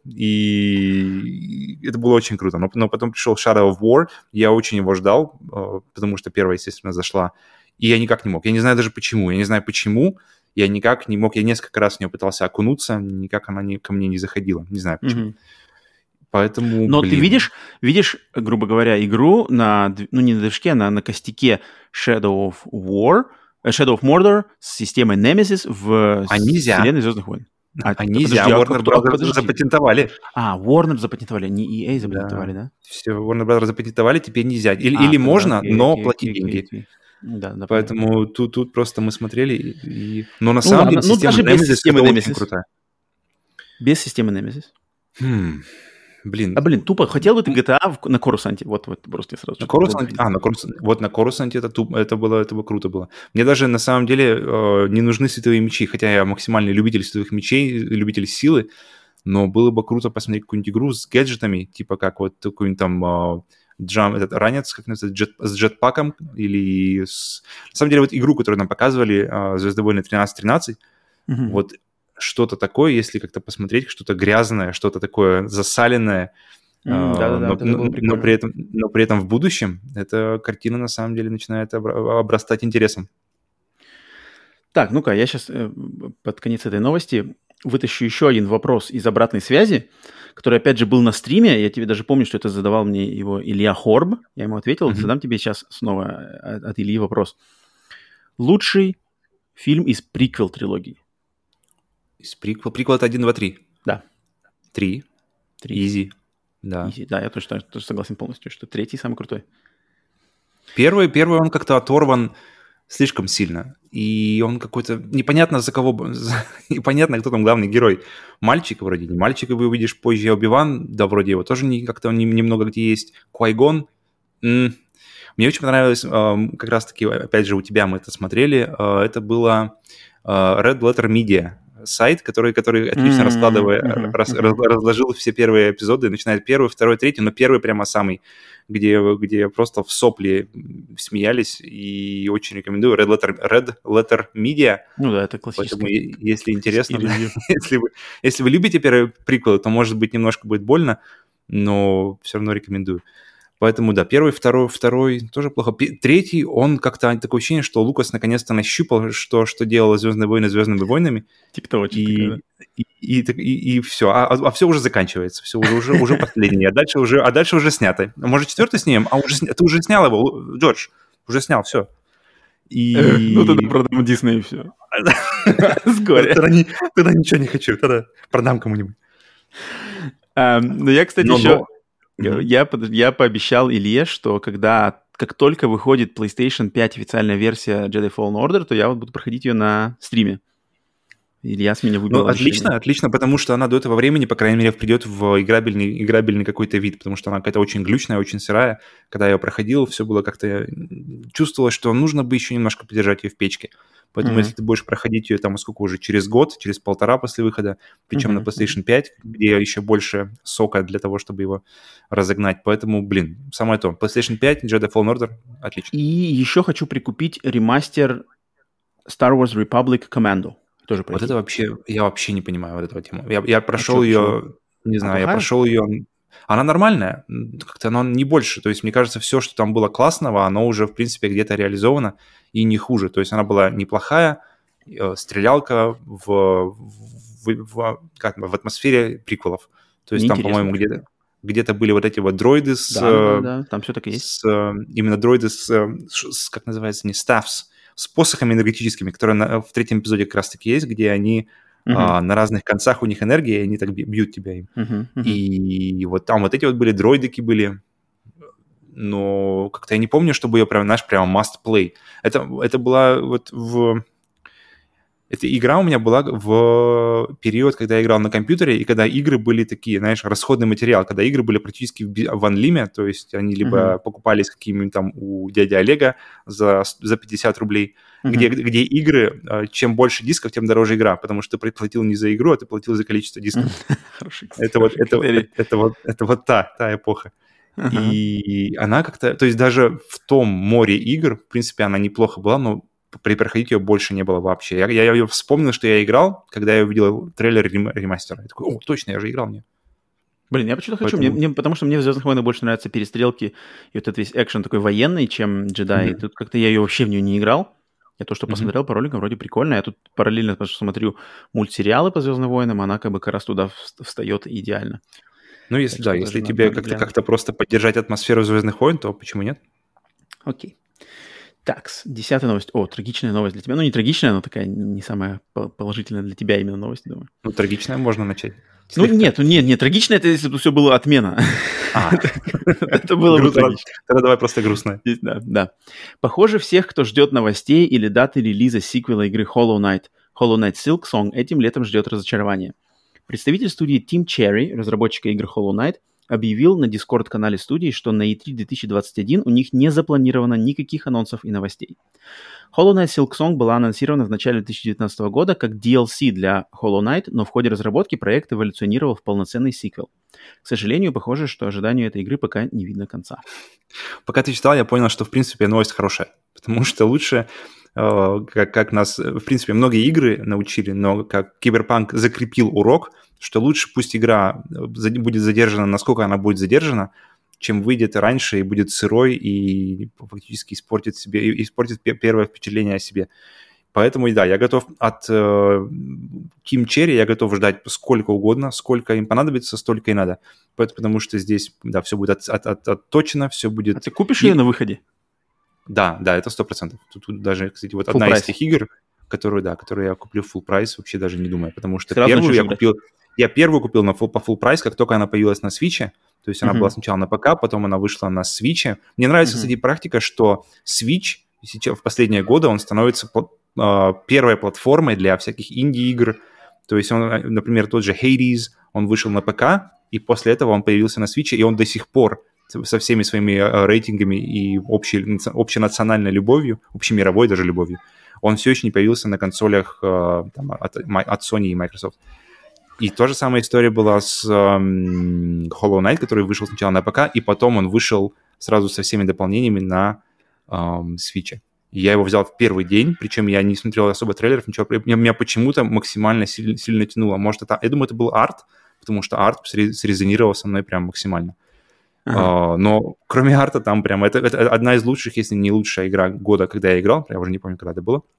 И это было очень круто. Но потом пришел Shadow of War. Я очень его ждал, потому что первая, естественно, зашла. И я никак не мог. Я не знаю даже почему. Я не знаю почему. Я никак не мог. Я несколько раз в нее пытался окунуться. Никак она ко мне не заходила. Не знаю почему. Поэтому, но ты видишь, грубо говоря, игру на, ну не на движке, а на костяке Shadow of Mordor с системой Nemesis в вселенной Звездных войн. Нельзя, Warner Brothers запатентовали. Warner запатентовали, не EA запатентовали, да? Все, Warner Brothers запатентовали, теперь нельзя. Или можно, но плати деньги. Да, поэтому тут просто мы смотрели. Но на самом деле система Nemesis очень крутая. Без системы Nemesis. Блин, тупо. Хотел бы ты GTA на Coruscant? Вот просто я сразу... На Coruscant это было круто было. Мне даже на самом деле не нужны световые мечи, хотя я максимальный любитель световых мечей, любитель силы, но было бы круто посмотреть какую-нибудь игру с гаджетами, типа как вот какой-нибудь там этот ранец, как называется, с джетпаком, или с... На самом деле вот игру, которую нам показывали, «Звездные войны 1313», вот что-то такое, если как-то посмотреть, что-то грязное, что-то такое засаленное, но при этом в будущем эта картина на самом деле начинает обрастать интересом. Так, ну-ка, я сейчас под конец этой новости вытащу еще один вопрос из обратной связи, который, опять же, был на стриме. Я тебе даже помню, что это задавал мне его Илья Хорб. Я ему ответил. Задам тебе сейчас снова от Ильи вопрос. Лучший фильм из приквел-трилогии? Из приквел это 1, 2, 3. Да. 3. Easy. Да. Easy. Да, я тоже согласен полностью, что третий самый крутой. Первый он как-то оторван слишком сильно. И он какой-то... Непонятно за кого... Непонятно, кто там главный герой. Мальчик вроде не мальчика вы увидишь позже. Оби-Ван, да, вроде его тоже как-то немного где есть. Квай-Гон. Мне очень понравилось, как раз-таки, опять же, у тебя мы это смотрели. Это было Red Letter Media. Сайт, который отлично разложил все первые эпизоды, начиная от 1, 2, 3, но первый прямо самый, где просто в сопли смеялись, и очень рекомендую. Red Letter Media. Ну да, это классический. Поэтому, если интересно, если вы любите первые приквелы, то, может быть, немножко будет больно, но все равно рекомендую. Поэтому, да, первый, второй тоже плохо. Третий, он как-то такое ощущение, что Лукас наконец-то нащупал, что делала «Звездные войны» «Звездными войнами». Типа того, и все. А все уже заканчивается. Все уже последнее. А дальше уже снято. Может, четвертый снимем? Ты уже снял его, Джордж. Уже снял, все. Ну, тогда продам Дисней и все. Вскоре. Тогда ничего не хочу. Тогда продам кому-нибудь. Ну, я, кстати, еще... Я пообещал Илье, что как только выходит PlayStation 5 официальная версия Jedi Fallen Order, то я вот буду проходить ее на стриме. Илья с меня выбил. Ну, отлично, потому что она до этого времени, по крайней мере, придет в играбельный какой-то вид, потому что она какая-то очень глючная, очень сырая. Когда я ее проходил, все было как-то... Чувствовалось, что нужно бы еще немножко подержать ее в печке. Поэтому если ты будешь проходить ее там сколько уже, через год, через 1,5 после выхода, причем на PlayStation 5, где еще больше сока для того, чтобы его разогнать. Поэтому, самое то. PlayStation 5, Jedi Fallen Order, отлично. И еще хочу прикупить ремастер Star Wars Republic Commando. Тоже вот это вообще, я вообще не понимаю вот этого тему. Я прошел ее, не знаю, я прошел ее... Она нормальная, как-то она не больше. То есть, мне кажется, все, что там было классного, оно уже, в принципе, где-то реализовано и не хуже. То есть, она была неплохая, стрелялка в атмосфере приквелов. То есть, там, по-моему, где-то были вот эти вот дроиды с... Да, там все так и есть. Именно дроиды с как называется, не staffs, с посохами энергетическими, которые в 3-м эпизоде как раз-таки есть, где они... на разных концах у них энергия, и они так бьют тебя им. И вот там вот эти вот были, дроидики были, но как-то я не помню, чтобы ее прям must play. Это была вот Эта игра у меня была в период, когда я играл на компьютере, и когда игры были такие, знаешь, расходный материал, когда игры были практически в анлиме, то есть они либо покупались какими-нибудь там у дяди Олега за 50 рублей, где игры, чем больше дисков, тем дороже игра, потому что ты платил не за игру, а ты платил за количество дисков. Это вот та эпоха. И она как-то, то есть даже в том море игр, в принципе, она неплохо была, но проходить ее больше не было вообще. Я ее вспомнил, что я играл, когда я увидел трейлер ремастера. Я такой, о, точно, я же играл мне. Блин, я почему-то хочу, потому что мне в «Звездных войнах» больше нравятся перестрелки и вот этот весь экшен такой военный, чем джедаи. Тут как-то я ее вообще в нее не играл. Я то, что посмотрел по роликам, вроде прикольно. Я тут параллельно смотрю мультсериалы по «Звездным войнам», она как раз туда встает идеально. Ну, если да, если тебе как-то просто поддержать атмосферу «Звездных войн», то почему нет? Окей. Так, 10-я новость. О, трагичная новость для тебя. Ну, не трагичная, но такая не самая положительная для тебя именно новость, думаю. Ну, трагичная можно начать. Ну, нет, трагичная, это если бы все было отмена. Это было бы трагично. Тогда давай просто грустно. Да. Похоже, всех, кто ждет новостей или даты релиза сиквела игры Hollow Knight Silk Song, этим летом ждет разочарование. Представитель студии Team Cherry, разработчика игр Hollow Knight, объявил на Discord-канале студии, что на E3 2021 у них не запланировано никаких анонсов и новостей. Hollow Knight Silk Song была анонсирована в начале 2019 года как DLC для Hollow Knight, но в ходе разработки проект эволюционировал в полноценный сиквел. К сожалению, похоже, что ожиданию этой игры пока не видно конца. Пока ты читал, я понял, что в принципе новость хорошая, потому что лучше, как нас, в принципе, многие игры научили, но как Киберпанк закрепил урок, что лучше пусть игра будет задержана, насколько она будет задержана, чем выйдет раньше и будет сырой и фактически испортит первое впечатление о себе. Поэтому, да, я готов от Team Cherry, я готов ждать сколько угодно, сколько им понадобится, столько и надо. Потому что здесь, да, все будет отточено, все будет... А ты купишь ее на выходе? Да, это 100%. Тут даже, кстати, вот одна из тех игр, которую я куплю в full прайс, вообще даже не думаю, потому что первую купил по full прайс, как только она появилась на Switch. То есть она была сначала на ПК, потом она вышла на Switch. Мне нравится, кстати, практика, что Switch сейчас в последние годы он становится первой платформой для всяких инди-игр. То есть он, например, тот же Hades, он вышел на ПК, и после этого он появился на Switch, и он до сих пор со всеми своими рейтингами и общенациональной любовью, общемировой даже любовью, он все еще не появился на консолях от Sony и Microsoft. И та же самая история была с Hollow Knight, который вышел сначала на ПК, и потом он вышел сразу со всеми дополнениями на Switch. Я его взял в первый день, причем я не смотрел особо трейлеров, ничего. Меня почему-то максимально сильно тянуло. Может, я думаю, это был арт, потому что арт срезонировал со мной прям максимально. Но кроме арта, там прям это одна из лучших, если не лучшая игра года, когда я играл. Я уже не помню, когда это было.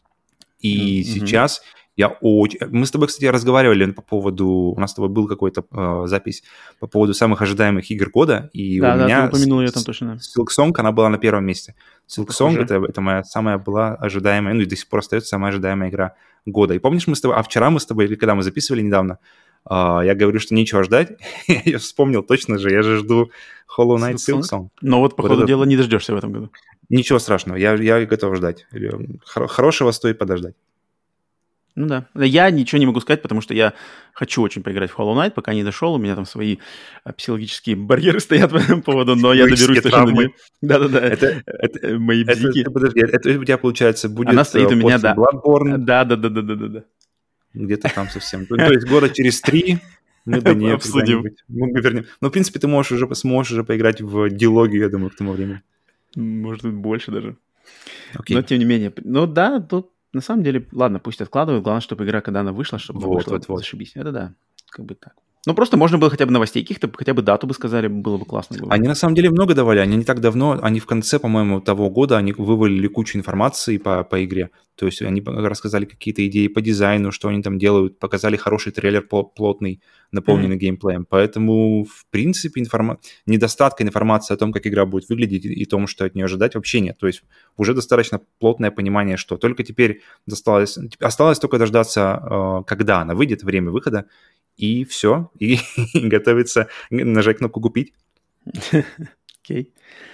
И сейчас мы с тобой, кстати, разговаривали по поводу... У нас с тобой был какой-то запись по поводу самых ожидаемых игр года, и у меня ты упомянул ее там точно. Silk Song, она была на первом месте. Silk Song это моя самая была ожидаемая, ну и до сих пор остается самая ожидаемая игра года. И помнишь, вчера мы с тобой, или когда мы записывали недавно, я говорю, что нечего ждать. Я вспомнил точно же, я же жду Hollow Knight Silk Song. Но вот, по ходу дела, не дождешься в этом году. Ничего страшного, я готов ждать. Хорошего стоит подождать. Ну да. Я ничего не могу сказать, потому что я хочу очень поиграть в Hollow Knight, пока не дошел. У меня там свои психологические барьеры стоят по этому поводу, но я доберусь точно. Да-да-да. Это мои бзики. Подожди, это у тебя, получается, будет она стоит у меня, да. Bloodborne? Да. Где-то там совсем. То есть года через 3 мы до нее когда-нибудь вернем. Но, в принципе, ты сможешь уже поиграть в дилогию, я думаю, к тому времени. Может быть, больше даже. Но, тем не менее. Ну да, тут на самом деле, ладно, пусть откладывают. Главное, чтобы игра, когда она вышла, чтобы вышла, зашибись. Это да, как бы так. Ну, просто можно было хотя бы новостей каких-то, хотя бы дату бы сказали, было бы классно. Они на самом деле много давали. Они не так давно, они в конце, по-моему, того года, они вывалили кучу информации по игре. То есть они рассказали какие-то идеи по дизайну, что они там делают, показали хороший трейлер плотный, наполненный геймплеем. Поэтому, в принципе, недостатка информации о том, как игра будет выглядеть и том, что от нее ожидать, вообще нет. То есть уже достаточно плотное понимание, что только теперь осталось только дождаться, когда она выйдет, время выхода, и все, и готовится нажать кнопку «Купить». Окей.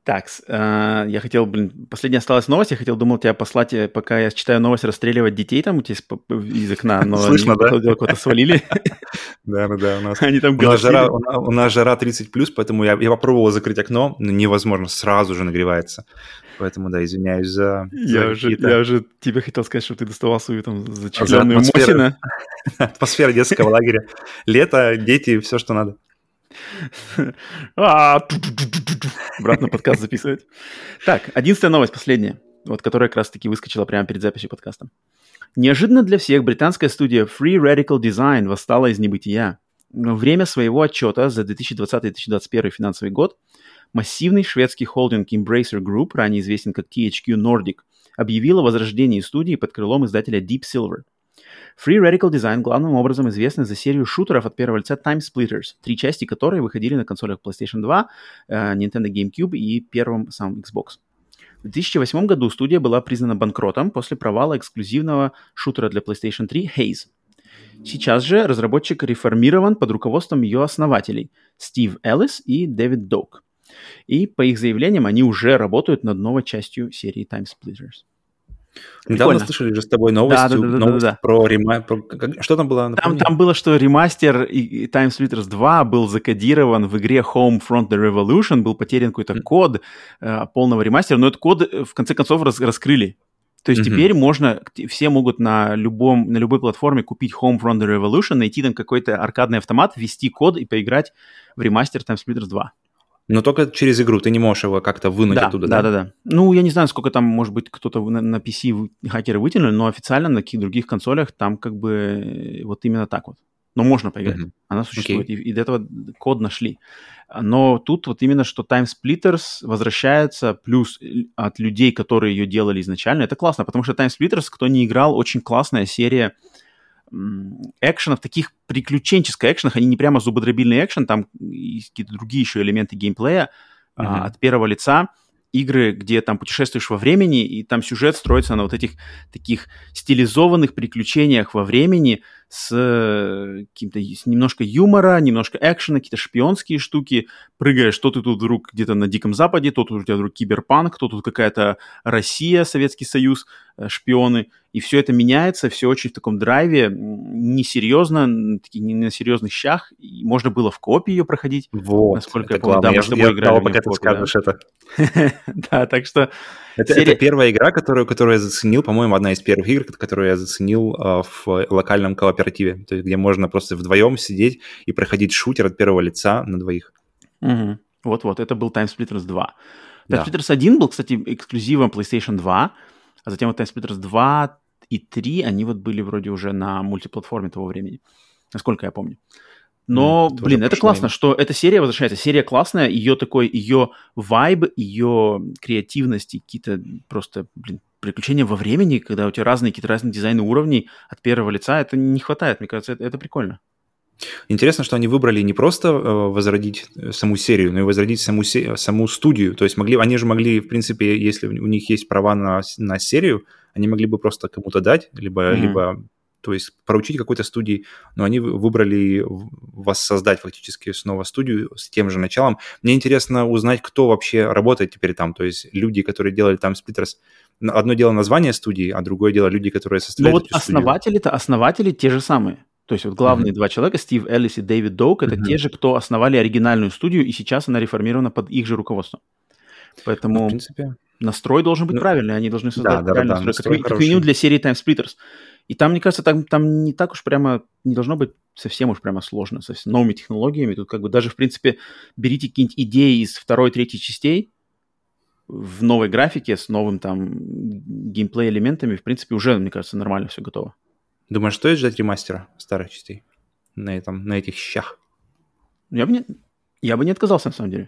Так, я хотел, последняя осталась новость, думал тебя послать, пока я читаю новость, расстреливать детей там у тебя из окна, но Слышно, да? кого-то свалили. Да, у нас Они там у нас жара 30+, поэтому я попробовал закрыть окно, но невозможно, сразу же нагревается. Поэтому, да, извиняюсь за какие-то... Я уже тебе хотел сказать, что ты доставал свою там зачехленную Мосина. Атмосфера детского лагеря. Лето, дети, все, что надо. Обратно подкаст записывать. Так, 11-я новость, последняя, вот которая как раз-таки выскочила прямо перед записью подкаста. Неожиданно для всех британская студия Free Radical Design восстала из небытия. Во время своего отчета за 2020-2021 финансовый год массивный шведский холдинг Embracer Group, ранее известен как THQ Nordic, объявил о возрождении студии под крылом издателя Deep Silver. Free Radical Design главным образом известны за серию шутеров от первого лица Time Splitters, 3 части которой выходили на консолях PlayStation 2, Nintendo GameCube и первом самом Xbox. В 2008 году студия была признана банкротом после провала эксклюзивного шутера для PlayStation 3 Haze. Сейчас же разработчик реформирован под руководством ее основателей Стив Эллис и Дэвид Доук. И по их заявлениям они уже работают над новой частью серии Time Splitters. Недавно слышали же с тобой новость про ремастер. Что там было? Там было, что ремастер и Time Splitters 2 был закодирован в игре Homefront The Revolution, был потерян какой-то код полного ремастера, но этот код в конце концов раскрыли. То есть теперь все могут на любой платформе купить Homefront The Revolution, найти там какой-то аркадный автомат, ввести код и поиграть в ремастер Time Splitters 2. Но только через игру, ты не можешь его как-то вынуть оттуда, да? Да. Ну, я не знаю, сколько там, может быть, кто-то на PC хакеры вытянули, но официально на каких-то других консолях там как бы вот именно так вот. Но можно поиграть, она существует, и до этого код нашли. Но тут вот именно, что Time Splitters возвращается, плюс от людей, которые ее делали изначально, это классно, потому что Time Splitters, кто не играл, очень классная серия экшенов, таких приключенческих экшенов, они не прямо зубодробильный экшен, там есть какие-то другие еще элементы геймплея от первого лица, игры, где там путешествуешь во времени, и там сюжет строится на вот этих таких стилизованных приключениях во времени с немножко юмора, немножко экшена, какие-то шпионские штуки, прыгаешь, то ты тут вдруг где-то на Диком Западе, то тут у тебя вдруг киберпанк, то тут какая-то Россия, Советский Союз, шпионы, и все это меняется, все очень в таком драйве, несерьезно, не на серьезных щах, и можно было в коопе ее проходить, вот, насколько я помню. Да, мы с тобой играли в коопе, скажешь это. Да, так что... Это первая игра, которую я заценил, по-моему, одна из первых игр, которую я заценил в локальном кооперативе, то есть где можно просто вдвоем сидеть и проходить шутер от первого лица на двоих. Вот-вот, это был Time Splitters 2. Time Splitters 1 был, кстати, эксклюзивом PlayStation 2, а затем вот Time Splitters 2 и 3, они вот были вроде уже на мультиплатформе того времени, насколько я помню. Но, это классно, что эта серия возвращается. Серия классная, ее вайб, ее креативность и какие-то просто, приключения во времени, когда у тебя какие-то разные дизайны уровней от первого лица, это не хватает, мне кажется, это прикольно. Интересно, что они выбрали не просто возродить саму серию, но и возродить саму студию. То есть они же могли, в принципе, если у них есть права на серию, они могли бы просто кому-то дать, либо то есть поручить какой-то студии, но они выбрали воссоздать фактически снова студию с тем же началом. Мне интересно узнать, кто вообще работает теперь там, то есть люди, которые делали там Splitters. Одно дело название студии, а другое дело люди, которые составляют эту студию. Основатели те же самые. То есть вот главные два человека, Стив Эллис и Дэвид Доук, это те же, кто основали оригинальную студию, и сейчас она реформирована под их же руководством. Поэтому в принципе, настрой должен быть правильный, они должны создать правильный настрой, как минимум для серии Time Splitters. И там, мне кажется, там не так уж прямо, не должно быть совсем уж прямо сложно, с новыми технологиями. Тут как бы даже, в принципе, берите какие-нибудь идеи из второй, третьей частей в новой графике, с новым там геймплей-элементами, в принципе, уже, мне кажется, нормально все готово. Думаешь, стоит ждать ремастера старых частей на этих щах? Я бы не отказался, на самом деле.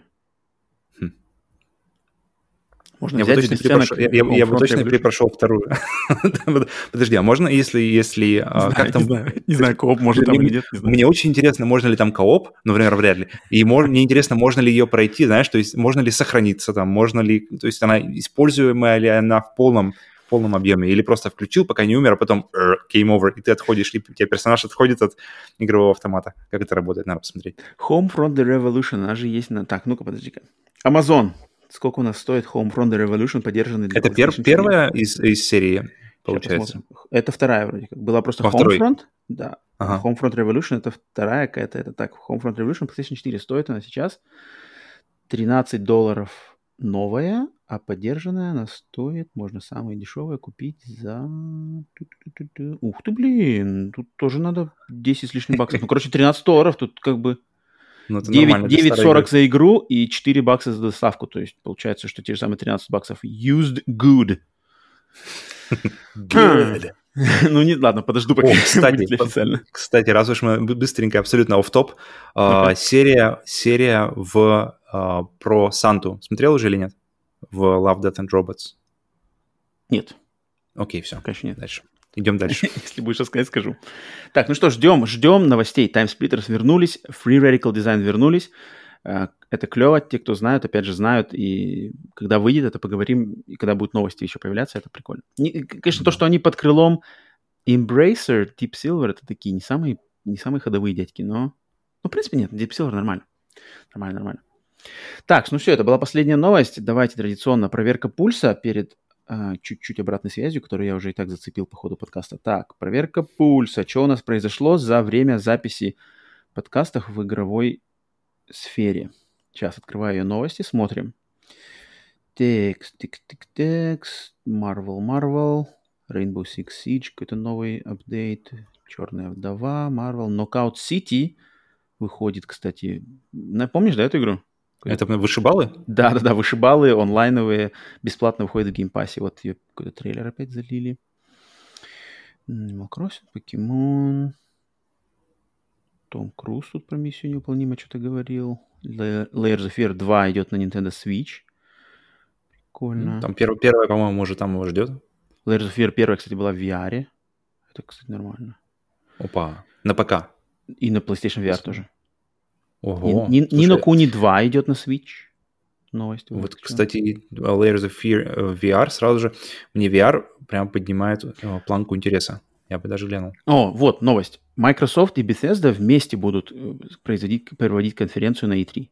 Можно взять я бы точно перепрошел вторую. Подожди, а можно, если как там... Не знаю, кооп может там или нет. Мне очень интересно, можно ли там кооп, например, вряд ли. И мне интересно, можно ли ее пройти, знаешь, то есть можно ли сохраниться там, можно ли... То есть она используемая ли она в полном объеме, или просто включил, пока не умер, а потом game over, и ты отходишь, и у тебя персонаж отходит от игрового автомата. Как это работает, надо посмотреть. Homefront The Revolution, она же есть на... Так, ну-ка, подожди-ка. Amazon. сколько у нас стоит Homefront The Revolution, поддержанный для Это PlayStation 4. первая из серии, Сейчас получается? посмотрим. Это вторая вроде как. Была просто Второй. Homefront, да. Ага. Homefront Revolution это вторая какая-то. Это так, Homefront Revolution PlayStation 4 стоит она сейчас $13 новая, а поддержанная она стоит, можно самое дешевое купить за... Ух ты, блин, тут тоже надо 10 с лишним баксов. Ну, короче, $13, тут как бы 9.40 за игру и $4 за доставку. То есть получается, что те же самые $13. Used good. Good. Ну, не, ладно, подожду, пока будет официально. Кстати, раз уж мы быстренько, абсолютно офф-топ, серия про Санту. Смотрел уже или нет? В Love, Death and Robots. Нет. Окей, все. Конечно, нет. Дальше. Идем дальше. Если будешь рассказать, скажу. Так, ну что, ждем новостей. Time Splitters вернулись, Free Radical Design вернулись. Это клево, те, кто знают, опять же, знают. И когда выйдет, это поговорим. И когда будут новости еще появляться, это прикольно. Конечно, то, что они под крылом Embracer, Deep Silver, это такие не самые ходовые дядьки, но... Ну, в принципе, нет, Deep Silver нормально. Нормально. Так, ну все, это была последняя новость. Давайте традиционно проверка пульса перед чуть-чуть обратной связью, которую я уже и так зацепил по ходу подкаста. Так, проверка пульса. Что у нас произошло за время записи подкастов в игровой сфере? Сейчас открываю ее новости, смотрим. Текст. Marvel. Rainbow Six Siege, какой-то новый апдейт. Черная вдова, Marvel. Knockout City выходит, кстати. Помнишь, да, эту игру? Это вышибалы? Да, вышибалы онлайновые, бесплатно выходят в геймпассе. Вот ее какой-то трейлер опять залили. Animal Crossing, Покемон. Том Круз тут про миссию невыполнима что-то говорил. Layers of Fear 2 идет на Nintendo Switch. Прикольно. Там первая, по-моему, уже там его ждет. Layers of Fear первая, кстати, была в VR. Это, кстати, нормально. Опа, на ПК. И на PlayStation VR тоже. Ого. Ni no Kuni 2 идет на Switch. Новость. Вот, кстати, Layers of Fear VR сразу же... Мне VR прям поднимает планку интереса. Я бы даже глянул. О, вот новость. Microsoft и Bethesda вместе будут проводить конференцию на E3.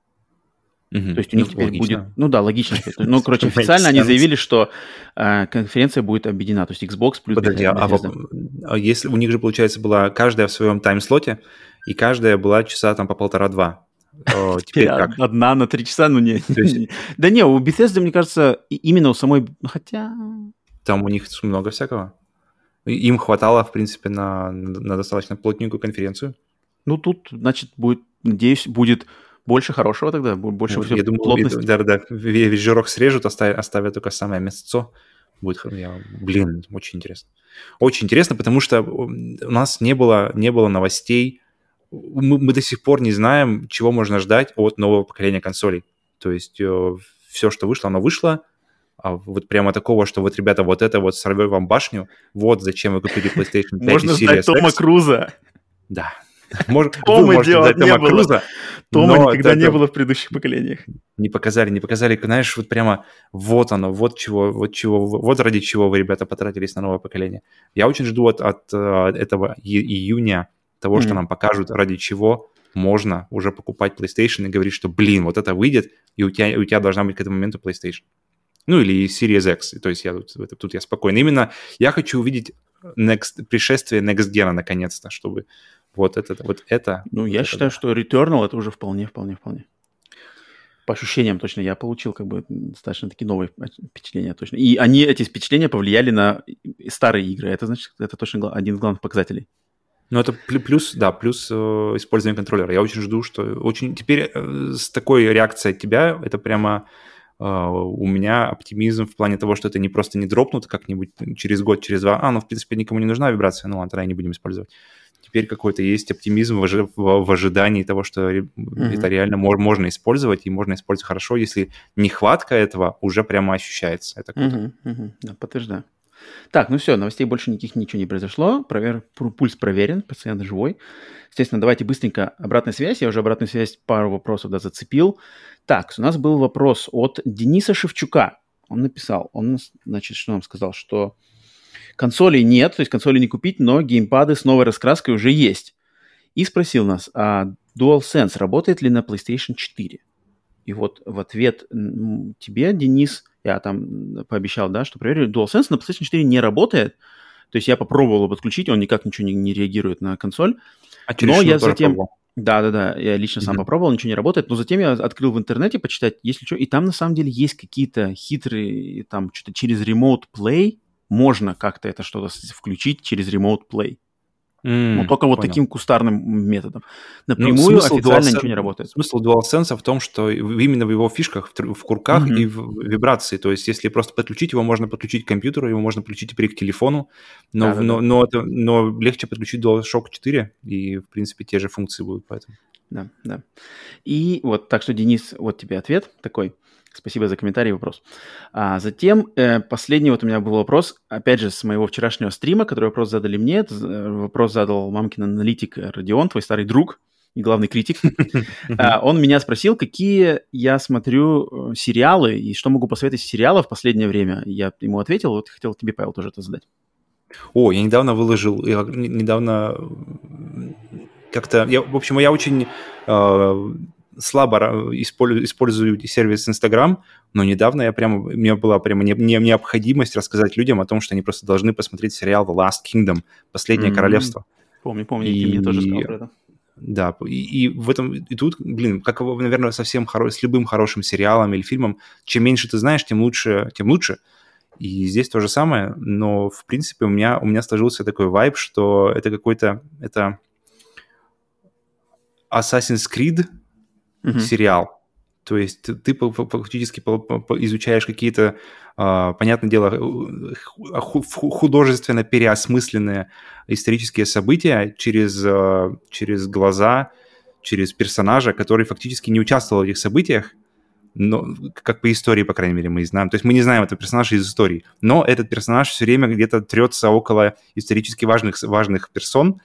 То есть у них теперь будет... Ну да, логично. Ну, короче, официально они заявили, что конференция будет объединена. То есть Xbox плюс Bethesda. А если у них же, получается, была каждая в своем тайм-слоте, и каждая была часа там по 1,5-2. Теперь как? Одна на 3 часа, ну не. Да не, у Bethesda, мне кажется, именно у самой... Хотя... Там у них много всякого. Им хватало, в принципе, на достаточно плотненькую конференцию. Ну тут, значит, будет, надеюсь, будет больше хорошего тогда, больше я думаю, плотности. Да, весь жирок срежут, оставят только самое мясцо. Будет, блин, очень интересно. Очень интересно, потому что у нас не было новостей. Мы до сих пор не знаем, чего можно ждать от нового поколения консолей. То есть все, что вышло, оно вышло. А вот прямо такого, что вот, ребята, вот это вот сорвет вам башню, вот зачем вы купили PlayStation 5 можно ждать Тома Круза. Да. Тома ждать Тома Круза. Тома никогда не было в предыдущих поколениях. Не показали, знаешь, вот прямо вот оно, вот ради чего вы, ребята, потратились на новое поколение. Я очень жду от этого июня того, что нам покажут, ради чего можно уже покупать PlayStation и говорить, что, блин, вот это выйдет, и у тебя должна быть к этому моменту PlayStation. Ну, или Series X. То есть тут я спокойно. Именно я хочу увидеть пришествие Next Gen наконец-то, чтобы вот это. Ну, я считаю, что Returnal это уже вполне. По ощущениям точно я получил как бы достаточно такие новые впечатления точно. И эти впечатления повлияли на старые игры. Это значит, это точно один из главных показателей. Ну, это плюс использование контроллера. Я очень жду, что теперь с такой реакцией от тебя, это прямо у меня оптимизм в плане того, что это не просто не дропнут как-нибудь через год, через два. Ну, в принципе, никому не нужна вибрация, ну ладно, тогда не будем использовать. Теперь какой-то есть оптимизм в ожидании того, что это реально можно использовать, и можно использовать хорошо, если нехватка этого уже прямо ощущается. Это круто. Да, подтверждаю. Так, ну все, новостей больше ничего не произошло. Пульс проверен, пациент живой. Естественно, давайте быстренько обратная связь. Я уже обратную связь пару вопросов зацепил. Так, у нас был вопрос от Дениса Шевчука. Он написал, значит, что нам сказал, что консолей нет, то есть консолей не купить, но геймпады с новой раскраской уже есть. И спросил нас, а DualSense работает ли на PlayStation 4? И вот в ответ тебе, Денис, я там пообещал, да, что проверю, DualSense на PlayStation 4 не работает. То есть я попробовал его подключить, он никак ничего не реагирует на консоль. А через Но Шнур я тоже затем... пробовал? Да, я лично сам попробовал, ничего не работает, но затем я открыл в интернете почитать, если что, и там на самом деле есть какие-то хитрые, там что-то через Remote Play можно как-то это что-то включить через Remote Play. Но только вот таким кустарным методом. Напрямую официально ничего не работает. Смысл DualSense в том, что именно в его фишках, в курках и в вибрации. То есть если просто подключить его, можно подключить к компьютеру, его можно подключить теперь к телефону, но легче подключить DualShock 4, и, в принципе, те же функции будут поэтому. Да. И вот, так что, Денис, вот тебе ответ такой. Спасибо за комментарий и вопрос. А затем последний вот у меня был вопрос, опять же, с моего вчерашнего стрима, который вопрос задали мне. Вопрос задал мамкин аналитик Родион, твой старый друг и главный критик. Он меня спросил, какие я смотрю сериалы и что могу посоветовать из сериалов в последнее время. Я ему ответил, вот хотел тебе, Павел, тоже это задать. Я недавно выложил, как-то, я очень слабо использую сервис Instagram, но недавно у меня была прямо необходимость рассказать людям о том, что они просто должны посмотреть сериал The Last Kingdom, «Последнее королевство». Помню, ты мне тоже сказал про это. Да, и в этом, и тут, как, наверное, с любым хорошим сериалом или фильмом, чем меньше ты знаешь, тем лучше. И здесь то же самое, но, в принципе, у меня сложился такой вайб, что это это Assassin's Creed сериал. То есть ты фактически изучаешь какие-то, понятное дело, художественно переосмысленные исторические события через глаза, через персонажа, который фактически не участвовал в этих событиях, но как по истории, по крайней мере, мы знаем. То есть мы не знаем этого персонажа из истории, но этот персонаж все время где-то трется около исторически важных персон,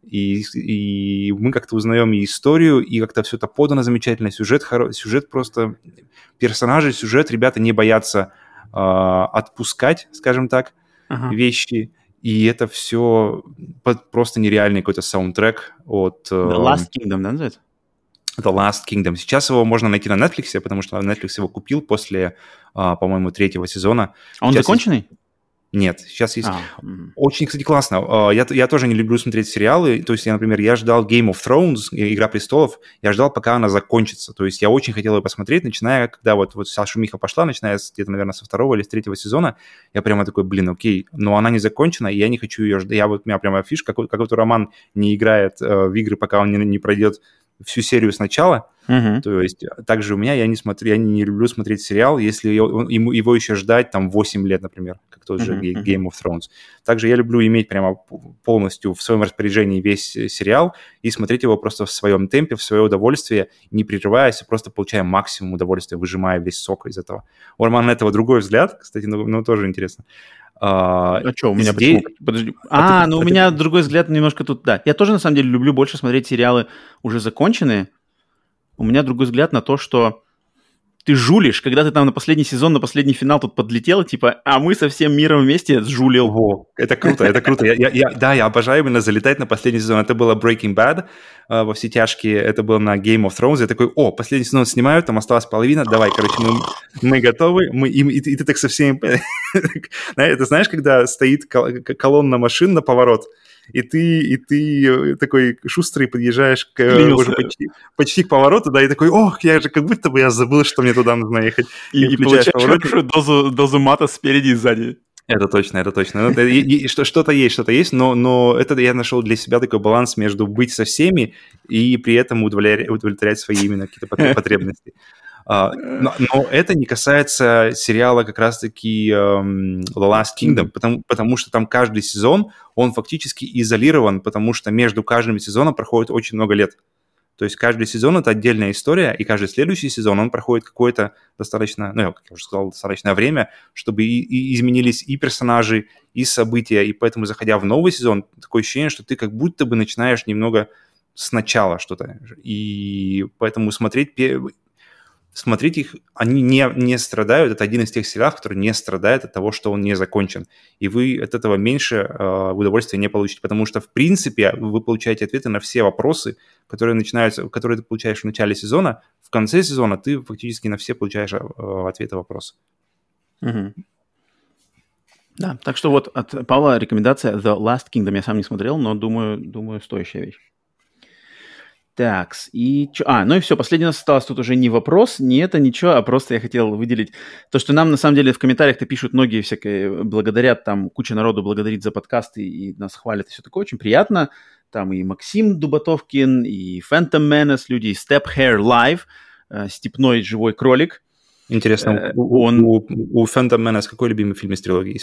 и мы как-то узнаем и историю, и как-то все это подано замечательно, сюжет просто, персонажи, сюжет, ребята не боятся отпускать, скажем так, вещи, и это все просто нереальный какой-то саундтрек от... The Last Kingdom, да, называется? The Last Kingdom. Сейчас его можно найти на Netflix, потому что Netflix его купил после, по-моему, 3-го сезона. А он законченный? Нет, сейчас есть... Очень, кстати, классно. Я тоже не люблю смотреть сериалы. То есть, например, я ждал Game of Thrones, «Игра престолов», я ждал, пока она закончится. То есть я очень хотел ее посмотреть, начиная, когда вот вся шумиха пошла, начиная где-то, наверное, со 2-го или с 3-го сезона, я прямо такой, окей, но она не закончена, и я не хочу ее ждать. У меня прямо фишка, как вот Роман не играет в игры, пока он не пройдет всю серию сначала. То есть также у меня, я не люблю смотреть сериал, если его еще ждать там 8 лет, например, как тот же Game of Thrones. Также я люблю иметь прямо полностью в своем распоряжении весь сериал и смотреть его просто в своем темпе, в свое удовольствие, не прерываясь, а просто получая максимум удовольствия, выжимая весь сок из этого. У Романа на этого другой взгляд, кстати, но тоже интересно. Что, у меня почему? Подожди. У меня другой взгляд немножко тут, да. Я тоже, на самом деле, люблю больше смотреть сериалы уже законченные. У меня другой взгляд на то, что ты жулишь, когда ты там на последний сезон, на последний финал тут подлетел, типа, а мы со всем миром вместе сжулил. Это круто. Я обожаю именно залетать на последний сезон. Это было Breaking Bad, во все тяжкие, это было на Game of Thrones. Я такой, последний сезон снимают, там осталась половина, давай, мы готовы, и ты так со всеми... Это знаешь, когда стоит колонна машин на поворот, и ты такой шустрый подъезжаешь уже почти к повороту, да, и такой, я же как будто бы я забыл, что мне туда нужно ехать. И получаешь хорошую дозу мата спереди и сзади. Это точно. Что-то есть, но это я нашел для себя такой баланс между быть со всеми и при этом удовлетворять свои именно какие-то потребности. Но это не касается сериала как раз-таки The Last Kingdom, потому что там каждый сезон, он фактически изолирован, потому что между каждым сезоном проходит очень много лет. То есть каждый сезон – это отдельная история, и каждый следующий сезон, он проходит какое-то достаточно, как я уже сказал, достаточное время, чтобы и изменились и персонажи, и события, и поэтому, заходя в новый сезон, такое ощущение, что ты как будто бы начинаешь немного сначала что-то. И поэтому смотреть... смотреть их, они не страдают. Это один из тех сериалов, который не страдает от того, что он не закончен. И вы от этого меньше удовольствия не получите, потому что, в принципе, вы получаете ответы на все вопросы, которые ты получаешь в начале сезона. В конце сезона ты фактически на все получаешь ответы вопросы. Угу. Да, так что вот от Павла рекомендация The Last Kingdom. Я сам не смотрел, но думаю, стоящая вещь. Такс, и ну и все, последний у нас осталось тут уже не вопрос, не это, ничего, а просто я хотел выделить то, что нам на самом деле в комментариях-то пишут многие всякие, благодарят, там куча народу благодарит за подкасты и нас хвалят, и все такое, очень приятно. Там и Максим Дубатовкин, и Phantom Menace, люди, и Step Hair Live, степной живой кролик. Интересно, у Phantom Menace какой любимый фильм из трилогии?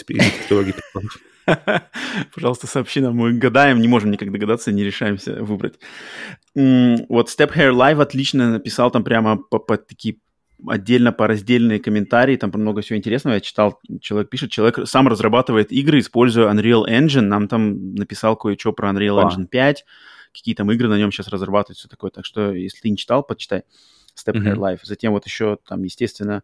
Пожалуйста, сообщи нам, мы гадаем, не можем никак догадаться, не решаемся выбрать. Вот Step Hair Live отлично написал там прямо по такие отдельно по раздельные комментарии, там много всего интересного. Я читал, человек сам разрабатывает игры, используя Unreal Engine, нам там написал кое-что про Unreal Engine 5, какие там игры на нем сейчас разрабатывают, все такое. Так что, если ты не читал, почитай. Step Hair Life. Затем вот еще там, естественно,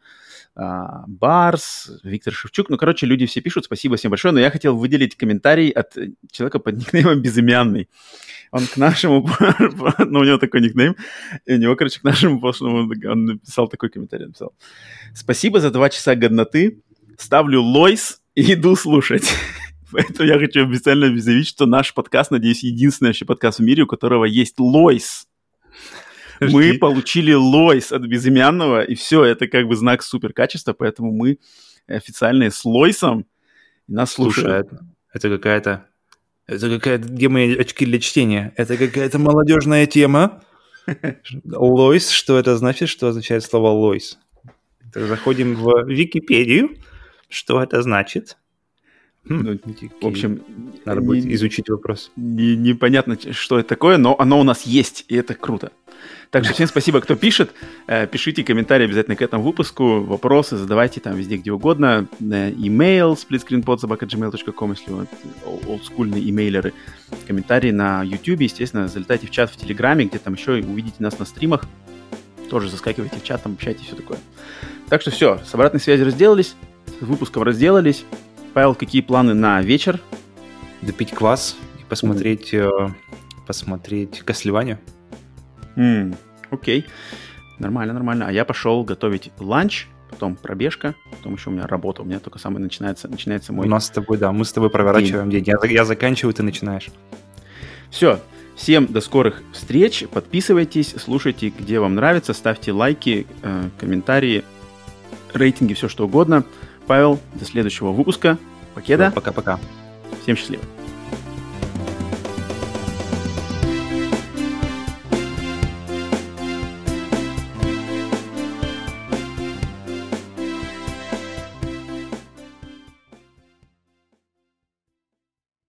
Барс, Виктор Шевчук. Ну, короче, люди все пишут, спасибо всем большое, но я хотел выделить комментарий от человека под никнеймом Безымянный. Он к нашему, ну, у него такой никнейм, и у него, короче, к нашему прошлому он написал такой комментарий, написал: спасибо за 2 часа годноты, ставлю лойс и иду слушать. Поэтому я хочу официально заявить, что наш подкаст, надеюсь, единственный вообще подкаст в мире, у которого есть лойс. Мы получили лойс от Безымянного, и все, это как бы знак суперкачества, поэтому мы официальные с лойсом, и нас слушают. Это какая-то... Где мои очки для чтения? Это какая-то молодежная тема. Лойс, что это значит? Что означает слово лойс? Заходим в Википедию. Что это значит? В общем, надо будет изучить вопрос. Непонятно, что это такое, но оно у нас есть, и это круто. Также всем спасибо, кто пишет. Пишите комментарии обязательно к этому выпуску, вопросы задавайте там везде, где угодно. Email splitscreenpod@gmail.com, если вы олдскульные имейлеры. Комментарии на YouTube, естественно, залетайте в чат в Телеграме, где там еще увидите нас на стримах. Тоже заскакивайте в чат, там общайтесь, все такое. Так что все, с обратной связью разделались, с выпуском разделались. Павел, какие планы на вечер? Допить квас и посмотреть Castlevania. Окей. Нормально. А я пошел готовить ланч, потом пробежка, потом еще у меня работа. У меня только самый начинается мой... У нас с тобой, да, мы с тобой проворачиваем день. Я заканчиваю, ты начинаешь. Все. Всем до скорых встреч. Подписывайтесь, слушайте, где вам нравится, ставьте лайки, комментарии, рейтинги, все что угодно. Павел, до следующего выпуска. Покеда. Пока-пока. Всем счастливо.